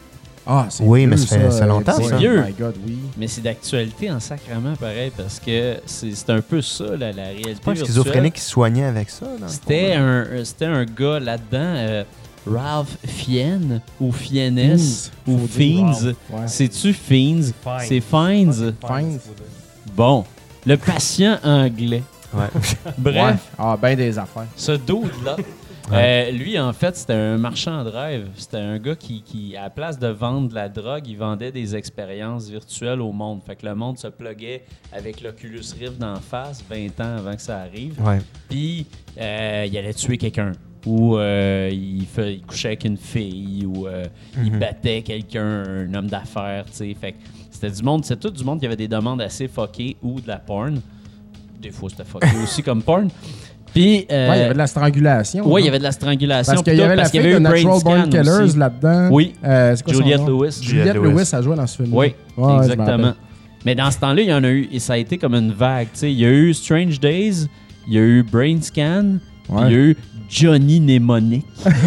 Ah, c'est Oui, mais vieux, ça fait- ça fait longtemps, C'est ça. vieux. Oh my God, oui. Mais c'est d'actualité en sacrament pareil parce que c'est c'est un peu ça, la, la réalité C'est pas un virtuelle. schizophrénique qui se soignait avec ça. dans le C'était fond, là. un, euh, c'était un gars là-dedans, euh, Ralph Fiennes ou Fiennes ou Faut dire Fiennes. Ralph, ouais. C'est-tu Fiennes? Fine. C'est Fiennes. Fine. Bon, le patient anglais. Ouais. Bref, Ouais. Ah, ben des affaires. ce dude-là, euh, lui, en fait, c'était un marchand de rêve. C'était un gars qui, qui, à la place de vendre de la drogue, il vendait des expériences virtuelles au monde. Fait que le monde se pluguait avec l'Oculus Rift d'en face vingt ans avant que ça arrive. Ouais. Puis, euh, il allait tuer quelqu'un. Ou euh, il, fait, il couchait avec une fille. Ou euh, il Mhm. battait quelqu'un, un homme d'affaires, tu sais. Fait que c'était du monde, c'était tout du monde qui avait des demandes assez fuckées ou de la porn. Des fois, c'était fucké aussi comme porn. Puis, euh, Ouais, il y avait de la strangulation. ouais, il y non? avait de la strangulation. Parce qu'il puis y tout, avait la parce qu'il fille y avait de eu Natural Brain Born Scan Killers aussi. là-dedans. Oui. Euh, c'est quoi son Juliette nom? Lewis. Juliette Juliette Lewis Lewis a joué dans ce film. Oui, Ouais, ouais, je me exactement. rappelle. Mais dans ce temps-là, il y en a eu, et ça a été comme une vague. tu sais. Il y a eu Strange Days, il y a eu Brain Scan, puis Ouais. il y a eu Johnny Mnemonic.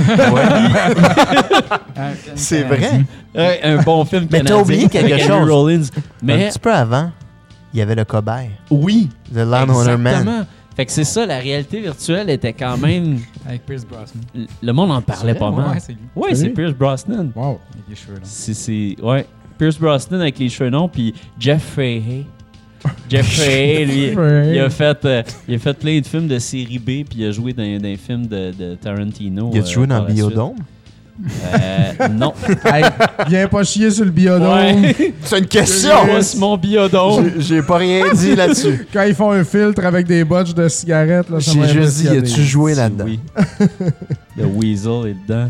C'est vrai. Ouais, un bon film Mais t'as canadien oublié quelque avec Henry chose. Rollins. Un Mais petit peu avant, il y avait le cobaye. oui, The Landowner Man. exactement. Fait que c'est ça, la réalité virtuelle était quand même... Avec Pierce Brosnan. Le monde en parlait pas mal. Ouais, c'est lui. Ouais, C'est c'est lui? Pierce Brosnan. Wow. Avec les cheveux là. C'est, c'est, ouais. Pierce Brosnan avec les cheveux longs, puis Jeff Fahey. Jeffrey, lui, Jeffrey. il a, fait, euh, il a fait plein de films de série B, puis il a joué dans, dans un film de, de Tarantino. Y a-tu euh, joué dans par la suite. Biodome? Euh, non. Hey, viens pas chier sur le biodôme. Ouais. C'est une question! Moi, c'est mon biodôme. J'ai- J'ai pas rien dit là-dessus. Quand ils font un filtre avec des botches de cigarettes, là, ça J'ai m'a juste dit, impressionné. as-tu joué là-dedans? Oui. Le Weasel est dedans.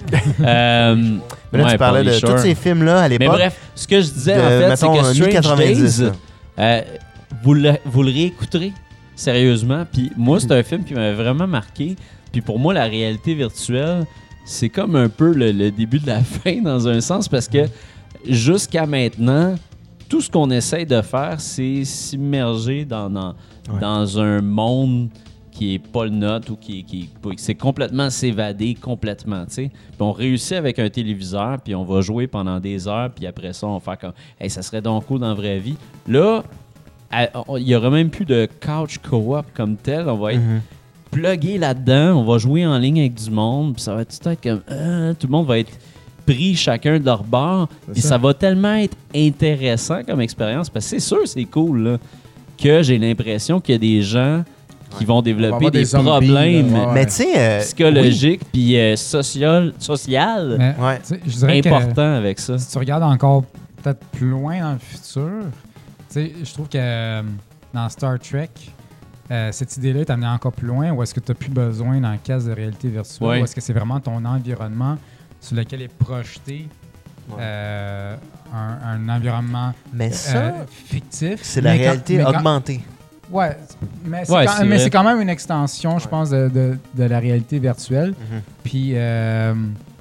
euh, Mais là, ouais, tu parlais de Pauly tous Shore. ces films-là à Mais l'époque. bref, ce que je disais de, en fait, c'est mettons, que Strange mi-quatre-vingt-dix, Days, là. euh, vous, le, vous le réécouterez sérieusement. Puis moi, c'est un film qui m'avait vraiment marqué. Puis pour moi, la réalité virtuelle, c'est comme un peu le, le début de la fin dans un sens parce que jusqu'à maintenant, tout ce qu'on essaye de faire, c'est s'immerger dans, dans, Ouais. dans un monde qui est pas le nôtre ou qui, qui c'est complètement s'évader complètement, tu sais. Puis on réussit avec un téléviseur, puis on va jouer pendant des heures, puis après ça, on va faire comme « Hey, ça serait donc cool dans la vraie vie. » Là, il y aura même plus de couch co-op comme tel. On va être Mhm. plugué là-dedans, on va jouer en ligne avec du monde, puis ça va tout être comme euh, tout le monde va être pris chacun de leur bord, C'est puis ça. ça va tellement être intéressant comme expérience parce que c'est sûr c'est cool là, que j'ai l'impression qu'il y a des gens qui vont On va développer avoir des, des zombies, problèmes là, ouais. Mais tu sais, euh, psychologiques puis euh, social social Mais, Ouais. tu sais, je dirais que importants avec ça. si tu regardes encore peut-être plus loin dans le futur, tu sais, je trouve que euh, dans Star Trek, euh, cette idée-là est amenée encore plus loin, ou est-ce que tu n'as plus besoin d'un casque de réalité virtuelle, Ouais. ou est-ce que c'est vraiment ton environnement sur lequel est projeté Ouais. euh, un, un environnement mais ça, euh, fictif. c'est la mais quand- réalité mais quand- augmentée. Ouais, mais c'est Ouais, quand, c'est mais vrai. c'est quand même une extension, je Ouais. pense, de, de- de la réalité virtuelle. Mhm. Puis, euh,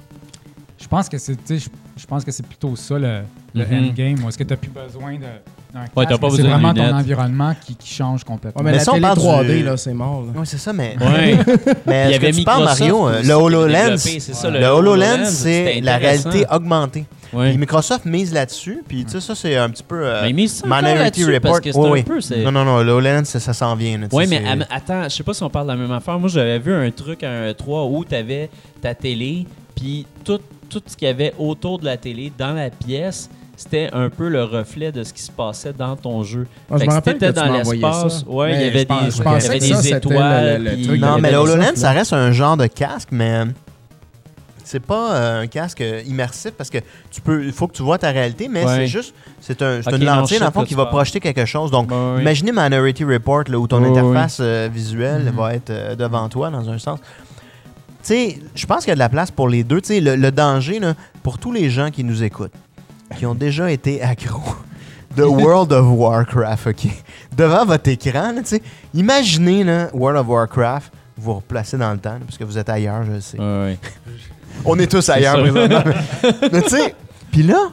je pense que c'est, tu sais, je, je pense que c'est plutôt ça le, le Mhm. endgame. Ou est-ce que tu n'as plus besoin de, d'un casque? Ouais, t'as pas mais c'est besoin de vraiment lunettes. ton environnement qui, qui change complètement. Ouais, mais, Mais la ça, on télé parle trois D, du- là, c'est mort. Là. Oui, c'est ça, mais. Ouais. Mais Il y est-ce que avait tu parles, Microsoft Mario, euh, aussi le qui HoloLens, l'avait développé, c'est ça, le, le HoloLens, HoloLens, c'est c'était la intéressant. réalité augmentée. Ouais. Puis Microsoft mise là-dessus, puis tu sais, ça, c'est un petit peu. euh, Mais il mise ça encore Minority là-dessus Report. parce que c'est Oui, un oui. peu c'est Non, non, non, le HoloLens, ça, ça s'en vient. là, tu Oui, sais, mais c'est- am- attends, je sais pas si on parle de la même affaire. Moi, j'avais vu un truc à un E trois où tu avais ta télé, puis tout, tout ce qu'il y avait autour de la télé, dans la pièce, c'était un peu le reflet de ce qui se passait dans ton jeu. Moi, je Fait me que rappelle si que t'étais tu dans m'envoyais l'espace, ça. ouais, il y Mais avait je pense- des, je il y pensais avait que des ça, c'était étoiles. le- le- le puis truc il y Non, avait mais le des- HoloLens, ça reste un genre de casque, mais c'est pas euh, un casque euh, immersif parce que tu peux, il faut que tu vois ta réalité, mais Ouais. c'est juste, c'est un, c'est Ok, une non, lentille je dans le sais fond de qui quoi va tu projeter quelque chose. Donc, Ouais, ouais. imaginez Minority Report là, où ton Ouais, interface euh, visuelle Mhm. va être euh, devant toi dans un sens. Tu sais, je pense qu'il y a de la place pour les deux. Tu sais, le, le danger là, pour tous les gens qui nous écoutent, qui ont déjà été accros de World of Warcraft, ok, devant votre écran, là, tu sais, imaginez là, World of Warcraft, vous vous replacez dans le temps, là, parce que vous êtes ailleurs, je le sais. Ouais, ouais. On est tous ailleurs, ça. présentement. Mais, mais tu sais, puis là,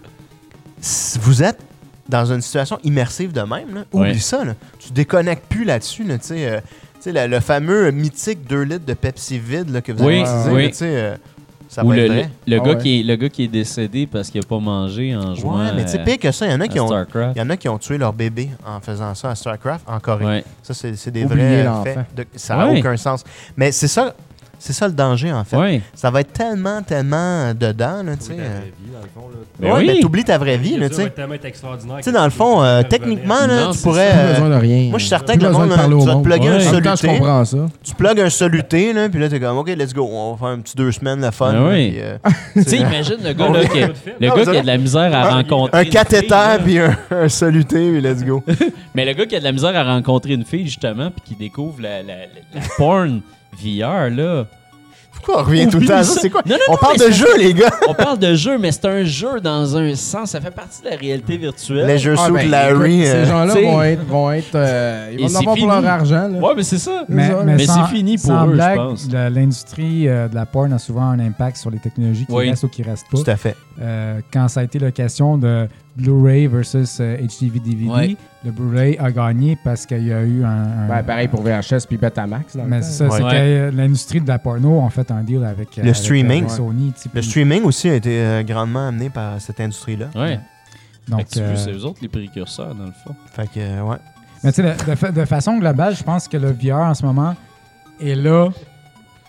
si vous êtes dans une situation immersive de même, là, oublie Ouais. ça, là. Tu déconnectes plus là-dessus, là, tu sais. euh, tu sais, le, le fameux mythique deux litres de Pepsi vide là, que vous Oui, avez utilisé, oui. là, tu sais, euh, ça Ou va le, être le, vrai. le Ah gars ouais. qui est, le gars qui est décédé parce qu'il a pas mangé en jouant Ouais, mais tu sais, euh, pire que ça, il y en a à qui ont... StarCraft. Il y en a qui ont tué leur bébé en faisant ça à StarCraft en Corée. Ouais. Ça, c'est c'est des Oublier vrais l'enfant. faits. de- ça n'a Ouais. aucun sens. Mais c'est ça, c'est ça le danger, en fait. Ouais. Ça va être tellement, tellement dedans, là, tu sais. Oui, ta euh, vraie vie, dans le fond, là. Ben ouais, oui. mais t'oublies ta vraie vie, là, tu Ça sais. va tellement être extraordinaire. Tu sais, dans le fond, euh, techniquement, là, Non, tu c'est pourrais... Plus euh, besoin de rien. moi, je suis certain Plus que le besoin monde, de là, parler tu au vas te monde. plugger Ouais. un En même temps, je soluté. comprends ça. Tu plugues un soluté, là, puis là, t'es comme, OK, let's go. On va faire un petit deux semaines, le fun. Ben là, oui. puis, euh, Tu sais, imagine le gars, On là, est- qui, le Non, gars vous qui a savez- de la misère à un- rencontrer. un une fille, cathéter, là. puis un, un soluté, puis let's go. Mais le gars qui a de la misère à rencontrer une fille, justement, puis qui découvre la, la, la, la porn V R, là. Pourquoi on revient tout le Oublie temps à ça. ça? C'est quoi? Non, non, On non, parle mais de c'est- jeu, les gars. On parle de jeu, mais c'est un jeu dans un sens. Ça fait partie de la réalité virtuelle. Les jeux Ah, sous ben, Larry. écoute, euh, ces gens-là t'sais. vont être, vont être euh, ils Et vont en c'est avoir pour fini. leur argent. Là. Ouais, mais c'est ça. Mais, ça. mais Mais sans- c'est fini pour sans eux, je blague, pense. la- L'industrie euh, de la porn a souvent un impact sur les technologies qui Oui. restent ou qui restent pas. Tout à fait. Euh, quand ça a été la question de Blu-ray versus euh, H D V D V D, Ouais. le Blu-ray a gagné parce qu'il y a eu un... un- Ben, pareil pour V H S puis Betamax. Dans le Mais temps. c'est ça, Ouais. c'est que Ouais. euh, l'industrie de la porno a fait un deal avec, euh, Le avec, streaming. euh, Sony. tu sais, Le puis- streaming aussi a été euh, grandement amené par cette industrie-là. Ouais. Donc, Fait que tu euh, veux, c'est eux autres les précurseurs, dans le fond. Fait que, euh, ouais. mais tu sais, de, de fa- de façon globale, je pense que le V R en ce moment est là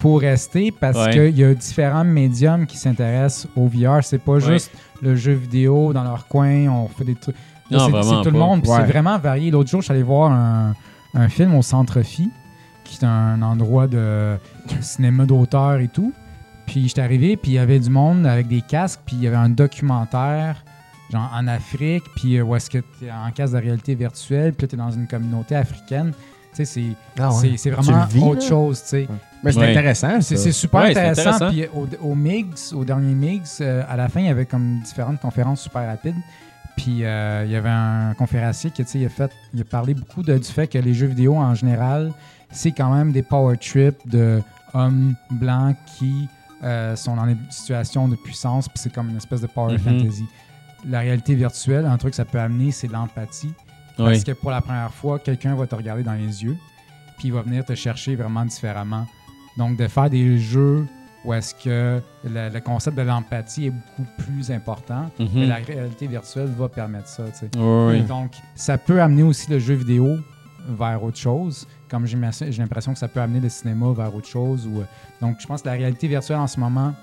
pour rester parce Ouais. qu'il y a différents médiums qui s'intéressent au V R. C'est pas Ouais. juste le jeu vidéo dans leur coin, on fait des trucs. Là, Non, c'est, vraiment c'est tout le pas. monde, puis Ouais. c'est vraiment varié. L'autre jour, je suis allé voir un, un film au Centre Phi, qui est un endroit de cinéma d'auteur et tout. Puis j'étais arrivé, puis il y avait du monde avec des casques, puis il y avait un documentaire genre en Afrique, puis euh, où est-ce que tu es en casque de réalité virtuelle, puis là, tu es dans une communauté africaine. Tu sais, c'est, Ah ouais. c'est, c'est Tu vraiment le vis, autre là? chose, tu sais. Mais c'est Ouais. intéressant, C'est, ça. c'est super Ouais, c'est intéressant. intéressant. Puis au, au MIGS, au dernier MIGS, euh, à la fin, il y avait comme différentes conférences super rapides. Puis euh, il y avait un conférencier qui, tu sais, il a fait, il a parlé beaucoup de- du fait que les jeux vidéo en général, c'est quand même des power trips de hommes blancs qui euh, sont dans des situations de puissance, puis c'est comme une espèce de power Mhm. fantasy. La réalité virtuelle, un truc que ça peut amener, c'est de l'empathie. Parce Oui. que pour la première fois, quelqu'un va te regarder dans les yeux, puis il va venir te chercher vraiment différemment. Donc, de faire des jeux où est-ce que le, le concept de l'empathie est beaucoup plus important, Mhm. mais la réalité virtuelle va permettre ça, tu sais. Ouais, ouais. Donc, ça peut amener aussi le jeu vidéo vers autre chose, comme j'ai j'ai l'impression que ça peut amener le cinéma vers autre chose. Ou, donc, je pense que la réalité virtuelle en ce moment,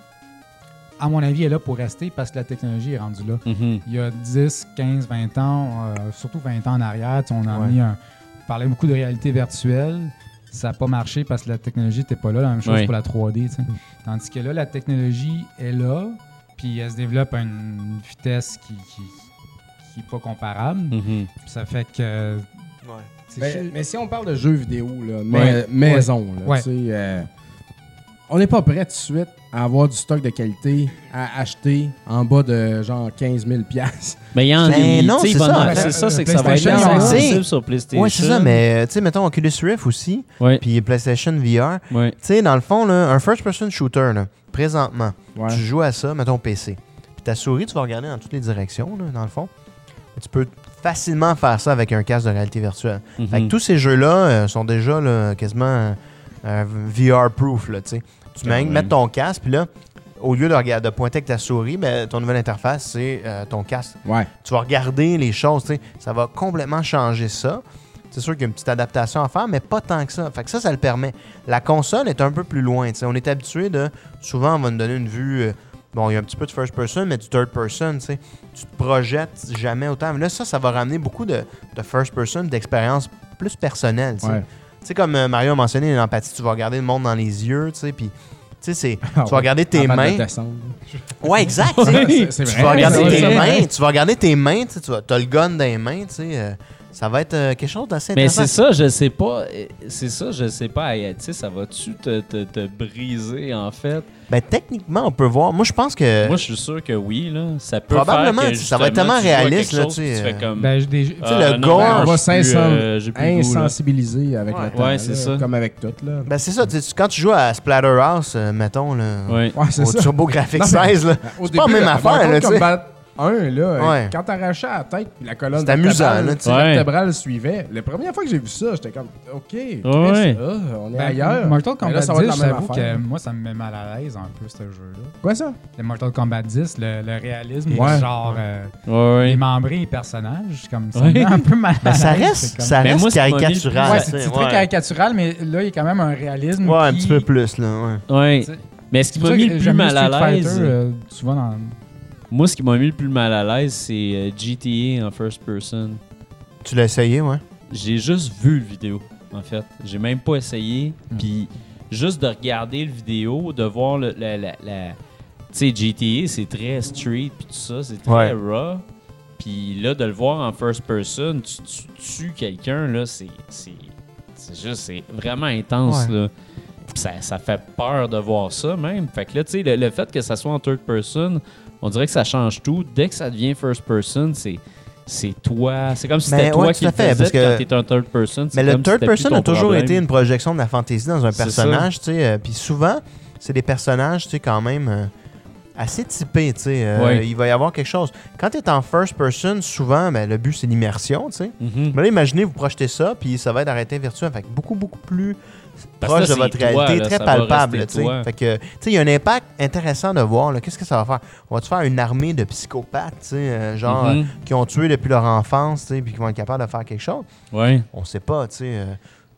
à mon avis, est là pour rester parce que la technologie est rendue là. Mhm. Il y a dix, quinze, vingt ans, euh, surtout vingt ans en arrière, tu sais, on a Ouais. mis un, on parlait beaucoup de réalité virtuelle. Ça n'a pas marché parce que la technologie n'était pas là. La même chose Ouais. pour la trois D. tu sais. Tandis que là, la technologie est là, puis elle se développe à une vitesse qui qui, qui est pas comparable. Mhm. Ça fait que. Ouais. c'est Mais, chi- mais si on parle de jeux vidéo, là, mais- Ouais. maison, là, Ouais. tu sais, euh, on n'est pas prêt tout de suite à avoir du stock de qualité à acheter en bas de genre quinze mille dollars. Mais il y en Ben a non, tu sais, c'est il va ça. en- Ben, C'est ça, le c'est que ça va être PlayStation, accessible c'est- sur PlayStation. Ouais, c'est ça, mais tu sais, mettons Oculus Rift aussi, Ouais, puis PlayStation V R. ouais. Tu sais, dans le fond, là, un first-person shooter, là, présentement, Ouais. tu joues à ça, mettons P C. Puis ta souris, tu vas regarder dans toutes les directions, là, dans le fond. Et tu peux facilement faire ça avec un casque de réalité virtuelle. Mhm. Fait que tous ces jeux-là euh, sont déjà là, quasiment euh, euh, V R-proof, là, tu sais. Tu Quand mets même. mettre ton casque, puis là, au lieu de, regarder, de pointer avec ta souris, ben, ton nouvelle interface, c'est euh, ton casque. Ouais. Tu vas regarder les choses, tu sais. Ça va complètement changer ça. C'est sûr qu'il y a une petite adaptation à faire, mais pas tant que ça. Fait que ça, ça le permet. La console est un peu plus loin, tu sais. On est habitué de... Souvent, on va nous donner une vue... euh, bon, il y a un petit peu de first person, mais du third person, tu sais. Tu te projettes jamais autant. Mais là, ça, ça va ramener beaucoup de, de first person, d'expérience plus personnelle, tu sais. Ouais. Tu sais, comme euh, Mario a mentionné, l'empathie, tu vas regarder le monde dans les yeux, tu sais, puis... Tu sais, c'est- Ah tu vas regarder tes Avant de mains. descendre. Ouais, exact. tu sais. C'est- c'est Tu vrai. vas regarder c'est tes vrai. mains, tu vas regarder tes mains, tu sais, tu vas- t'as le gun dans les mains, tu sais, euh, ça va être euh, quelque chose d'assez Mais intéressant. c'est ça, je sais pas. euh, C'est ça, je sais pas. Tu sais, ça va-tu te, te, te briser, en fait? Ben, techniquement, on peut voir. Moi, je pense que. Moi, je suis sûr que oui, là. Ça peut Probablement, faire que, ça va être justement, tellement tu joues à réaliste, quelque là, chose, tu sais, puis tu euh, fais comme... Ben, j'ai des- Tu sais, le non, gore, ben, on va je suis plus, s'insen- euh, j'ai plus le goût, là. Insensibiliser avec Ouais. le temps. Ouais, c'est là, ça. Comme avec tout, là. Ben, c'est ça. tu sais, Quand tu joues à Splatterhouse, euh, mettons, là, Ouais. Ouais, c'est au ça. Turbo Graphics Non, mais- seize, là, Au c'est pas la début, même là, affaire, Mortal là, tu sais. Kombat un, là, Ouais. quand t'arrachais la tête puis la colonne C'est amusant, vertébrale, là, tu sais, Ouais. vertébrale suivait. La première fois que j'ai vu ça, j'étais comme, OK, Chris, Ouais. ah, on est Ben, ailleurs. Mortal Mais là, Kombat ça va être dix, la même j'avoue affaire. que moi, ça me met mal à l'aise un peu, ce jeu-là. Quoi ça? Le Mortal Kombat dix, le, le réalisme, Ouais. genre euh, Ouais, ouais. démembrer les personnages, comme ça Ouais. me met un peu mal à Ben, ça l'aise, reste, c'est comme- ça Mais reste moi, ce qui m'a mis le caricatural. Ouais, plus- tu c'est sais, c'est très ouais. caricatural, mais là, il y a quand même un réalisme. Ouais, un qui- petit peu plus, là, ouais. Ouais. tu sais, Mais ce qui c'est pour m'a ça mis que le plus j'aime mieux mal à Street l'aise... Fighter, euh, souvent dans... Moi, ce qui m'a mis le plus mal à l'aise, c'est euh, G T A en first person. Tu l'as essayé, ouais? J'ai juste vu le vidéo, en fait. J'ai même pas essayé. Hmm. Puis juste de regarder le vidéo, de voir le, la... la, la- Tu sais, G T A, c'est très street, puis tout ça, c'est très Ouais. raw. Puis là, de le voir en first person, tu tu tues quelqu'un, là, c'est... C'est c'est juste, c'est vraiment intense, Ouais. là. Puis ça, ça fait peur de voir ça, même. Fait que là, tu sais, le, le fait que ça soit en third person, on dirait que ça change tout. Dès que ça devient first person, c'est... C'est toi. C'est comme si Mais c'était toi ouais, qui tout à le fait, faisais parce que- quand t'es un third person. c'est Mais le comme si third c'était plus person ton a toujours problème. été une projection de la fantaisie dans un C'est personnage, tu sais. euh, Puis souvent, c'est des personnages, tu sais, quand même euh, assez typés, tu sais. euh, Ouais. Il va y avoir quelque chose. Quand tu es en first person, souvent, ben, le but, c'est l'immersion, tu sais. Mhm. Mais là, imaginez, vous projetez ça, puis ça va être arrêté virtuel. Fait que beaucoup, beaucoup plus Parce proche que de c'est votre toi, réalité, là, très ça va palpable, rester tu sais. toi. Fait que, tu sais, il y a un impact intéressant de voir, là. Qu'est-ce que ça va faire? On va-tu faire une armée de psychopathes, tu sais, euh, genre, Mhm. euh, qui ont tué depuis leur enfance, tu sais, puis qui vont être capables de faire quelque chose? Ouais. On sait pas, tu sais. euh,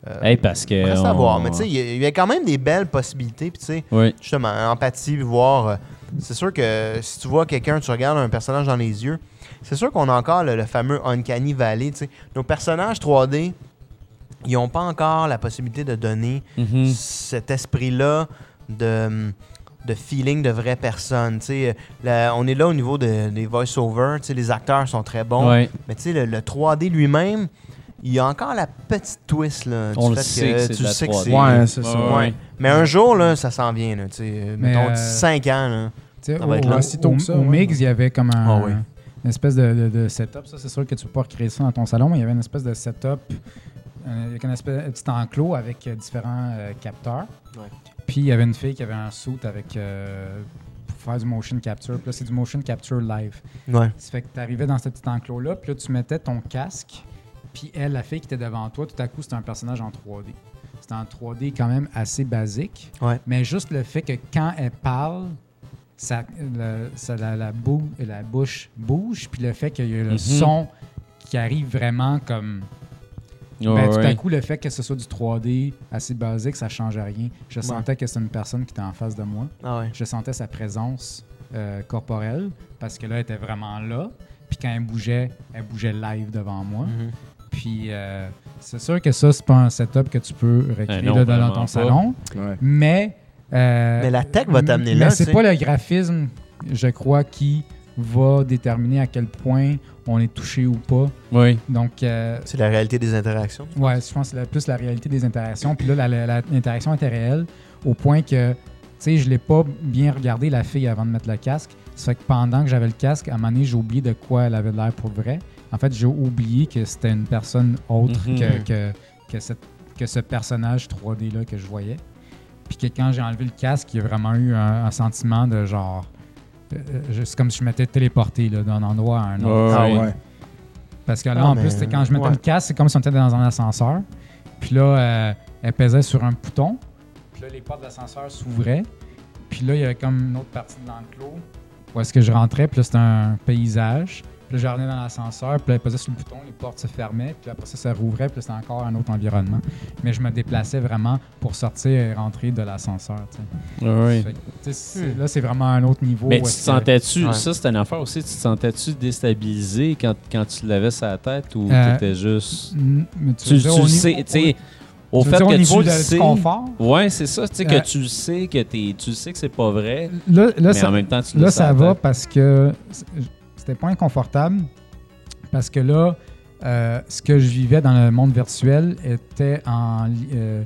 Euh, Hey, parce que. reste on- à voir. Mais tu sais, il y, a- il y a quand même des belles possibilités. Puis tu sais, Oui. justement, empathie, voir. euh, c'est sûr que si tu vois quelqu'un, tu regardes un personnage dans les yeux, c'est sûr qu'on a encore le, le fameux Uncanny Valley. tu sais. Nos personnages trois D, ils n'ont pas encore la possibilité de donner Mhm. cet esprit-là de, de feeling de vraie personne. Tu sais, la- on est là au niveau de- des voice-overs. tu sais, Les acteurs sont très bons. Ouais. Mais tu sais, le, le trois D lui-même, il y a encore la petite twist. Là, du On le fait sait que c'est tu de la sais que trois D. c'est- Ouais, c'est ça. Ouais, Ouais. Mais un jour, là, ça s'en vient. Là, tu sais, Mais, mettons euh, cinq ans. Là. Tu sais, Ça va être au, long. au- Si tôt que ça, au ouais. Mix, il y avait comme un, Ah oui. une espèce de, de- de setup. Ça, c'est sûr que tu peux pas recréer ça dans ton salon, mais il y avait une espèce de setup euh, avec une espèce de petit enclos avec euh, différents euh, capteurs. Ouais. Puis il y avait une fille qui avait un suit avec euh, pour faire du motion capture. Puis là, c'est du motion capture live. Ouais. Ça fait que tu arrivais dans ce petit enclos-là, puis là, tu mettais ton casque, puis elle, la fille qui était devant toi, tout à coup, c'était un personnage en trois D. C'était en trois D quand même assez basique, Ouais. mais juste le fait que quand elle parle, ça, le- ça- la, la, bou- la bouche bouge, puis le fait qu'il y a le Mhm. son qui arrive vraiment comme... Ouais, Ben, tout à ouais. coup, le fait que ce soit du trois D assez basique, ça changeait rien. Je Ouais. sentais que c'était une personne qui était en face de moi. Ah ouais. Je sentais sa présence euh, corporelle parce que là, elle était vraiment là. Puis quand elle bougeait, elle bougeait live devant moi. Mhm. Puis euh, c'est sûr que ça, c'est pas un setup que tu peux recréer Eh non, là, dans vraiment ton pas. salon. Ouais. Mais. euh, Mais la tech va t'amener mais là. c'est tu sais. pas le graphisme, je crois, qui va déterminer à quel point on est touché ou pas. Oui. Donc, euh, C'est la réalité des interactions. ouais, je pense que c'est la- plus la réalité des interactions. Puis là, la- la- la- l'interaction était réelle au point que, tu sais, je l'ai pas bien regardé, la fille, avant de mettre le casque. Ça fait que pendant que j'avais le casque, à un moment donné, j'ai oublié de quoi elle avait l'air pour vrai. En fait, j'ai oublié que c'était une personne autre Mhm. que, que, que, cette- que ce personnage trois D-là que je voyais. Puis que quand j'ai enlevé le casque, il y a vraiment eu un, un sentiment de genre... euh, euh, c'est comme si je m'étais téléporté là, d'un endroit à un autre. Ouais, Ah ouais. Ouais. Parce que là, Ah, en mais- plus, c'est quand je mettais ouais. le casque, c'est comme si on était dans un ascenseur. Puis là, euh, elle pesait sur un bouton. Puis là, les portes de l'ascenseur s'ouvraient. Puis là, il y avait comme une autre partie de l'enclos où est-ce que je rentrais. Puis là, c'était un paysage. Puis là, je revenais dans l'ascenseur. Puis là, elle pesait sur le bouton, les portes se fermaient. Puis après ça, ça rouvrait. Puis là, c'était encore un autre environnement. Mais je me déplaçais vraiment pour sortir et rentrer de l'ascenseur. tu sais. Oui. Fait que, tu sais, c'est- Là, c'est vraiment un autre niveau. Mais où tu te est-ce que- sentais-tu, Ouais. ça c'est une affaire aussi, tu te sentais-tu déstabilisé quand, quand tu l'avais sur la tête ou Euh, t'étais juste. Mm, mais Tu, veux tu dire au le niveau- sais, tu sais, au tu veux fait dire que au niveau tu le de- sais. du confort. Ouais, c'est ça, tu sais, que Euh, tu le sais, que t'es, tu le sais que c'est pas vrai, Là, là, mais ça, en même temps, tu le là, sais à ça la va tête. parce que c- c'était pas inconfortable. Parce que là, euh, ce que je vivais dans le monde virtuel était en, li- euh,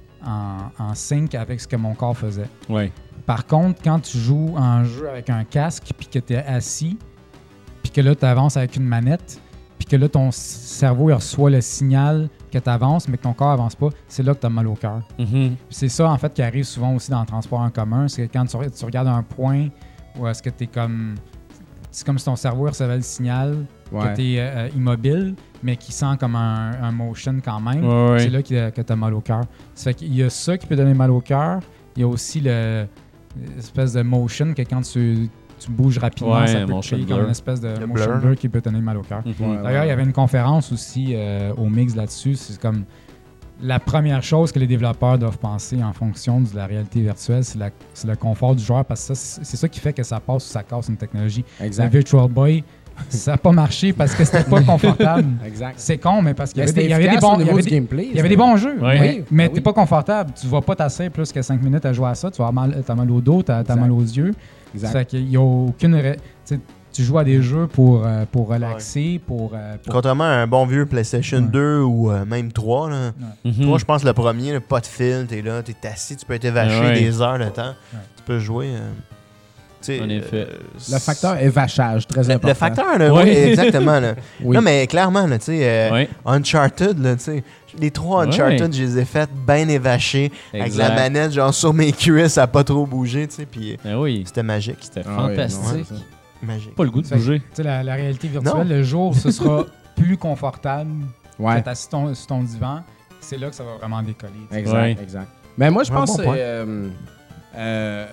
en, en sync avec ce que mon corps faisait. Ouais. Par contre, quand tu joues à un jeu avec un casque, puis que tu es assis, puis que là, tu avances avec une manette, puis que là, ton cerveau il reçoit le signal que tu avances, mais que ton corps avance pas, c'est là que tu as mal au cœur. Mhm. C'est ça, en fait, qui arrive souvent aussi dans le transport en commun. C'est que quand tu, re- tu regardes un point où est-ce que tu es comme... C'est comme si ton cerveau recevait le signal Ouais. que tu es immobile, mais qui sent comme un, un motion quand même. Ouais, ouais. C'est là qu'il y a- que tu as mal au cœur. Ça fait qu'il y a ça qui peut donner mal au cœur. Il y a aussi le- l'espèce de motion que quand tu, tu bouges rapidement, Ouais, ça peut motion créer comme blur. une espèce de Le motion blur. blur qui peut donner mal au cœur. Mhm. Ouais. D'ailleurs, il y avait une conférence aussi euh, au Mix là-dessus. C'est comme la première chose que les développeurs doivent penser en fonction de la réalité virtuelle, c'est, la- c'est le confort du joueur, parce que ça, c'est, c'est ça qui fait que ça passe ou ça casse une technologie. Exact. Le Virtual Boy, ça n'a pas marché parce que c'était pas confortable. Exact. C'est con, mais parce qu'il y Mais avait, des, c'était il y avait des efficace bons, au il y niveau avait du des- gameplay. il y avait des bons jeux, Ouais. oui, Oui, mais ben t'es oui. pas confortable. Tu vas pas t'asseoir plus que cinq minutes à jouer à ça. Tu vas avoir mal, t'as mal au dos, t'as, t'as Exact. mal aux yeux. Exact. Ça fait qu'il y a aucune... ra- tu sais, tu joues à des jeux pour, euh, pour relaxer, pour... euh, pour- Contrairement à un bon vieux PlayStation Ouais. deux ou euh, même trois, là. Mhm. Moi, je pense que le premier, là, pas de fil, t'es là, t'es assis, tu peux être évaché Ouais. des heures de temps. Ouais. Tu peux jouer. euh, tu sais, En effet. euh, Le facteur évachage, très Le, important. le facteur, là, Ouais. oui, exactement. Là. Oui. Non, mais clairement, là, tu sais, euh, Ouais, Uncharted, là, tu sais, les trois Ouais. Uncharted, je les ai faites bien évachés, avec la exact. manette, genre sur mes cuisses, à pas trop bouger, tu sais, puis Ben oui, c'était magique. c'était Ah oui, fantastique. non, Magique. Pas le goût de Fait que, bouger. tu sais, la, la réalité virtuelle, Non. le jour où ce sera plus confortable, Ouais. que t'es assis ton- sur ton divan, c'est là que ça va vraiment décoller. tu sais. Exact, Ouais. exact. Mais moi, je Un pense bon que point. euh, euh,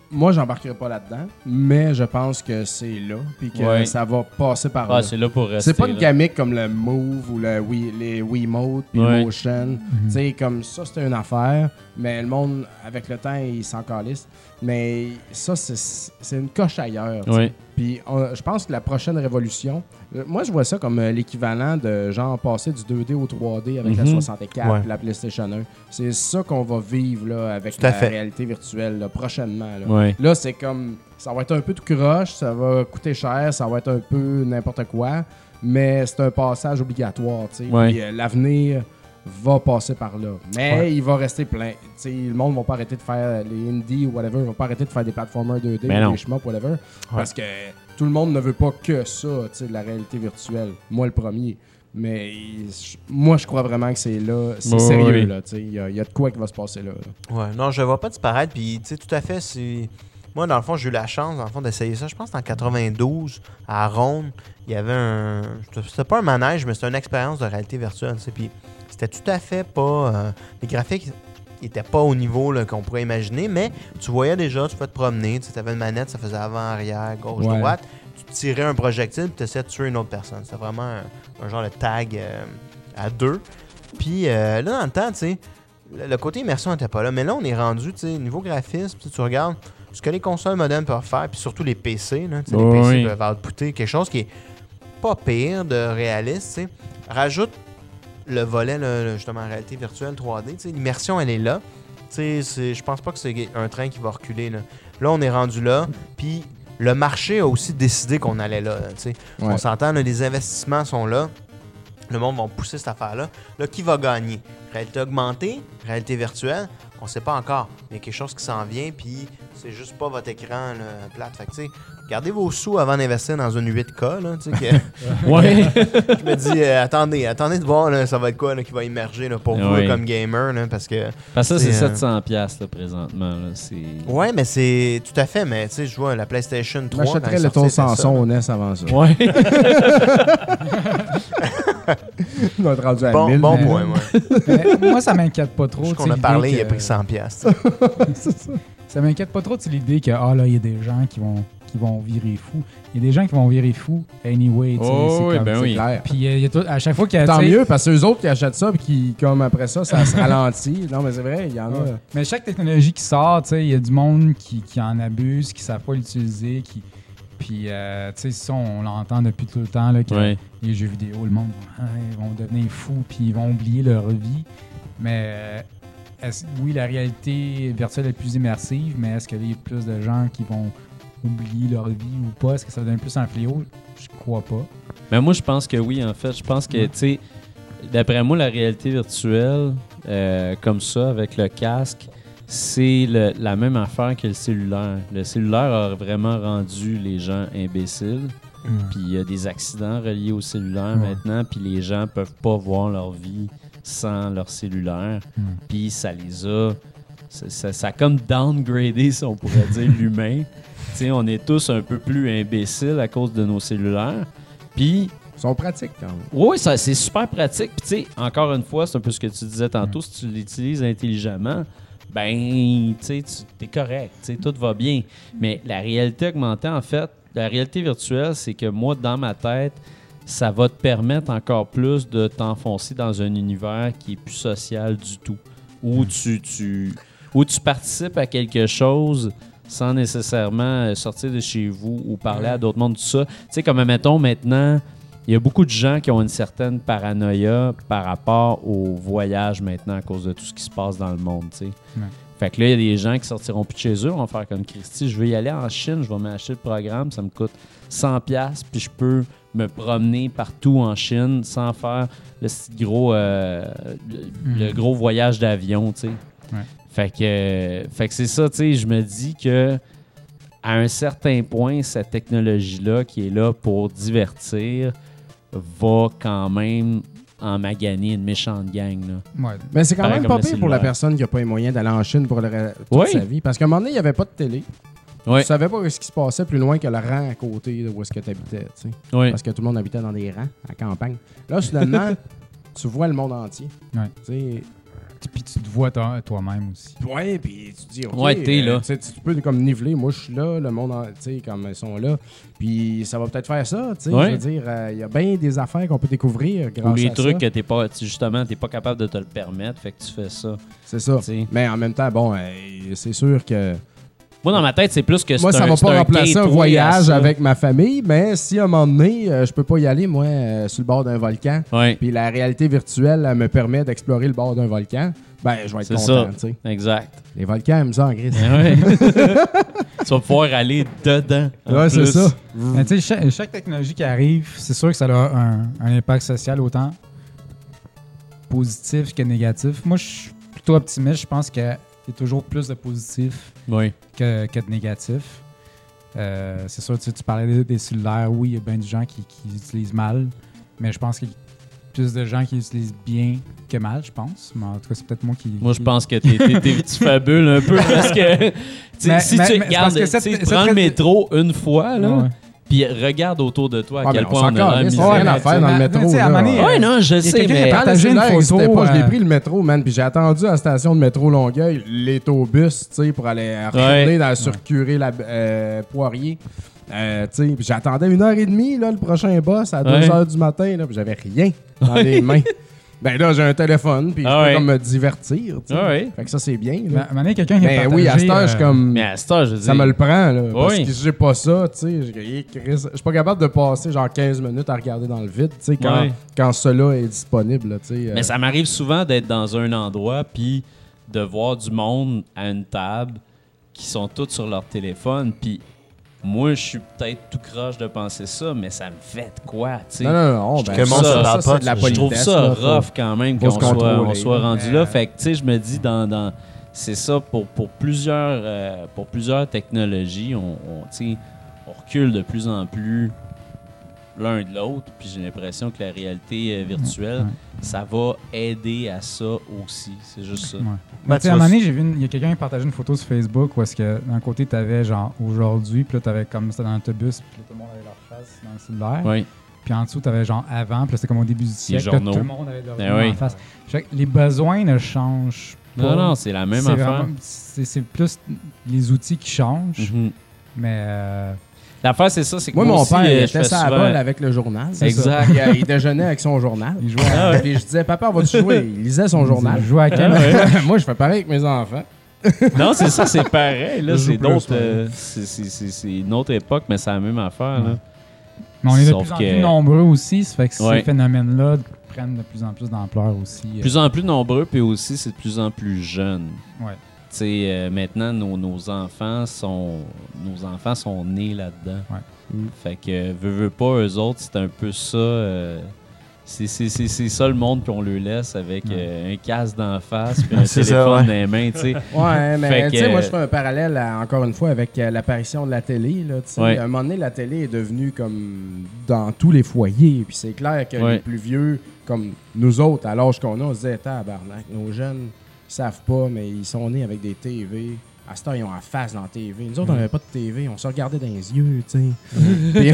moi, j'embarquerai pas là-dedans, mais je pense que c'est là, puis que Ouais. ça va passer par Ah, là. c'est là pour rester. C'est pas une là. gamique comme le Move ou le Wii, les Wiimote puis Ouais. le Motion. Tu sais, comme ça, c'était une affaire, mais le monde, avec le temps, il s'en calisse. Mais ça, c'est c'est une coche ailleurs. tu sais. Ouais. Puis on- je pense que la prochaine révolution, euh, moi, je vois ça comme euh, l'équivalent de genre passer du deux D au trois D avec la Mhm. soixante-quatre Ouais. et la PlayStation un. C'est ça qu'on va vivre là, avec Tout à la fait. réalité virtuelle là, prochainement. Là. Ouais. Là, c'est comme. Ça va être un peu tout croche, ça va coûter cher, ça va être un peu n'importe quoi, mais c'est un passage obligatoire. tu sais. Ouais. Puis, euh, l'avenir va passer par là. Mais Ouais. il va rester plein. Tu sais, le monde ne va pas arrêter de faire les indies ou whatever, ils vont pas arrêter de faire des platformers deux D Mais ou non. des shmups, whatever. Parce que tout le monde ne veut pas que ça, tu sais, de la réalité virtuelle. Moi, le premier. Mais je- moi, je crois vraiment que c'est là. C'est Oui, sérieux, oui. là. tu sais. Il y, a- il y a de quoi qui va se passer là. là. Ouais, non, je le vois pas disparaître. Puis, tu sais, tout à fait, c'est. Moi, dans le fond, j'ai eu la chance, dans le fond, d'essayer ça. Je pense que c'était en quatre-vingt-douze, à Ronde, il y avait un. C'était pas un manège, mais c'était une expérience de réalité virtuelle, tu sais. Puis, c'était tout à fait pas. euh, Les graphiques n'étaient pas au niveau là, qu'on pourrait imaginer, mais tu voyais déjà, tu pouvais te promener, tu avais une manette, ça faisait avant, arrière, gauche, Ouais. droite. Tu tirais un projectile, puis tu essayais de tuer une autre personne. C'était vraiment un, un genre de tag euh, à deux. Puis, euh, là, dans le temps, tu sais. Le le côté immersion n'était pas là, mais là, on est rendu, tu sais, niveau graphisme, tu sais, tu regardes ce que les consoles modernes peuvent faire, puis surtout les P C, là, tu sais, Oui. les P C peuvent outputter quelque chose qui est pas pire de réaliste, tu sais. Rajoute le volet, là, le- justement, en réalité virtuelle trois D, tu sais, l'immersion, elle est là. Tu sais, c'est- je pense pas que c'est un train qui va reculer, là. Là, on est rendu là, puis le marché a aussi décidé qu'on allait là, là, tu sais. Ouais. On s'entend, là, les investissements sont là. Le monde va pousser cette affaire-là. Là, qui va gagner? Réalité augmentée? Réalité virtuelle? On sait pas encore. Il y a quelque chose qui s'en vient, puis c'est juste pas votre écran là, plate. Fait que, tu sais, gardez vos sous avant d'investir dans une huit K, là, tu sais, que- Ouais. je me dis, euh, attendez, attendez de voir, là, ça va être quoi, là, qui va émerger, là, pour vous, Oui. comme gamer, là, parce que... Parce que ça, c'est C'est, euh, sept cents piastres là, présentement. Là. C'est... Ouais, mais c'est... Tout à fait, mais, tu sais, je vois la PlayStation trois... quand J'achèterais elle le est ton sortie, c'était sans ça, son là. au N E S avant ça. Ouais. Il va être rendu à Bon, mille. bon mais- point, ouais. Mais moi, ça m'inquiète pas trop. Ce tu qu'on sais, a l'idée parlé, il a que- pris cent piastres. Ça m'inquiète pas trop, c'est l'idée que ah là, il y a des gens qui vont qui vont virer fou. Il y a des gens qui vont virer fou anyway. tu sais, Oh, c'est oui, comme- ben c'est oui. clair. Puis euh, il y a tout- à chaque fois qu'il y a Tant tu sais, mieux, parce que eux autres qui achètent ça, puis qui, comme après ça, ça se ralentit. Non, mais c'est vrai, il y en a. Ouais. Mais chaque technologie qui sort, tu sais, il y a du monde qui, qui en abuse, qui ne savent pas l'utiliser, qui. Puis, euh, tu sais, ça, on l'entend depuis tout le temps, là, que Ouais. les jeux vidéo, le monde, hein, ils vont devenir fous, puis ils vont oublier leur vie. Mais, euh, est-ce- oui, la réalité virtuelle est plus immersive, mais est-ce qu'il y a plus de gens qui vont oublier leur vie ou pas? Est-ce que ça devient plus un fléau? Je crois pas. Mais moi, je pense que oui, en fait. Je pense que, tu sais, d'après moi, la réalité virtuelle, euh, comme ça, avec le casque, c'est le- la même affaire que le cellulaire. Le cellulaire a vraiment rendu les gens imbéciles. Puis il y a des accidents reliés au cellulaire Ouais. maintenant, puis les gens peuvent pas voir leur vie sans leur cellulaire. Mm. Puis ça les a... Ça, ça- ça a comme downgradé, si on pourrait dire, l'humain. Tu sais, on est tous un peu plus imbéciles à cause de nos cellulaires. Puis, Ils sont pratiques quand même. oui, ça, c'est super pratique. Puis, tu sais, encore une fois, c'est un peu ce que tu disais tantôt. Si tu l'utilises intelligemment, ben, tu sais, tu es correct. Tu sais, tout va bien. Mais la réalité augmentée, en fait, la réalité virtuelle, c'est que moi, dans ma tête, ça va te permettre encore plus de t'enfoncer dans un univers qui est plus social du tout. Où tu, tu, où tu participes à quelque chose sans nécessairement sortir de chez vous ou parler à d'autres mondes, tout ça. Tu sais, comme, mettons, maintenant, il y a beaucoup de gens qui ont une certaine paranoïa par rapport au voyage maintenant à cause de tout ce qui se passe dans le monde, tu sais. Ouais. Fait que là, il y a des gens qui sortiront plus de chez eux, vont faire comme Christy, je veux y aller en Chine, je vais m'acheter le programme, ça me coûte cent piastres, puis je peux me promener partout en Chine sans faire le petit gros, euh, le, le gros voyage d'avion, tu sais. Ouais. Fait que, euh, fait que c'est ça, tu sais, je me dis que à un certain point, cette technologie-là qui est là pour divertir va quand même en maganer une méchante gang, là. Ouais. Mais c'est quand Pareil même comme pas le pire pour la cellulaire. personne qui n'a pas les moyens d'aller en Chine pour le re- toute Oui. sa vie. Parce qu'à un moment donné, il n'y avait pas de télé. Ouais. Tu savais pas ce qui se passait plus loin que le rang à côté de où est-ce que tu habitais. Tu sais. Oui. Parce que tout le monde habitait dans des rangs, à campagne. Là, soudainement, tu vois le monde entier. Ouais. Tu sais, puis tu te vois toi- toi-même aussi. Ouais, puis tu te dis, OK, Ouais, t'es là. tu sais, tu peux comme niveler. Moi, je suis là, le monde, en- tu sais, comme ils sont là. Puis ça va peut-être faire ça, tu sais. Ouais. Je veux dire, il y a bien des affaires qu'on peut découvrir grâce Ou les à trucs ça. que t'es pas, tu- justement, t'es pas capable de te le permettre, fait que tu fais ça. C'est ça. T'sais. Mais en même temps, bon, euh, c'est sûr que... Moi, dans ma tête, c'est plus que Moi, c'est ça un, va c'est pas un remplacer un gateway à voyage ça. avec ma famille, mais si à un moment donné, euh, je peux pas y aller, moi, euh, sur le bord d'un volcan, Ouais, puis la réalité virtuelle elle me permet d'explorer le bord d'un volcan, ben, je vais être c'est content, ça. tu sais. Exact. Les volcans aiment ça en gris. Ben ouais. Tu vas pouvoir aller dedans. en Ouais, c'est plus. ça. Mais tu sais, chaque, chaque technologie qui arrive, c'est sûr que ça a un, un impact social autant positif que négatif. Moi, je suis plutôt optimiste. Je pense qu'il y a toujours plus de positif Oui. que, que de négatif. Euh, c'est sûr, tu, sais, tu parlais des, des cellulaires. Oui, il y a bien des gens qui, qui utilisent mal, mais je pense qu'il y a plus de gens qui utilisent bien que mal, je pense. Mais en tout cas, c'est peut-être moi qui... Moi, je qui- pense que t'es, t'es, t'es- tu fabules un peu parce que tu sais, Mais- si mais- tu mais c'est regardes, parce que tu cette- sais, cette- prends le cette- métro une fois, là, Ouais. puis regarde autour de toi à Ah, quel mais on point s'en on a la calisse, misère. on a rien à mais- faire dans le mais- métro. mais tu sais, à un là. moment donné, Ouais, non, je Il y a sais, quelqu'un qui mais... a Quand le partagé cellulaire une n'existait photo, pas, je l'ai euh, pris le métro, man, puis j'ai attendu à la station de métro Longueuil, l'autobus, tu sais, pour aller retourner Ouais. dans sur Curé la euh, Poirier. Euh, tu sais, puis j'attendais une heure et demie, là, le prochain boss, à deux Ouais. heures du matin, là, puis j'avais rien dans les mains. Ben là, j'ai un téléphone, puis je Ah peux ouais. comme me divertir, tu sais. Ah ouais. Fait que ça, c'est bien, Mais à là. un moment donné, quelqu'un qui a Mais partagé... oui, à cette heure, je suis euh, comme... Mais à ce temps, je veux Ça dire, me le prend, là. Parce Oui. que si j'ai pas ça, tu sais, j'ai- Chris, je suis pas capable de passer genre quinze minutes à regarder dans le vide, tu sais, quand, Ouais. quand cela est disponible, là, tu sais. euh. Mais ça m'arrive souvent d'être dans un endroit puis de voir du monde à une table qui sont tous sur leur téléphone. Puis moi, je suis peut-être tout croche de penser ça, mais ça me fait de quoi, tu sais. Non, non, non, Je ben, trouve le monde ça- se parle ça, pas, c'est de la je Je trouve politesse, ça là, faut- rough quand même faut qu'on se soit, contrôler. on soit rendu Mais, là. euh, Fait que, tu sais, je me dis, dans, dans c'est ça, pour, pour, plusieurs, euh, pour plusieurs technologies, on, on, tu sais, on recule de plus en plus l'un de l'autre. Puis j'ai l'impression que la réalité euh, virtuelle, Ouais. ça va aider à ça aussi. C'est juste ça. Ouais. Ben, Mais tu sais, tu à un vas- moment donné, j'ai vu, une- il y a quelqu'un qui partageait une photo sur Facebook où est-ce que d'un côté, tu avais genre aujourd'hui, puis là, tu avais comme c'était dans l'autobus, puis là, tout le monde avait leur face dans le cellulaire. Oui. Puis en dessous, tu avais genre avant, puis là, c'était comme au début du siècle, là, journaux. tout le monde avait leur Ben journal oui. en face. Fait que les besoins ne changent pas. Non, non, c'est la même C'est affaire. vraiment- C'est c'est plus les outils qui changent, Mhm. mais euh, L'affaire, c'est ça, c'est que Moi, moi, mon aussi, père, euh, il je était fais ça à souvent- bol avec le journal. C'est Exact. Il, euh, il déjeunait avec son journal. il jouait à, Ah ouais. Puis je disais, papa, vas-tu jouer? Il lisait son journal. il jouait à quel- Ah ouais. Moi, je fais pareil avec mes enfants. Non, c'est ça, c'est pareil. Là, Je joue c'est plus, d'autres. ouais. euh, c'est- c'est c'est- c'est une autre époque, mais c'est la même affaire. Là. Mais on est de Sauf plus en que- plus nombreux aussi, ça fait que Ouais. ces phénomènes-là prennent de plus en plus d'ampleur aussi. De plus en plus nombreux, puis aussi, c'est de plus en plus jeune. Ouais. Tu sais, euh, maintenant, nos, nos enfants sont nos enfants sont nés là-dedans. Ouais. Mm. Fait que, veux, veux pas, eux autres, c'est un peu ça. euh, c'est c'est- c'est- c'est ça le monde qu'on leur laisse avec Ouais. euh, un casque d'en face puis un C'est ça, téléphone ouais. dans les mains, tu sais. Ouais, mais Fait tu sais, que- moi, je fais un parallèle, à- encore une fois, avec euh, l'apparition de la télé. Là, tu sais. Ouais. À un moment donné, la télé est devenue comme dans tous les foyers. Puis c'est clair que Ouais. les plus vieux, comme nous autres, à l'âge qu'on a, on se disait, tabarnak, nos jeunes, ils savent pas, mais ils sont nés avec des T V. À ce temps, ils ont en face dans la T V. Nous autres, on n'avait pas de T V, on se regardait dans les yeux, tu sais. Puis-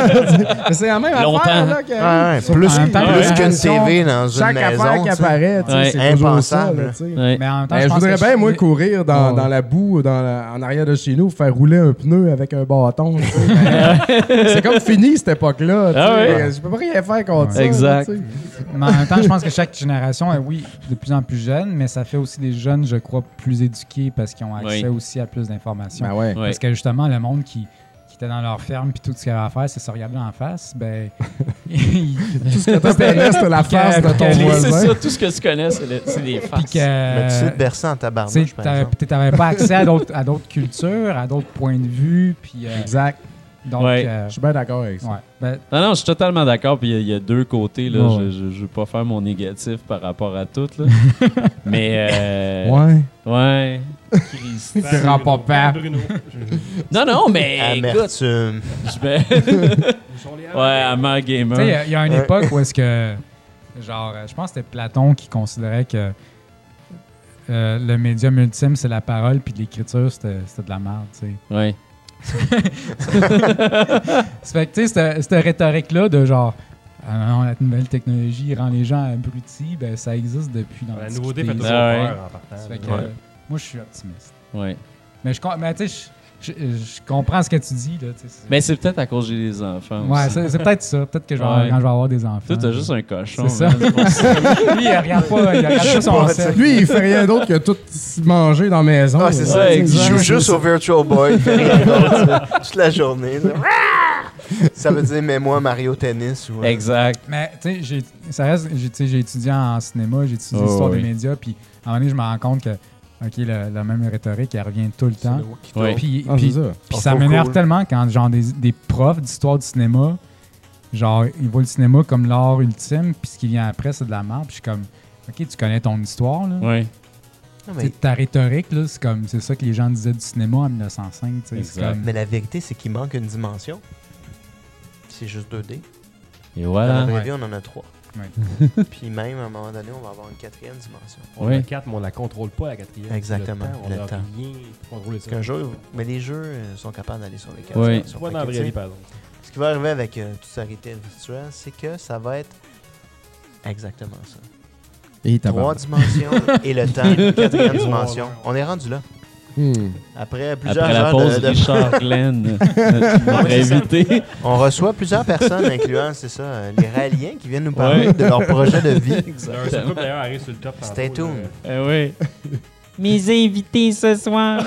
Mais c'est la même Longtemps. affaire, là, que- Ouais, ouais, Sur- plus, en même temps, plus ouais. qu'une T V dans une Chaque maison. affaire qui tu sais. apparaît, tu sais, Ouais. c'est toujours ça, Impensable. là, tu sais. Ouais. Mais en même temps, Ben, je, je pense voudrais que bien, moi, je- courir dans, Oh. dans la boue ou dans la- en arrière de chez nous, faire rouler un pneu avec un bâton. tu sais. Ben, c'est comme fini, cette époque-là. tu Ah sais. ouais. Je peux pas rien faire contre Ouais. ça. Exact. là, tu sais. Mais en même temps, je pense que chaque génération est, oui, de plus en plus jeune, mais ça fait aussi des jeunes, je crois, plus éduqués parce qu'ils ont accès Oui. aussi à plus d'informations. Ben ouais. Ouais. Parce que justement, le monde qui, qui était dans leur ferme puis tout ce qu'il y avait à faire, c'est se regarder en face, ben. ils- Tout ce que t'intéresse, c'est la Puis face que- de ton que les- voisin. C'est ça, tout ce que tu connais, c'est le- c'est les puis faces. que. Mais tu sais te bercer en tu sais, tabarnouche, par t'avais exemple. t'avais pas accès à d'autres à d'autres cultures, à d'autres points de vue, puis euh, Exact. donc Ouais. euh, Je suis bien d'accord avec ça. ouais. Ben, Non, non, je suis totalement d'accord. Puis il y a- il y, a deux côtés. Là. Ouais. Je, je, je veux pas faire mon négatif par rapport à tout. Là. Mais. Euh, Ouais. Ouais. Christ. Grand-papa. Non, non, mais écoute. Amertume. Je vais. ouais, Hammer tu sais, il y Gamer. a- il y, a une Ouais. époque où est-ce que, genre, euh, je pense que c'était Platon qui considérait que euh, le médium ultime, c'est la parole, puis l'écriture, c'était c'était de la merde, tu sais. Ouais. Ça fait que, tu sais, cette, cette rhétorique-là de genre, Ah non, la nouvelle technologie rend les gens abrutis, ben ça existe depuis dans La nouveauté fait l'Antiquité. toujours Ah ouais. peur en partant. Ça fait que, Ouais. euh, moi, je suis optimiste. Ouais. Mais je, com- mais, tu sais, je, je, je comprends ce que tu dis. Là, tu sais, c'est- Mais c'est peut-être à cause que j'ai des enfants. ouais, aussi. c'est, c'est peut-être ça. Peut-être que je vais avoir- Ouais. quand je vais avoir des enfants. Toi, t'as je- juste un cochon. C'est ça. man, c'est pour ça. Lui, il regarde pas, il regarde pas son pas sel. Lui, il fait rien d'autre que tout manger dans la maison. Ah, c'est ça. Ouais, Il exact. joue juste au Virtual Boy. Il fait rien d'autre, là, toute la journée. là. Ça veut dire, mets-moi Mario Tennis. Ou, euh, Exact. Mais tu sais, j'ai- ça reste, j'ai, tu sais, j'ai étudié en cinéma, j'ai étudié Oh, l'histoire oui. des médias, puis à un moment donné, je me rends compte que ok, le- la même rhétorique, elle revient tout le c'est temps. le qui Ouais. tourne. Puis, Ah, puis- c'est ça. puis Oh, ça trop m'énerve cool. tellement quand genre des, des profs d'histoire du cinéma, genre ils voient le cinéma comme l'art ultime, puis ce qui vient après c'est de la merde. Puis je suis comme, ok, tu connais ton histoire là. Ouais. Non, Tu sais, mais, ta rhétorique là, c'est comme, c'est ça que les gens disaient du cinéma en mille neuf cent cinq. tu sais, c'est Exact. comme- mais la vérité, c'est qu'il manque une dimension. C'est juste deux D. Et Dans voilà. la vraie Ouais. vie, on en a trois. Ouais. Puis même, à un moment donné, on va avoir une quatrième dimension. On Ouais. a quatre, mais on la contrôle pas, la quatrième. Exactement, Le temps, on le a temps. rien pour contrôler ça. Parce qu'un jeu, mais les jeux euh, sont capables d'aller sur les quatre Ouais. dimensions. Tu vois Fait dans la que, vraie tu vie, sais, par exemple. ce qui va arriver avec euh, toute sa réalité virtuelle, c'est que ça va être exactement ça. Et Trois tabarnak. dimensions et le temps, une quatrième dimension. On est rendu là. Hmm. Après plusieurs Après la heures pause, de, de- Richard Glenn, notre Ouais, c'est ça. invité. On reçoit plusieurs personnes, incluant, c'est ça, euh, les Raéliens qui viennent nous parler Ouais. de leur projet de vie. Leur seul couple, d'ailleurs, arrive sur le top. Stay tantôt, tuned. là. Eh oui. Mes invités ce soir.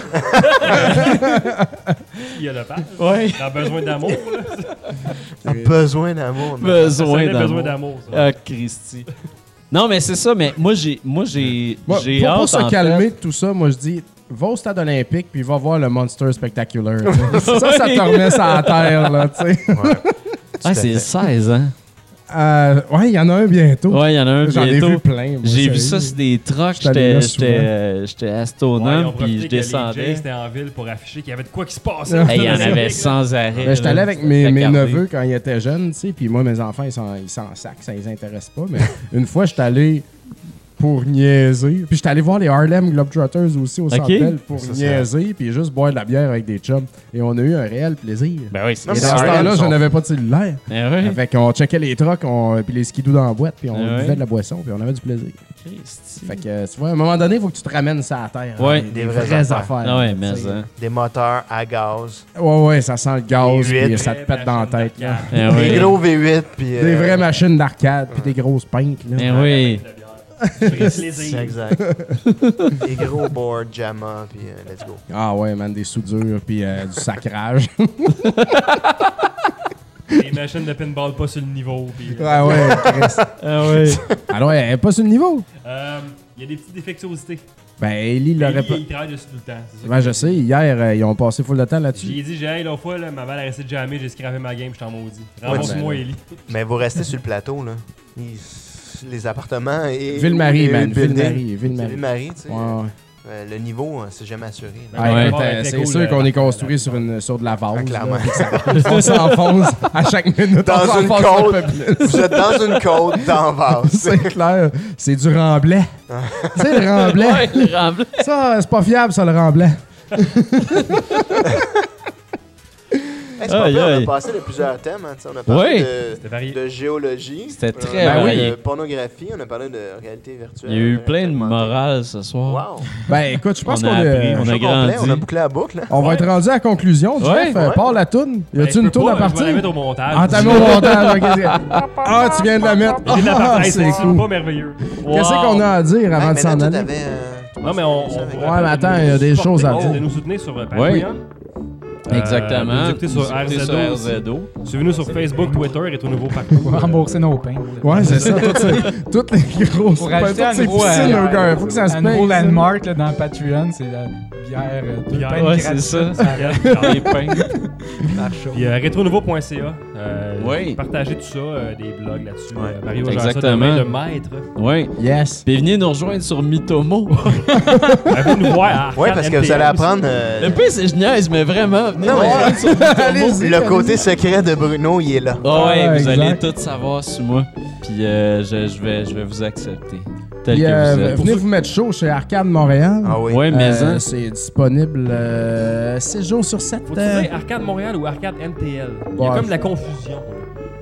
Il y a le pape. Ouais. T'as besoin d'amour. là. A besoin d'amour. mais- Besoin Ça fait besoin d'amour. d'amour. ça. Ah, Christy. Non, mais c'est ça, mais moi, j'ai moi j'ai Moi, j'ai pour, hâte, pour se en calmer fait. de tout ça, moi je dis, va au stade olympique puis va voir le Monster Spectacular. tu sais. ça, ça te remet sur la terre, là, tu sais. Ouais. Ah, à c'est fait. le seize, hein? Euh, ouais, il y en a un bientôt. Ouais, il y en a un J'en ai bientôt. vu plein. moi, J'ai vu sérieux. ça sur des trucks. J'étais allé là J'étais souvent. j'étais, euh, j'étais Ouais, ils astronome, ont puis profité je que les descendais. Jays étaient en ville pour afficher qu'il y avait de quoi qui se passait. Ouais, Hey, il y en C'était avait là. sans arrêt. Ben, j'étais allé là. avec mes, C'était mes cardé. neveux quand ils étaient jeunes, tu sais, puis moi, mes enfants, ils s'en, ils s'en sacent, ça les intéresse pas. Mais une fois, j'étais allé pour niaiser. Puis j'étais allé voir les Harlem Globetrotters aussi au Centre Ok. Bell pour Ça, ça- niaiser, puis juste boire de la bière avec des chums. Et on a eu un réel plaisir. Ben oui, c'est Non, Et mais dans c'est ce Harlem, temps-là, je sont- n'avais pas de cellulaire. Eh oui. Fait qu'on checkait les trucks, on, puis les skidoo dans la boîte, puis on Ah ouais. buvait de la boisson, puis on avait du plaisir. Christy. Fait que, tu vois, à un moment donné, il faut que tu te ramènes ça à terre. Ouais. hein, des, Des vraies, vraies affaires. affaires. Ah ouais, tu mais sais. hein. Des moteurs à gaz. Ouais, ouais, ça sent le gaz, Des puis huit. ça te pète dans la tête. là. Eh Des oui. gros V huit. Puis, Des euh, vraies machines d'arcade, puis des grosses pintes. Là. Eh oui. C'est exact. Des gros boards, Jamma, puis euh, let's go. Ah ouais, man, des soudures, puis euh, du sacrage. Les machines de pinball pas sur le niveau. puis, euh, Ah ouais, Chris. Ah oui. Alors, elle est pas sur le niveau. euh, Il y a des petites défectuosités. Ben, Ellie Mais l'aurait lui, pas. il travaille dessus tout le temps. c'est ça Ben, que- je sais, hier, euh, ils ont passé full de temps là-dessus. J'ai dit, j'ai hey, l'autre fois, là, ma balle a resté de jamais, j'ai scrappé ma game, j'étais en maudit. Ouais, Rembourse-moi, ben, Ellie. Mais vous restez sur le plateau, là. Ils- Les appartements et. Ville-Marie, les man. buildings. Ville-Marie, C'est Ville-Marie. Ville-Marie, tu sais. Ouais, ouais. Euh, le niveau, euh, c'est jamais assuré. là. Ouais, Ouais. écoute, Ouais, euh, très c'est cool, sûr euh, qu'on est la- construit sur, une, sur de la vase. Ah, clairement. là, puis que ça- on s'enfonce à chaque minute. Dans on une s'enfonce un côte. peu plus. Vous êtes dans une côte, dans vase. C'est clair. C'est du remblai. Ah. tu sais, le remblai. Ouais, le remblai. Ça, c'est pas fiable, ça, le remblai. Hey, c'est pas Aïe, pire, on aïe. a passé de plusieurs thèmes. Hein, tu sais, on a parlé Ouais. C'était de, varié. de géologie. C'était on a très parlé varié. de pornographie. On a parlé de réalité virtuelle. Il y a eu euh, plein de augmentée. morale ce soir. Wow. Ben, écoute, je pense On a qu'on appris, est- on Show a complet, grandi. On a bouclé la boucle. Là. on va être rendu à la conclusion. Jeff, Ouais, euh, ouais. part la toune. Y Ben, a-tu je une peux toune pas, à Je vais la partir? mettre au montage. Ah, t'as mis au montage. ok. Ah, tu viens de la mettre. J'ai de la Ah, partage, c'est c'est cool. pas merveilleux. Qu'est-ce qu'on a à dire avant Hey, de s'en maintenant, aller? toi, t'avais, euh, Non, mais on. on Ouais, mais attends, il y a des choses à de dire. nous soutenir sur euh, Ouais. Patreon. Exactement. Euh, nous écouter sur Nous écouter R Z O. sur R Z O. Suivez-nous sur Facebook, Twitter et tout nouveau partout. Pour rembourser nos pains. Ouais, c'est ça. Toutes, ces- toutes les grosses. Pour ben, ajouter toutes un ces nouveau, piscines, euh, là, gars. Faut que ça se Un nouveau paye. ça. landmark là, dans Patreon, c'est la bière, euh, deux Bière. pains Ouais, gratuits. c'est ça. Puis Les pains. euh, rétronouveau point c a. Euh, Oui. Partagez tout ça, euh, des blogs là-dessus. Ouais. Euh, Mario gère ça de Exactement. main de maître. Oui. Yes. Puis venez nous rejoindre sur Mitomo. Euh, Venez nous voir à Ouais, Arcade parce que M T vous allez M apprendre aussi. euh, Le pire, c'est que je niaise, mais vraiment, venez Non, nous mais- rejoindre sur Mitomo. Allez-y. le côté secret de Bruno, il est là. Ah ouais, Ah, vous exact. allez tout savoir sur moi. Puis euh, je, je, vais, je vais vous accepter. Tel Puis, que euh, vous êtes. venez vous mettre chaud chez Arcade Montréal. Ah oui. Ouais, mais Euh, hein. c'est disponible euh, six jours sur sept. Faut-tu dire Arcade Montréal ou Arcade M T L? Il y a Ouais. comme de la confusion.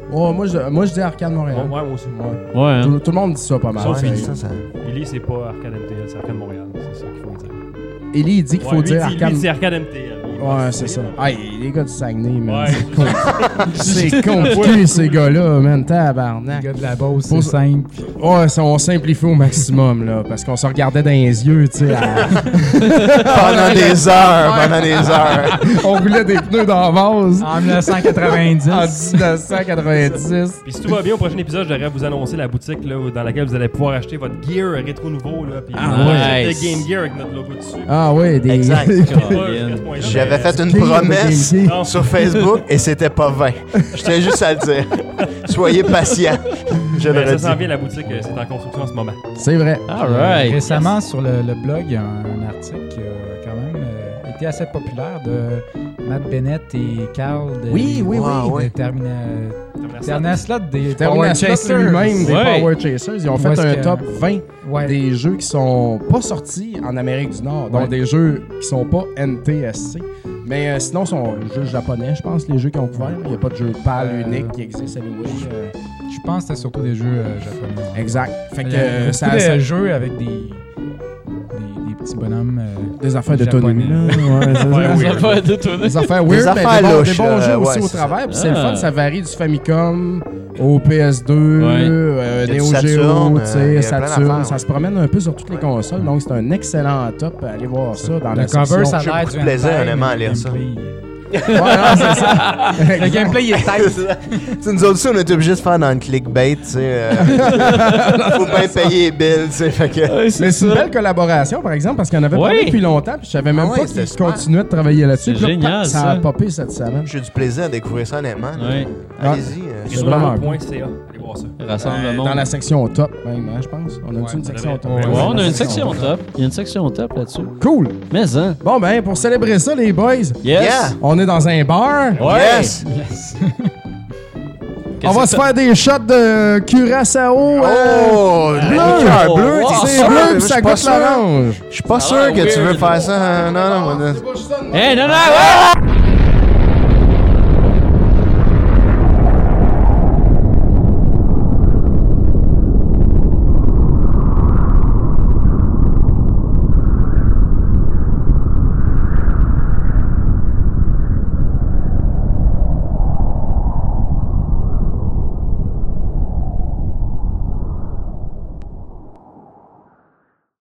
Oh, moi, je, moi, je dis Arcade Montréal. Ouais, moi aussi. Ouais. Ouais. Hein. Tout, tout le monde dit ça pas mal. Sauf Ouais, Ellie, ça- ça, ça. Ellie, c'est pas Arcade M T L, c'est Arcade Montréal. C'est ça qu'il faut dire. Ellie, il dit qu'il faut Ouais, lui, dire il dit- Arcade. lui, c'est Arcade M T L. Il Ouais, pense- c'est ça. Hey, les gars du Saguenay, man. Ouais. C'est con- C'est compliqué, ces gars-là, man. Les Tabarnak. gars de la Beauce, Pour- c'est simple. Ouais, ça, on simplifie au maximum, là. Parce qu'on se regardait dans les yeux, tu sais. à- Pendant des heures, pendant des heures. On roulait des pneus dans la vase. En dix-neuf cent quatre-vingt-dix. En dix-neuf cent quatre-vingt-dix. Puis si tout va bien, au prochain épisode, je devrais vous annoncer la boutique là, dans laquelle vous allez pouvoir acheter votre gear rétro nouveau. Là, puis Ah, une ouais. pochette de Game Gear avec notre logo dessus. Ah ouais, des... Exact. Ouais, J'avais fait une King of the promesse Game Gear. Non. sur Facebook et c'était pas vain. Je tiens juste à le dire. Soyez patients. Je le Mais ça redis. s'en vient, la boutique, euh, c'est en construction en ce moment. C'est vrai. Alright. Récemment, sur le, le blog, il y a un, un article qui a quand même euh, été assez populaire de Matt Bennett et Carl de, Oui, oui, oui. Wow, de ouais. Termina, Terminaslot des Power Terminaslot Chasers. lui-même des Ouais. Power Chasers. Ils ont Où fait est-ce un que- top vingt Ouais. des jeux qui sont pas sortis en Amérique du Nord. Donc Ouais. des jeux qui sont pas N T S C. Mais euh, sinon, sont jeux japonais, je pense, les jeux qui ont couvert. Il n'y a pas de jeu PAL Euh, unique qui existe anyway. euh, Je pense que c'était surtout des jeux euh, japonais. Exact. Fait que Il y a euh, beaucoup ça, de ça- jeux avec des, des, des petits bonhommes. euh, des affaires japonais. d'autonomie. là. Ouais, c'est Ouais, ça. oui. Ça va être étonné. Des affaires weird, Des mais affaires des bons, louches, des bons euh, jeux ouais, aussi au c'est travers. Puis c'est le Ah. fun, ça varie du Famicom au P S deux, Ouais. euh, Il y a Neo du Geo, Saturn, tu euh, sais, il y a plein Saturn. d'affaires, Ça ouais. se promène un peu sur toutes les consoles. Donc c'est un excellent top. Allez voir ça dans la Le cover, section. ça a J'ai l'air beaucoup du de plaisir, hentai, honnêtement, mais à lire le ça. gameplay, Ouais, non, c'est ça. Le gameplay, il est tight. Tu sais, nous autres aussi, on est obligés de faire dans le clickbait, tu sais. euh, faut bien payer les billes, tu sais. Fait que. Ouais, Mais c'est une belle collaboration, par exemple, parce qu'il y en avait Ouais. parlé depuis longtemps, puis je savais même Ah ouais, pas c'était qu'ils super. continuaient de travailler là-dessus. C'est Puis là, génial, ça. ça. a popé cette semaine. J'ai du plaisir à découvrir ça, honnêtement. là. Ouais. Allez-y. euh, C'est vraiment Point C A. Allez voir ça. Rassemble le Euh, monde. dans la section top, même, hein, je pense. On a Ouais, une ça section devrait- top. ouais, Ouais, on a la une section top. Il y a une section top là-dessus. Cool. Mais hein. Bon, ben, pour célébrer ça, les boys, Yes. Yeah. on est dans un bar. Ouais. Yes! Yes. On va se faire des shots de Curaçao. euh, Oh! Le bleu. liqueur bleu, Wow. t'es c'est sûr? bleu, Je puis suis ça pas goûte sûr. l'orange. Je suis pas Ah, sûr que tu veux weird. faire ça. Non, non, moi, non. Hey, non, non, ouais!